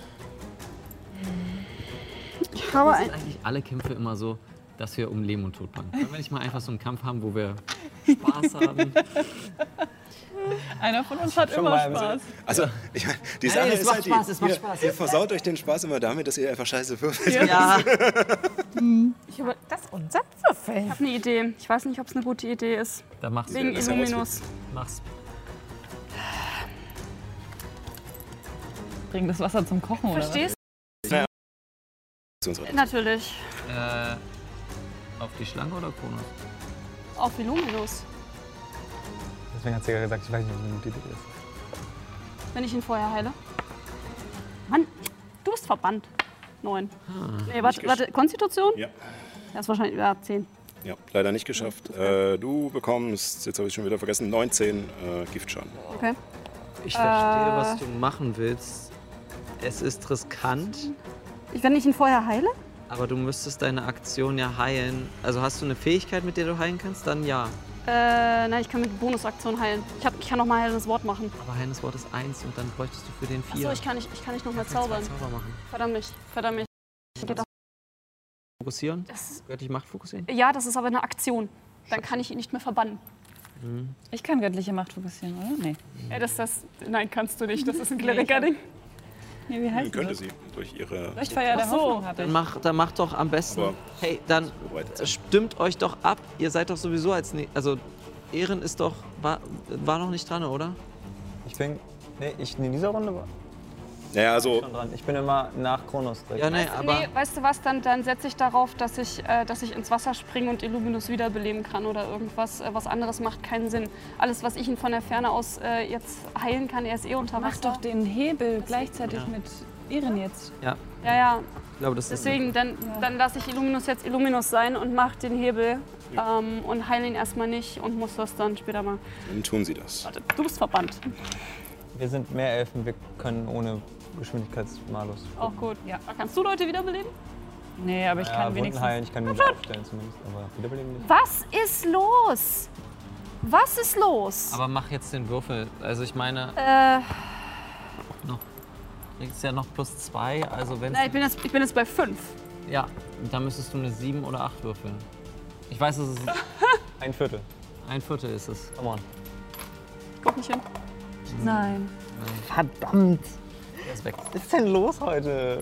Ich habe Sind ein. eigentlich alle Kämpfe immer so, dass wir um Leben und Tod bangen? Können wir nicht mal einfach so einen Kampf haben, wo wir Spaß haben? Einer von uns hat schon immer mal im Spaß. Also, ich meine, die Nein, Sache es ist macht halt, die, Spaß, es macht ihr, Spaß. ihr versaut euch den Spaß immer damit, dass ihr einfach scheiße würfelt. Ja. Ich habe das ist unser Würfel. eine Idee. Ich weiß nicht, ob es eine gute Idee ist. Da machst Wegen das Illuminus. Mach's. Bring das Wasser zum Kochen, oder was? Verstehst Zu du? Natürlich. Äh, auf die Schlange oder Kronos? Auf Illuminus. Deswegen hat sie ja gesagt, ich weiß nicht, wie eine gute Idee ist. Wenn ich ihn vorher heile. Mann, du bist verbannt. Neun. Nee, warte, gesch- warte, Konstitution? Ja. Er ist wahrscheinlich, ja, zehn. Ja, leider nicht geschafft. Äh, du bekommst, jetzt habe ich schon wieder vergessen, neunzehn äh, Giftschaden. Okay. Ich verstehe, was du machen willst. Es ist riskant, Ich, wenn ich ihn vorher heile? aber du müsstest deine Aktion ja heilen. Also hast du eine Fähigkeit, mit der du heilen kannst? Dann ja. Äh, nein, ich kann mit Bonusaktion heilen. Ich, hab, ich kann noch mal heilendes Wort machen. Aber heilendes Wort ist eins und dann bräuchtest du für den vier. Achso, ich kann nicht, ich kann nicht noch mal Kannst du zwei zaubern. Zauber machen. Verdammt mich, verdammt mich. Geht doch. Fokussieren? Das, Göttlich Macht fokussieren? ja, das ist aber eine Aktion. Dann kann ich ihn nicht mehr verbannen. Ich kann göttliche Macht fokussieren, oder? Nee. Ja, das, das, nein, kannst du nicht. Das ist ein Kleriker-Ding. Nee, wie heißt Könnte das? sie durch ihre Leuchtfeuer der Ach so. Hoffnung hatte Dann ich. mach, dann macht doch am besten. Aber- Hey, dann vorbereitet sein. stimmt euch doch ab. Ihr seid doch sowieso als. Ne also, Ehren ist doch. War, war noch nicht dran, oder? Ich bin. Nee, ich, in dieser Runde war Naja, also, schon dran. Ich bin immer nach Kronos direkt. Ja, nee, aber. Nee, weißt du was, dann, dann setze ich darauf, dass ich, äh, dass ich ins Wasser springe und Illuminus wiederbeleben kann oder irgendwas. Äh, was anderes macht keinen Sinn. Alles, was ich ihn von der Ferne aus äh, jetzt heilen kann, er ist eh unter Mach Wasser. doch den Hebel gleichzeitig Ja. mit Ehren jetzt. Ja, Ja, ja. ich glaube, das ist. Deswegen, dann, dann lasse ich Illuminus jetzt Illuminus sein und mache den Hebel ähm, und heile ihn erstmal nicht und muss das dann später mal. dann tun sie das. Warte, du bist verbannt. Wir sind mehr Elfen, wir können ohne Geschwindigkeitsmalus. Auch gut. Ja. Kannst du Leute wiederbeleben? Nee, aber ich Ja, kann Wunden wenigstens... heilen, ich kann mich aufstellen zumindest, aber wiederbeleben nicht. Was ist los? Was ist los? Aber mach jetzt den Würfel. Also ich meine, Äh, noch, kriegst ja noch plus zwei. Also wenn nein, ich bin, jetzt, ich bin jetzt bei fünf. ja, dann müsstest du eine sieben oder acht würfeln. Ich weiß, es ist Ein Viertel. ein Viertel ist es. Come on. Guck nicht hin. Nein. Verdammt. Der ist weg. Was ist denn los heute?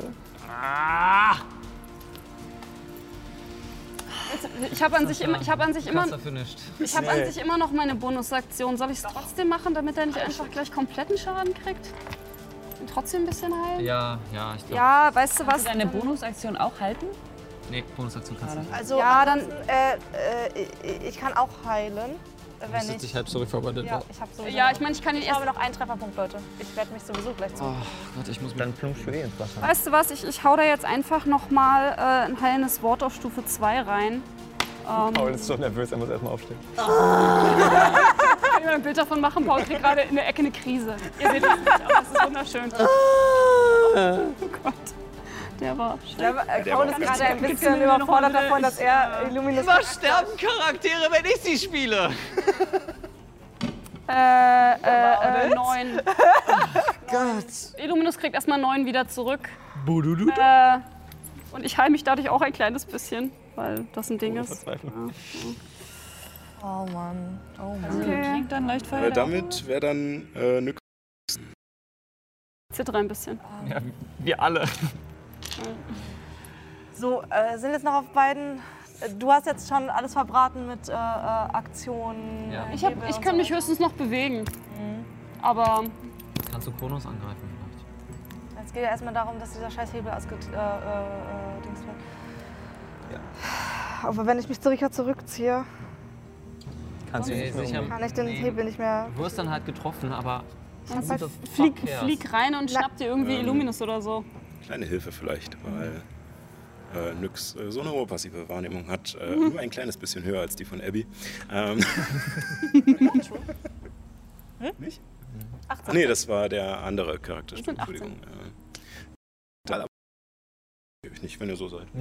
Ich habe an sich immer, ich habe an sich immer, Kannst dafür nicht. ich habe an sich immer noch meine Bonusaktion. Soll ich es trotzdem machen, damit er nicht einfach gleich kompletten Schaden kriegt? Und trotzdem ein bisschen heilen? Ja, ja, ich glaube. Ja, weißt du was? Kannst du deine Bonusaktion auch halten? Nee, Bonusaktion kannst du nicht. Also, Ja, dann- ansonsten, äh, äh, ich kann auch heilen, Du wenn musst dich ich... halb zurückverwandelt. Ja, ich habe sowieso Ja, noch- ich meine, ich kann ihn Ich erst. habe noch einen Trefferpunkt, Leute. Ich werde mich sowieso gleich zu. Oh Gott, ich muss mich. Dann plumpst du eh ins Wasser. Weißt du was? Ich, ich hau da jetzt einfach noch mal äh, ein heilendes Wort auf Stufe zwei rein. Paul ist so nervös, er muss erstmal aufstehen. Ich kann mir ein Bild davon machen. Paul kriegt gerade in der Ecke eine Krise. Ihr seht das nicht, aber es ist wunderschön. Oh Gott. Der war Der, äh, Paul ist war gerade ein Gibt's bisschen mir noch überfordert mal davon, dass er Illuminus... Immer sterben Charaktere, wenn ich sie spiele. Äh, äh, äh, neun. Gott. Illuminus kriegt erstmal neun wieder zurück. Äh, und ich heile mich dadurch auch ein kleines bisschen, weil das ein Ding ist. Verzweiflung. Oh Mann, oh Mann. Also Okay. klingt dann leicht Äh, Feuer. damit wäre dann äh, Nyx. Zittere ein bisschen. Ja, wir alle. So, äh, sind jetzt noch auf beiden... äh, Du hast jetzt schon alles verbraten mit äh, äh, Aktionen. Ja. äh, Ich, hab, Hebel ich und kann so. mich höchstens noch bewegen. Aber Kannst du Kronos angreifen vielleicht? Es geht ja erstmal darum, dass dieser scheiß Hebel ausgedingst äh, äh, Dings wird. Aber wenn ich mich zu Richard zurückziehe, Kannst du Nee, nicht mehr sicher. umgehen. kann ich den Nee. Hebel nicht mehr... Du wirst dann halt getroffen, aber. sonst What the flieg, fuck cares? flieg rein und Na- schnapp dir irgendwie Ähm. Illuminus oder so. Kleine Hilfe vielleicht, weil äh, Nyx äh, so eine hohe passive Wahrnehmung hat. Äh, Mhm. Nur ein kleines bisschen höher als die von Abby. Ähm, Nicht? achtzehn. Nee, das war der andere Charakter. Ich bin achtzehn. Entschuldigung. Äh, Teil ab- ich nicht, wenn ihr so seid.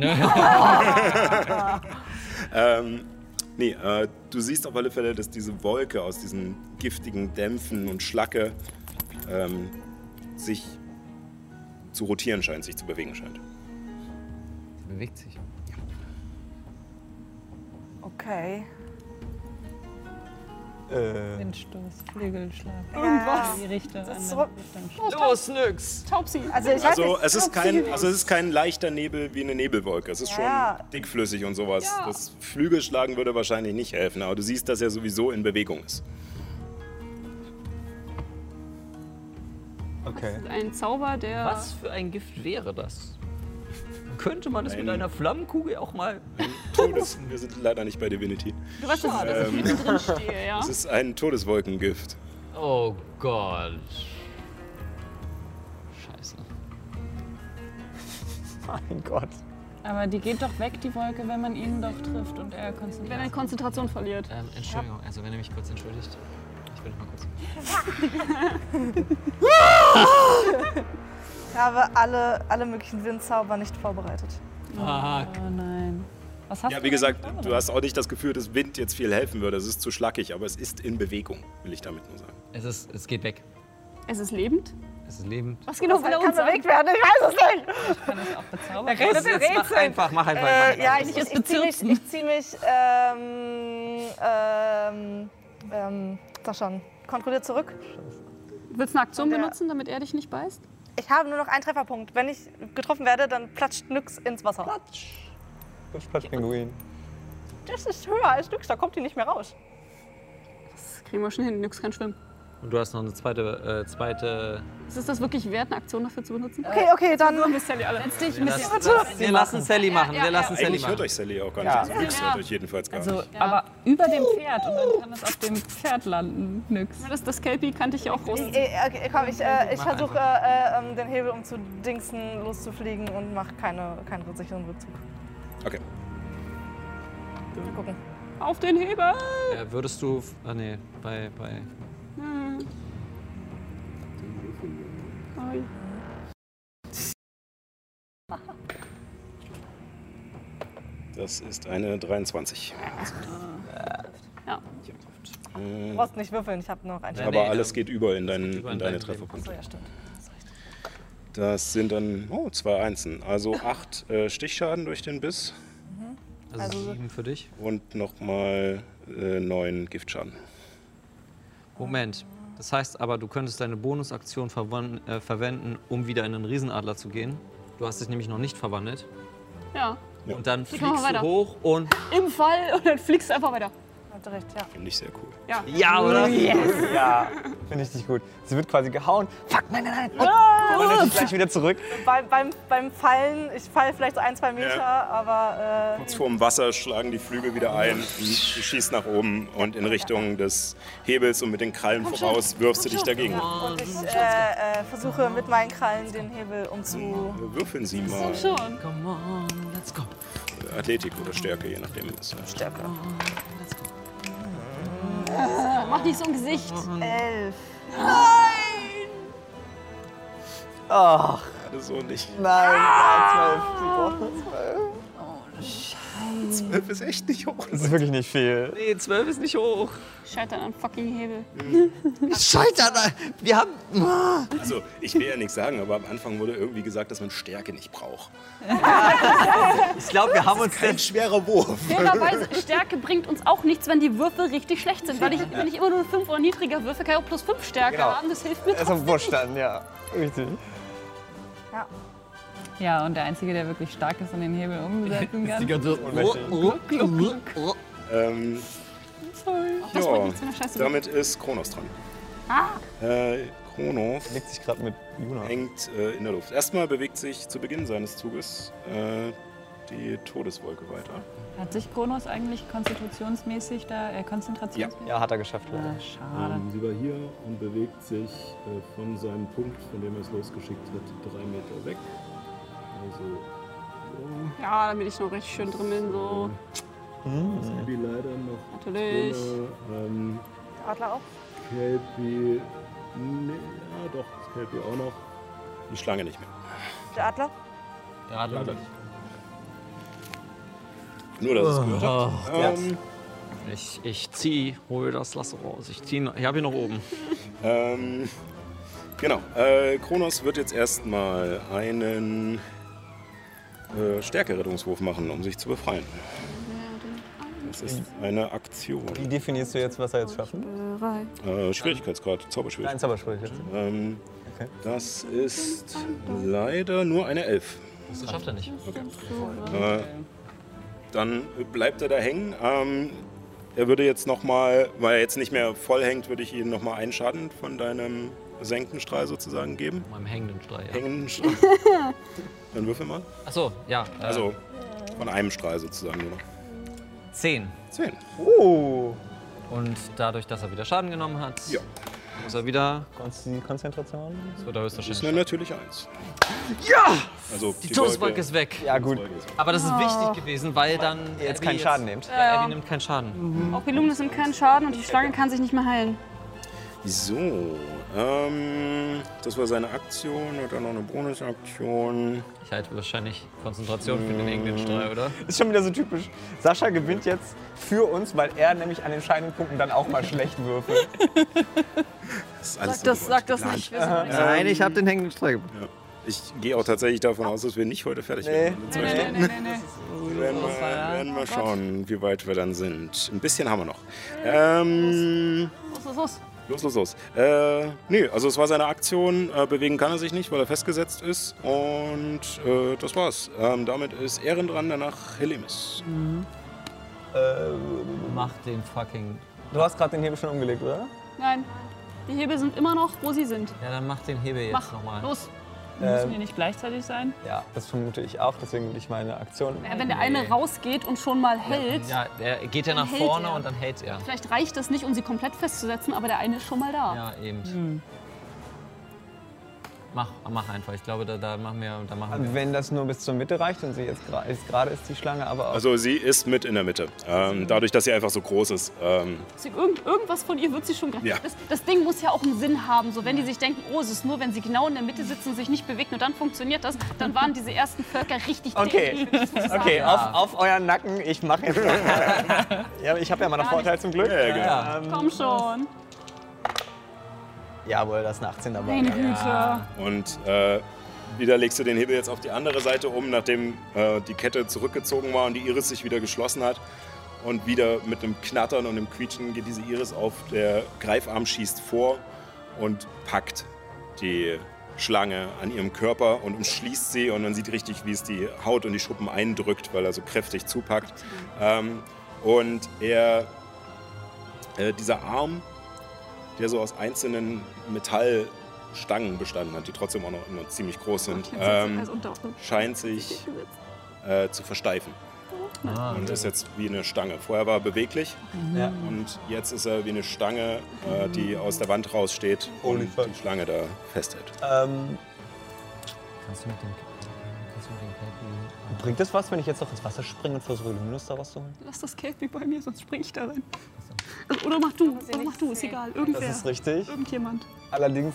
ähm, nee, äh, du siehst auf alle Fälle, dass diese Wolke aus diesen giftigen Dämpfen und Schlacke ähm, sich zu rotieren scheint, sich zu bewegen scheint. Bewegt sich. Okay. Äh, Windstoß, Flügelschlag. Irgendwas. Die Richtung. Das ist andere so- Richtung. Los, Nyx! Taubsi. Also ich weiß Also nicht, es, ist kein, also es ist kein leichter Nebel wie eine Nebelwolke. Es ist Ja. schon dickflüssig und sowas. Ja. Das Flügelschlagen würde wahrscheinlich nicht helfen, aber du siehst, dass er sowieso in Bewegung ist. okay. Ein Zauber, der. Was für ein Gift wäre das? Könnte man es mit Ein- einer Flammenkugel auch mal. Todes, wir sind leider nicht bei Divinity. Du weißt, dass, dass ich Ähm. hinten drin stehe, ja? Es ist ein Todeswolkengift. Oh Gott. Scheiße. Mein Gott. Aber die geht doch weg, die Wolke, wenn man ihn doch trifft und er Wenn konzentriert. er Konzentration verliert. Ähm, Entschuldigung, also wenn ihr mich kurz entschuldigt. Ich bin noch mal kurz. ich habe alle, alle möglichen Windzauber nicht vorbereitet. Fuck. Oh nein. Was hast Ja, du wie denn gesagt, vorbereitet? du hast auch nicht das Gefühl, dass Wind jetzt viel helfen würde. Es ist zu schlackig, aber es ist in Bewegung, will ich damit nur sagen. Es ist, es geht weg. Es ist lebend. Es ist lebend. Was genau will er Kann uns sagen? bewegt werden, ich weiß es nicht. Ich kann das auch bezaubern. Er redet in Jetzt mach Rätseln. einfach, mach einfach. Äh, mach ja, einfach. ich, ich, ich ziehe mich, ich zieh mich ähm, ähm, ähm, sag schon, kontrolliert zurück. Willst du eine Aktion Der- benutzen, damit er dich nicht beißt? Ich habe nur noch einen Trefferpunkt. Wenn ich getroffen werde, dann platscht Nyx ins Wasser. Platsch. Platsch, Platsch, Pinguin. Das ist höher als Nyx, da kommt die nicht mehr raus. Das kriegen wir schon hin. Nix kann schwimmen. Und du hast noch eine zweite, äh, zweite. Ist es das wirklich wert, eine Aktion dafür zu benutzen? Okay, okay, dann... Dann bist du ja alle. Setz dich Wir mit lassen, dir. lass, wir lassen Sally machen. Ja, Wir ja, lassen Sally Eigentlich hört machen. euch Sally auch gar Ja. nicht. Also Nyx hört euch jedenfalls gar Also, nicht. aber über dem Pferd und dann kann es auf dem Pferd landen. Nix. Das, das Kelpie kannte ich ja auch raus. Ich, ich, okay, komm, ich, äh, ich Mach versuche äh, ähm, den Hebel umzudingsen, loszufliegen und mache keine, keinen sicheren Rückzug. Okay. Mal gucken. Auf den Hebel! Äh, würdest du. Ah, nee, bei. bei Hm. Sorry. Das ist eine dreiundzwanzig. Ja. Du brauchst nicht würfeln, ich habe noch einen. Aber nee, alles ähm, geht über in, deinen, über in in deine dein Trefferpunkte. Achso, ja, stimmt. Das sind dann oh, zwei Einsen. Also acht äh, Stichschaden durch den Biss Also, sieben für dich. und nochmal äh, neun Giftschaden. Moment. Das heißt aber, du könntest deine Bonusaktion verwan- äh, verwenden, um wieder in einen Riesenadler zu gehen. Du hast dich nämlich noch nicht verwandelt. Ja. Ja. Und dann machen wir fliegst du weiter. hoch und... Im Fall und dann fliegst du einfach weiter. Hat recht, ja. Finde ich sehr cool. Ja. Ja, oder? Ja, finde ich richtig gut. Sie wird quasi gehauen. Fuck, nein, nein, nein. Und, und dann gleich wieder zurück. Bei, beim, beim Fallen, ich falle vielleicht so ein, zwei Meter, Ja. aber äh, Kurz vorm Wasser schlagen die Flügel wieder ein. Du schießt nach oben und in Richtung des Hebels und mit den Krallen voraus wirfst du dich dagegen. und ich äh, äh, versuche mit meinen Krallen den Hebel umzu... Würfeln Sie mal Schon. Come on, let's go. Athletik oder Stärke, je nachdem. Was Stärke. Mach nicht so ein Gesicht. Elf. Ach, gerade so nicht. nein. Ja, zwölf. Sie braucht nur zwölf. zwölf ist echt nicht hoch. Das ist wirklich nicht viel. Nee, zwölf ist nicht hoch. Scheitern an fucking Hebel. Scheitern! Wir haben... Also, ich will ja nichts sagen, aber am Anfang wurde irgendwie gesagt, dass man Stärke nicht braucht. Ich glaube, wir haben uns... Kein schwerer Wurf. Fairerweise, Stärke bringt uns auch nichts, wenn die Würfel richtig schlecht sind. Weil ich, wenn ich immer nur fünf oder niedriger würfe, kann ich auch plus fünf Stärke Genau. haben. Das hilft mir Das ist trotzdem. am Wurscht dann, ja. Richtig. Ja. Ja, und der Einzige, der wirklich stark ist und den Hebel umsetzen kann. Ähm, Auch das bringt ja, nichts, wenn der Scheiße damit ist Kronos dran. Ah. Äh, Kronos Legt sich gerade mit Juna. hängt äh, in der Luft. Erstmal bewegt sich zu Beginn seines Zuges äh, die Todeswolke weiter. Hat sich Kronos eigentlich konstitutionsmäßig da, äh, konzentrationsmäßig? Ja, hat er geschafft, leider. Ah, schade. Ähm, sie war hier und bewegt sich äh, von seinem Punkt, von dem er es losgeschickt hat, drei Meter weg. Also, so. Ja, damit ich noch richtig schön drin bin. So. Das Abby leider noch Natürlich. ohne, ähm, Der Adler auch? Kelpie, nee, ja doch, das Kelpie auch noch. Die Schlange nicht mehr. Der Adler? Der Adler. Nur, dass es gehört habt. Ähm, Ich, ich zieh, hol das Lasso raus. Ich zieh, ich hab hier noch oben. ähm, genau. Äh, Kronos wird jetzt erstmal einen äh, Stärkerettungswurf machen, um sich zu befreien. Das ist eine Aktion. Wie definierst du jetzt, was er jetzt schaffen? Äh, Schwierigkeitsgrad, Nein, Zauberschwierigkeit. Zauberschwierigkeit. Ähm, Okay. das ist leider nur eine Elf. Das schafft er nicht. Äh, dann bleibt er da hängen. Ähm, er würde jetzt nochmal, weil er jetzt nicht mehr voll hängt, würde ich ihm nochmal einen Schaden von deinem Senkenstrahl sozusagen geben. Meinem hängenden Strahl, ja. Hängenden Strahl. Dann würfel mal. Achso, ja. Äh, Also von einem Strahl sozusagen nur noch. zehn. Zehn. Oh. Und dadurch, dass er wieder Schaden genommen hat, Ja. muss er wieder... Konsti- Konzentration? Das wird er Das ist höchstwahrscheinlich... eine natürliche Eins. Ja! Also Die Todeswolke ist weg. Ja, gut. Aber das ist wichtig gewesen, weil dann... Ihr jetzt Abby keinen Schaden nehmt. Ja, Abby nimmt keinen Schaden. Auch Illuminus nimmt keinen Schaden und die Schlange kann sich nicht mehr heilen. So, ähm, das war seine Aktion. Hat er noch eine Bonusaktion? Ich halte wahrscheinlich Konzentration für den hängenden Strahl, oder? Ist schon wieder so typisch. Sascha gewinnt jetzt für uns, weil er nämlich an den entscheidenden Punkten dann auch mal schlecht würfelt. Das ist alles Sag das, so sag das geplant. nicht. Wir sind nicht so. Nein, ich habe den hängenden Strahl. Ja. Ich gehe auch tatsächlich davon aus, dass wir nicht heute fertig Nee. werden. Nee, nee, nee, nee, nee. Wir werden mal, werden mal schauen, wie weit wir dann sind. Ein bisschen haben wir noch. Ähm, Los, los, los. los, los, los. Äh, nee, also es war seine Aktion. Äh, bewegen kann er sich nicht, weil er festgesetzt ist. Und äh, das war's. Ähm, damit ist Ehren dran, danach Helemis. Äh, Mach den fucking... du hast gerade den Hebel schon umgelegt, oder? Nein, die Hebel sind immer noch, wo sie sind. Ja, dann mach den Hebel jetzt Mach, nochmal. los. Müssen die nicht gleichzeitig sein? Ja, das vermute ich auch, deswegen will ich meine Aktion. Ja, wenn der eine rausgeht und schon mal hält, Ja, der geht ja nach hält vorne er. und dann hält er. vielleicht reicht das nicht, um sie komplett festzusetzen, aber der eine ist schon mal da. Ja, eben. Hm. Mach, mach einfach. Ich glaube, da, da machen wir. Da machen wir. Wenn das nur bis zur Mitte reicht und sie jetzt gerade ist die Schlange, aber auch. Also sie ist mit in der Mitte. Ähm, dadurch, dass sie einfach so groß ist. Ähm, Irgend, irgendwas von ihr wird sie schon greifen. Ja. Das, das Ding muss ja auch einen Sinn haben. So, wenn die sich denken, oh, es ist nur, wenn sie genau in der Mitte sitzen und sich nicht bewegen und dann funktioniert das, dann waren diese ersten Völker richtig Okay, dämlich. okay, auf, auf euren Nacken. Ich mache jetzt. Ja, ich habe ja mal einen Vorteil zum Glück. ja, ja, genau. Ja. Ähm, Komm schon. Jawohl, da ist eine achtzehn dabei. Meine Güte. Und äh, wieder legst du den Hebel jetzt auf die andere Seite um, nachdem äh, die Kette zurückgezogen war und die Iris sich wieder geschlossen hat. Und wieder mit einem Knattern und einem Quietschen geht diese Iris auf. Der Greifarm schießt vor und packt die Schlange an ihrem Körper und umschließt sie. Und man sieht richtig, wie es die Haut und die Schuppen eindrückt, weil er so kräftig zupackt. Ähm, und er, äh, dieser Arm, der so aus einzelnen Metallstangen bestanden hat, die trotzdem auch noch immer ziemlich groß sind, ähm, scheint sich äh, zu versteifen. Ah, Und ist jetzt wie eine Stange. Vorher war er beweglich Ja. und jetzt ist er wie eine Stange, äh, die aus der Wand raussteht und Holy fuck. die Schlange da festhält. Ähm, Kannst du mit dem. Kannst du mit dem Kelpie. bringt es was, wenn ich jetzt noch ins Wasser springe und versuche, Luminous da rauszuholen? Lass das Kelpie bei mir, sonst spring ich da rein. Also, oder mach du, oder mach du, ist egal. Irgendwer. Das ist richtig. Irgendjemand. Allerdings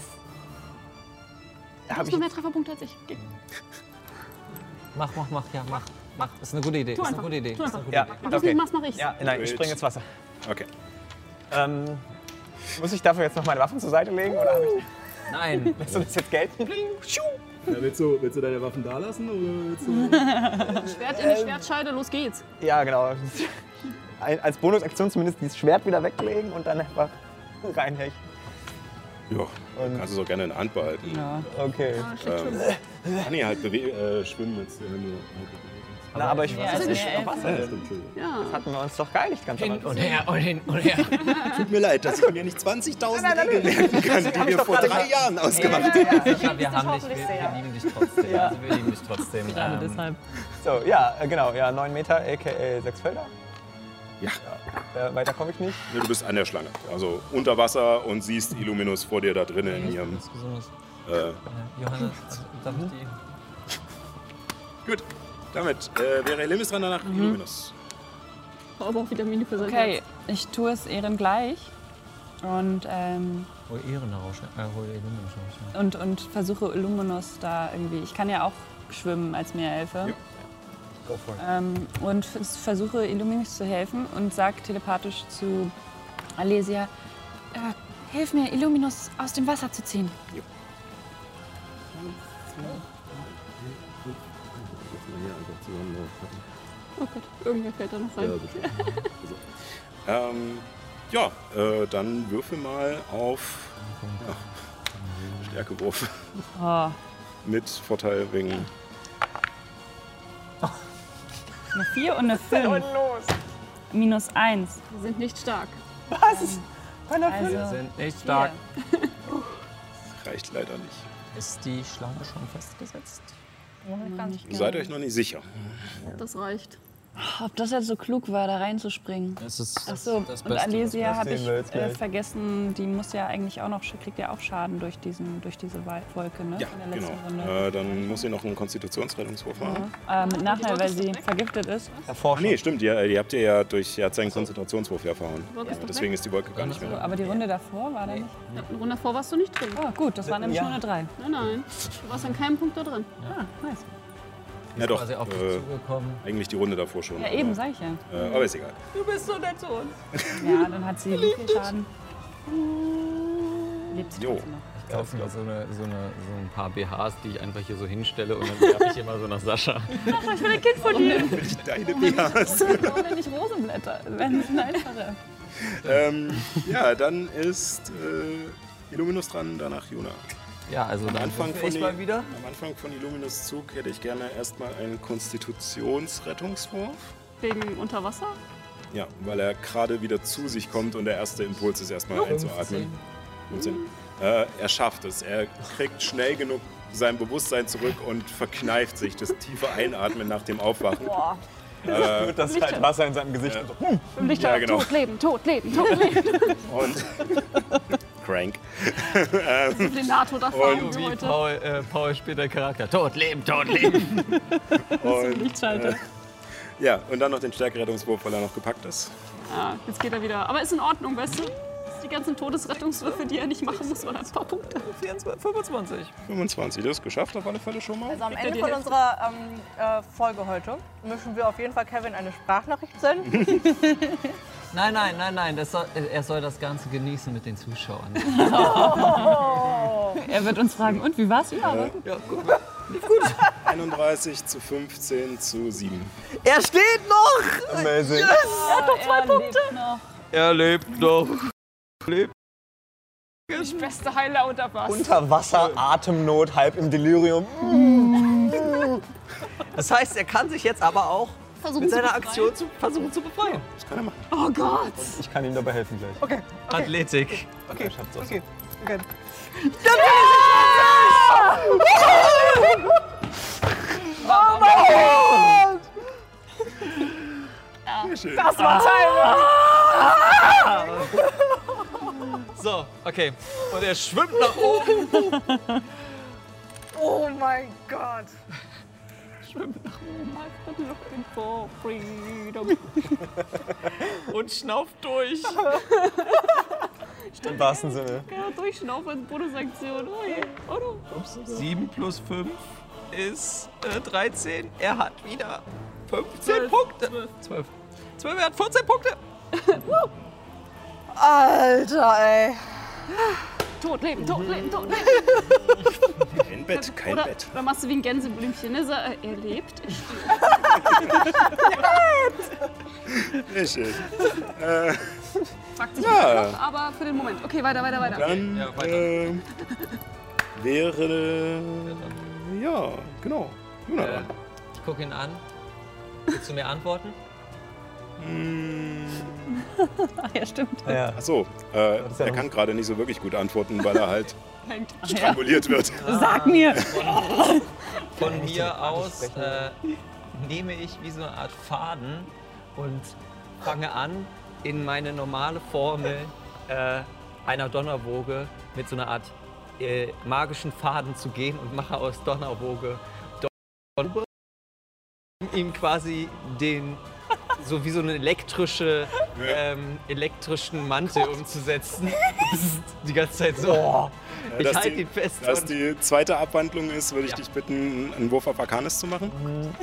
Du habe hast ich. noch mehr Trefferpunkte als ich. Geh. Mach, mach, mach, ja, mach. Mach. Das ist eine gute Idee. Tu Das ist einfach. eine gute Idee. Tu Das ist einfach. eine gute Ja, Idee. Mach das okay. nicht, mach's, mach ich's. Ja, nein, ich springe ins Wasser. Okay. Ähm, muss ich dafür jetzt noch meine Waffen zur Seite legen oder habe ich. Nein. Lässt du das jetzt gelten? Ja, willst, du, willst du deine Waffen da lassen oder willst du... Schwert in die Schwertscheide, los geht's. Ja, genau. Ein- Als Bonusaktion zumindest dieses Schwert wieder weglegen und dann einfach reinhechten. Ja, kannst du es auch gerne in der Hand behalten. Ja. Okay. Ähm, ach nee, halt bewe äh, schwimmen jetzt. Äh, nur. Na, aber ich Ja, weiß also nicht, mehr noch Wasser Ja, ist. stimmt, Entschuldigung. Ja. Hatten wir uns doch geeinigt ganz am Hin Anfang. und her und hin und her. Tut mir leid, dass ich mir nicht zwanzigtausend Regeln merken kann, die wir vor drei Jahren ausgemacht haben. Sascha, wir haben dich, wir, wir lieben dich trotzdem. Ja. Also wir lieben dich trotzdem. Gerade Ähm, deshalb. So, ja, äh, genau, ja, neun Meter, aka sechs Felder. Ja. Äh, weiter komme ich nicht. Ja, du bist an der Schlange, also unter Wasser und siehst Illuminus vor dir da drinnen in ihrem... Was Besonderes. Äh, Johannes, also, darf ich die? gut, damit äh, wäre Elimis dran, danach Illuminus. Aber auch wieder Mini für sein Okay, Herz. ich tue es Ehren gleich und, ähm, Hol Ehrenrausch, äh, hol Ehrenrausch. und, und versuche Luminous da irgendwie. Ich kann ja auch schwimmen als Meerelfe. Ja. Go for it. Ähm, und f- versuche Illuminus zu helfen und sage telepathisch zu Alesia, äh, hilf mir, Illuminus aus dem Wasser zu ziehen. Oh Gott, irgendwer fällt da noch rein. Ähm, ja, äh, dann würfel mal auf ja, Stärkewurf Oh, mit Vorteil wegen... eine vier und eine fünf. Minus eins. Wir sind nicht stark. Was? Wir Also, sind nicht stark. Reicht leider nicht. Ist die Schlange schon festgesetzt? Ihr seid euch noch nicht sicher. Das reicht. ob das jetzt so klug war, da reinzuspringen. Das ist Ach so, das und Beste, Alesia was habe sehen ich wir jetzt äh, gleich. vergessen, die muss ja eigentlich auch noch, kriegt ja auch Schaden durch, diesen, durch diese Wal- Wolke, ne? Ja, in der genau. letzten Runde. Äh, dann muss sie noch einen Konstitutionsrettungswurf machen. Äh, mit Nachteil, weil sie vergiftet ist. Ach nee, stimmt, ihr, ihr habt ihr ja durch ihr habt seinen Konzentrationswurf ja verhauen. Wolke ist doch Deswegen ist die Wolke gar nicht mehr So, da. aber die Runde davor war da nicht. Ja, eine Runde davor warst du nicht drin. Oh, gut, das war nämlich Ja. nur eine drei. Nein, nein. Du warst an keinem Punkt da drin. Ah, nice. Ja doch, quasi auf dich äh, zugekommen. eigentlich die Runde davor schon. Ja, aber, eben, sag ich ja. Äh, aber ist egal. Du bist so nett zu uns. Ja, dann hat sie wie viel Schaden? Lebt sie Jo. trotzdem noch. Ich kaufe mir so, eine, so, eine, so ein paar B Hs, die ich einfach hier so hinstelle und dann werfe ich immer so nach Sascha. Ach, ich bin ein Kind von dir. Deine B Hs. Warum denn nicht Rosenblätter? Wenn es ein einfacher. ähm, ja, dann ist äh, Illuminus dran, danach Juna. Ja, also Am dann Anfang, würfel von ich I- mal wieder. am Anfang von Illuminus Zug hätte ich gerne erstmal einen Konstitutionsrettungswurf. Wegen Unterwasser? Ja, weil er gerade wieder zu sich kommt und der erste Impuls ist erstmal einzuatmen. fünfzehn. Äh, er schafft es. Er kriegt schnell genug sein Bewusstsein zurück und verkneift sich das tiefe Einatmen nach dem Aufwachen. Boah. Äh, Wird das halt Wasser in seinem Gesicht. Ja. Und so, hm. Im Lichter, Ja, genau. tot, leben, tot, leben, tot, leben. und Crank. Den NATO-Erfahrung Wie heute. Paul, äh, Paul spielt der Charakter. Tod, Leben, Tod, Leben. Und, Lichtschalter. äh, ja, und dann noch den Stärkerettungswurf, weil er noch gepackt ist. Ja, jetzt geht er wieder. Aber ist in Ordnung, weißt du? Die ganzen Todesrettungswürfe, die er nicht machen muss, waren ein paar Punkte. fünfundzwanzig. fünfundzwanzig, das ist geschafft auf alle Fälle schon mal. Also am Ende von unserer ähm, äh, Folge heute müssen wir auf jeden Fall Kevin eine Sprachnachricht senden. Nein, nein, nein, nein. Das soll, er soll das Ganze genießen mit den Zuschauern. Oh. Er wird uns fragen, und wie war's? Ja, Äh, Ja, gut. einunddreißig zu fünfzehn zu sieben. Er steht noch! Amazing. er hat doch zwei Punkte. Er lebt noch. Lebt. Die beste Heiler unter Wasser. Unter Wasser, Atemnot, halb im Delirium. Das heißt, er kann sich jetzt aber auch Versuchen mit zu seiner befreien. Aktion zu, versuchen zu befreien. Das kann er machen. Oh Gott! Ich kann ihm dabei helfen gleich. Okay. Athletik. Okay, er schafft's auch. Okay. Okay. Das war Timing! So, okay. Und er schwimmt nach oben. Oh mein Gott. Schwimmt nach oben, I've been looking for freedom. Und schnauft durch. Im wahrsten Sinne. Ja, durchschnaufen, Bonusaktion. Oh je. Oh no. sieben plus fünf ist äh, dreizehn. Er hat wieder fünfzehn Punkte. zwölf. zwölf, er hat vierzehn Punkte. Alter, ey. Tot leben, tot leben, tot leben. Kein Bett, kein oder, Bett. Oder machst du wie ein Gänseblümchen, ne? So, äh, er lebt, er stirbt. Sehr schön. Äh, Fragt sich Ja. noch, aber für den Moment. Okay, weiter, weiter, weiter. dann Ja, weiter. äh, wäre... Ja, genau. Juna Äh, dran. ich gucke ihn an. Willst du mir antworten? Mm, Ach ja, stimmt. Ja. Achso, äh, ist ja er noch- kann gerade nicht so wirklich gut antworten, weil er halt Hängt. stranguliert wird. Sag mir. Von mir aus äh, nehme ich wie so eine Art Faden und fange an, in meine normale Formel äh, einer Donnerwoge mit so einer Art äh, magischen Faden zu gehen und mache aus Donnerwoge Donnerwoge, um ihm quasi den so wie so eine elektrische ähm, elektrischen Mantel umzusetzen. Die ganze Zeit so. Ja, Ich dass halte die- ihn fest. Dass und- die zweite Abwandlung ist, würde ich Ja. dich bitten, einen Wurf auf Arcanis zu machen.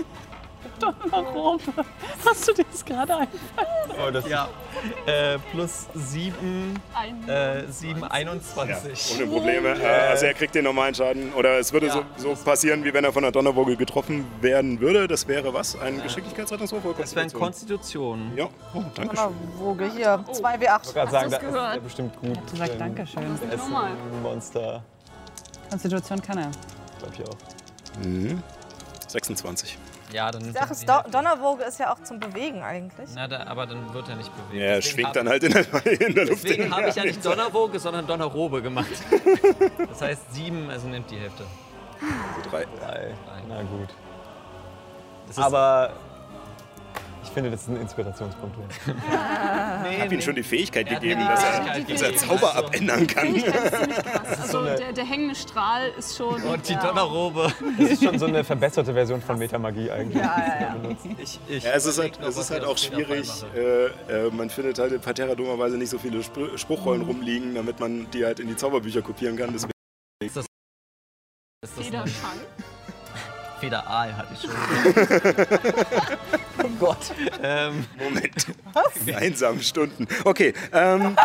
Warum? Hast du dir das gerade ein? Oh, das Ja, äh, plus sieben, Ein- äh, sieben, Ja, einundzwanzig. ohne Probleme. Äh, also er kriegt den normalen Schaden. Oder es würde Ja. so, so passieren, wie wenn er von der Donnerwoge getroffen werden würde. Das wäre was? Ein Geschicklichkeitsrettungswurf oder Das wäre ein Konstitution? Konstitution. Ja, oh, danke schön. Donnerwoge hier. zwei W acht. Ich wollte gerade sagen, du's da ist gehört? er bestimmt gut. Du sagst ähm, Dankeschön. Essen, Normal. Monster, Konstitution kann er. glaub ich auch. Mhm. sechsundzwanzig. Ja, dann. Die Sache ist, Do Donnerwoge ist ja auch zum Bewegen eigentlich. Na, da, aber dann wird er nicht bewegt. Ja, er Deswegen schwingt hab- dann halt in der, in der Luft. Deswegen hin. habe ich ja nicht Donnerwoge, sondern Donnerrobe gemacht. Das heißt sieben, also nimmt die Hälfte. Also drei. Drei. Na gut. Das ist, Aber ich finde, das ist ein Inspirationspunkt. nee, Ich habe ihm schon die Fähigkeit Er hat mir gegeben, die dass er, Fähigkeit dass er gegeben. Zauber Also- abändern kann. Fähigkeit ist ziemlich krass. Also der, der hängende Strahl ist schon. Und die Donnerrobe. Das ist schon so eine verbesserte Version von Metamagie eigentlich. Ja, ja, ja. Ich, ich Ja, es ist halt, überleg noch, es was ist halt ich auch auf später schwierig. Fall mache. Äh, äh, man findet halt in Patera dummerweise nicht so viele Spr Spruchrollen rumliegen, damit man die halt in die Zauberbücher kopieren kann. Deswegen Ist das ein Federschang. Federaal hatte ich schon. Oh Gott. Ähm, Moment. Die einsamen Stunden. Okay. Ähm,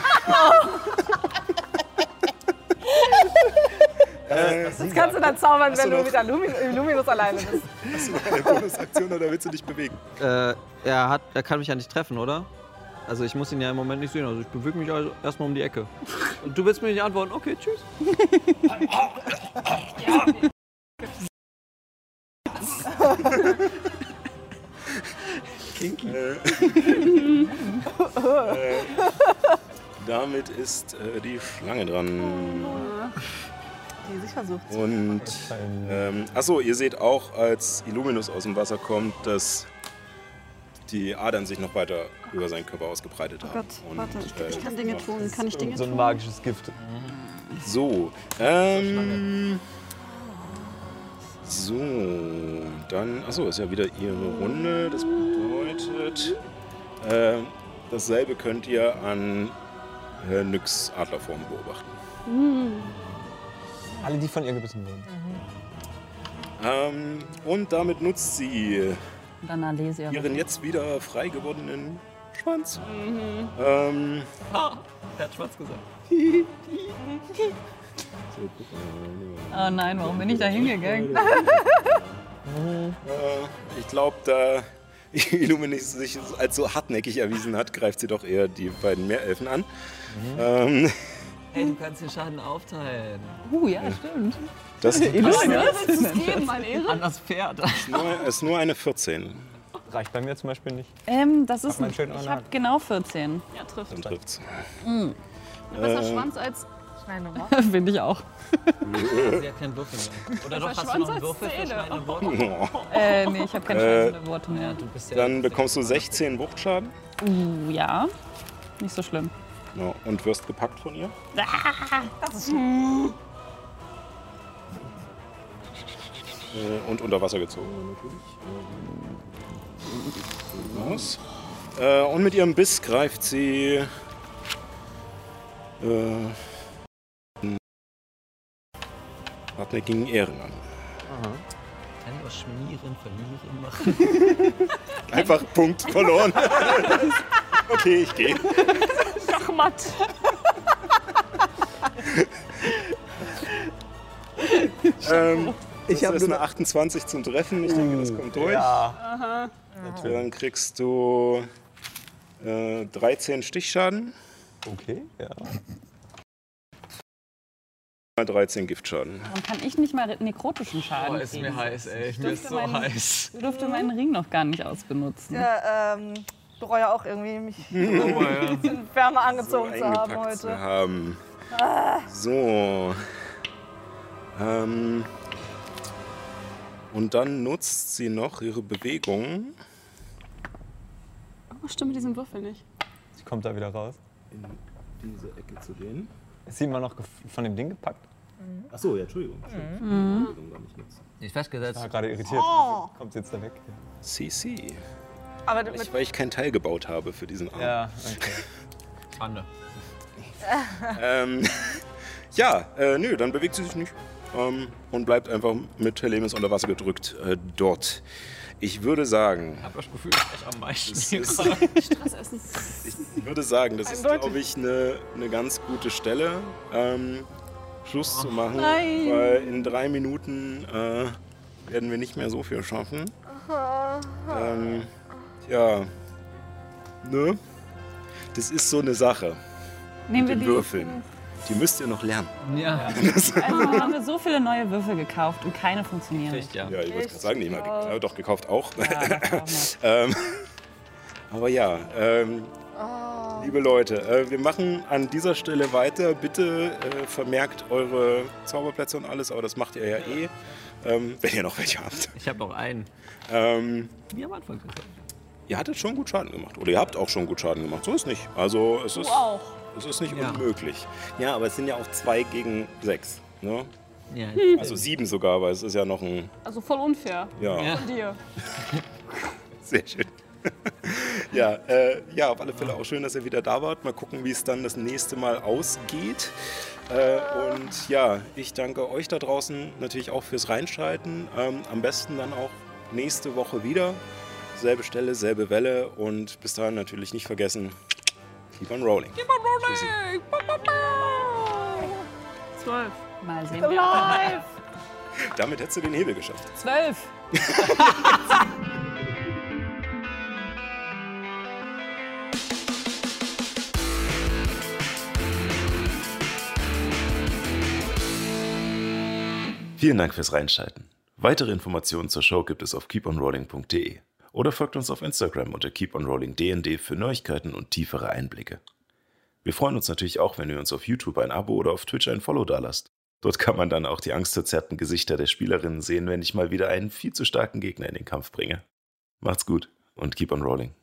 äh, Das kannst du dann zaubern, Hast du wenn du noch- mit der Lumin Luminus alleine bist. hast du noch eine Bonusaktion oder willst du dich bewegen? Äh, er, hat, er kann mich ja nicht treffen, oder? Also ich muss ihn ja im Moment nicht sehen. Also ich bewege mich also erstmal um die Ecke. Und du willst mir nicht antworten? Okay, tschüss. Äh, äh, damit ist äh, die Schlange dran. Die sich versucht. Und ähm, achso, ihr seht auch, als Illuminus aus dem Wasser kommt, dass die Adern sich noch weiter über seinen Körper ausgebreitet haben. Oh Gott, Und, warte, ich, äh, ich kann Dinge tun. Kann ich Dinge So ein tun? magisches Gift. So, ähm, so, dann, achso, ist ja wieder ihre Runde. Das bedeutet, äh, dasselbe könnt ihr an äh, Nyx Adlerform beobachten. Alle, die von ihr gebissen wurden. Ähm, und damit nutzt sie Dann Alesia. ihren jetzt wieder frei gewordenen Schwanz. Mhm. Ähm, Er hat Schwanz gesagt. Oh nein, warum bin ich da hingegangen? äh, ich glaube, da Illuminis sich als so hartnäckig erwiesen hat, greift sie doch eher die beiden Meerelfen an. Ähm, Hey, du kannst den Schaden aufteilen. Uh, ja, stimmt. das ist Was willst du es geben, mein Ehre? An das Pferd. nur, ist nur eine vierzehn. Reicht bei mir zum Beispiel nicht. Ähm, das ist. mein Schild noch Ich eine habe genau vierzehn. Ja, trifft. Dann trifft's. Besser Äh, Schwanz als... Schweinerohr. Finde ich auch. Sie hat keinen Würfel mehr. Oder doch, Besser hast du noch Schwanz einen als Würfel für Zähne. Schweineworte? Äh, nee, ich habe keine Äh, scheißende Worte mehr. Du bist ja Dann bekommst du sechzehn Wuchtschaden. Uh, ja. Nicht so schlimm. Ja, und wirst gepackt von ihr. Äh, und unter Wasser gezogen natürlich. Aus. Äh, und mit ihrem Biss greift sie äh, hartnäckigen Ehren an. Kann ich aus Schmieren, Verlieren machen? Einfach Punkt verloren. Okay, ich gehe. Schachmatt. Ähm, Ich das hab ist nur- eine achtundzwanzig zum Treffen. Ich denke, das kommt durch. Ja. Dann kriegst du äh, dreizehn Stichschaden, Okay, ja. dreizehn Giftschaden. Warum kann ich nicht mal nekrotischen Schaden Oh, ist mir kriegen? heiß, ey. Ich Mir ist dürfte so meinen- heiß. Ich durfte meinen Ring noch gar nicht ausbenutzen. Ja, ähm, bereue auch irgendwie, mich Oh, ja. ein bisschen wärmer angezogen zu haben eingepackt zu heute. haben. So. Ähm, und dann nutzt sie noch ihre Bewegung Oh, stimmt mit diesem Würfel nicht. Sie kommt da wieder raus. In diese Ecke zu gehen. Ist sie immer noch gef- von dem Ding gepackt? Achso, ja, Entschuldigung. Stimmt. Mhm. Bewegung gar nicht nutzen. Ich festgesetzt. Ich war gerade irritiert. Oh. Kommt sie jetzt da weg? C C. Aber Weil mit, ich, weil ich kein Teil gebaut habe für diesen Arm. Ja, okay. Schande. Ähm, ja, äh, nö, dann bewegt sie sich nicht. Ähm, und bleibt einfach mit Helemis unter Wasser gedrückt äh, dort. Ich würde sagen, Ich hab das Gefühl, ich am meisten das hier ist, gerade. Stress essen. ich würde sagen, das ist, Eindeutig. glaube ich, eine eine ganz gute Stelle, ähm, Schluss zu machen. nein. Weil in drei Minuten äh, werden wir nicht mehr so viel schaffen. Ähm, ja, ne? Das ist so eine Sache Nehmen mit wir den die. Würfeln. Die müsst ihr noch lernen. Ja. Also wir haben wir so viele neue Würfel gekauft und keine funktionieren. Richtig, ja. Ja, ich wollte gerade sagen, die mal, doch gekauft auch. Ja, das auch noch. ähm, aber ja, ähm, liebe Leute, äh, wir machen an dieser Stelle weiter. Bitte äh, vermerkt eure Zauberplätze und alles, aber das macht ihr ja eh, ähm, wenn ihr noch welche habt. Ich habe noch einen. Ähm, Wie am Anfang gesagt. ihr hattet schon gut Schaden gemacht. Oder ihr habt auch schon gut Schaden gemacht. So ist nicht. Also es ist, auch. es ist nicht Ja. unmöglich. Ja, aber es sind ja auch zwei gegen sechs. Ne? Ja. Also sieben sogar, weil es ist ja noch ein... Also voll unfair. Ja, Ja. Von dir. sehr schön. ja, äh, ja, auf alle Fälle auch schön, dass ihr wieder da wart. Mal gucken, wie es dann das nächste Mal ausgeht. Äh, und ja, ich danke euch da draußen natürlich auch fürs Reinschalten. Ähm, am besten dann auch nächste Woche wieder. Selbe Stelle, selbe Welle. Und bis dahin natürlich nicht vergessen, keep on rolling. Keep on rolling! Zwölf. Mal sehen wir. Damit hättest du den Hebel geschafft. Zwölf. Vielen Dank fürs Reinschalten. Weitere Informationen zur Show gibt es auf keep on rolling punkt de oder folgt uns auf Instagram unter keep on rolling punkt d n d für Neuigkeiten und tiefere Einblicke. Wir freuen uns natürlich auch, wenn ihr uns auf YouTube ein Abo oder auf Twitch ein Follow dalasst. Dort kann man dann auch die angstverzerrten Gesichter der Spielerinnen sehen, wenn ich mal wieder einen viel zu starken Gegner in den Kampf bringe. Macht's gut und keep on rolling.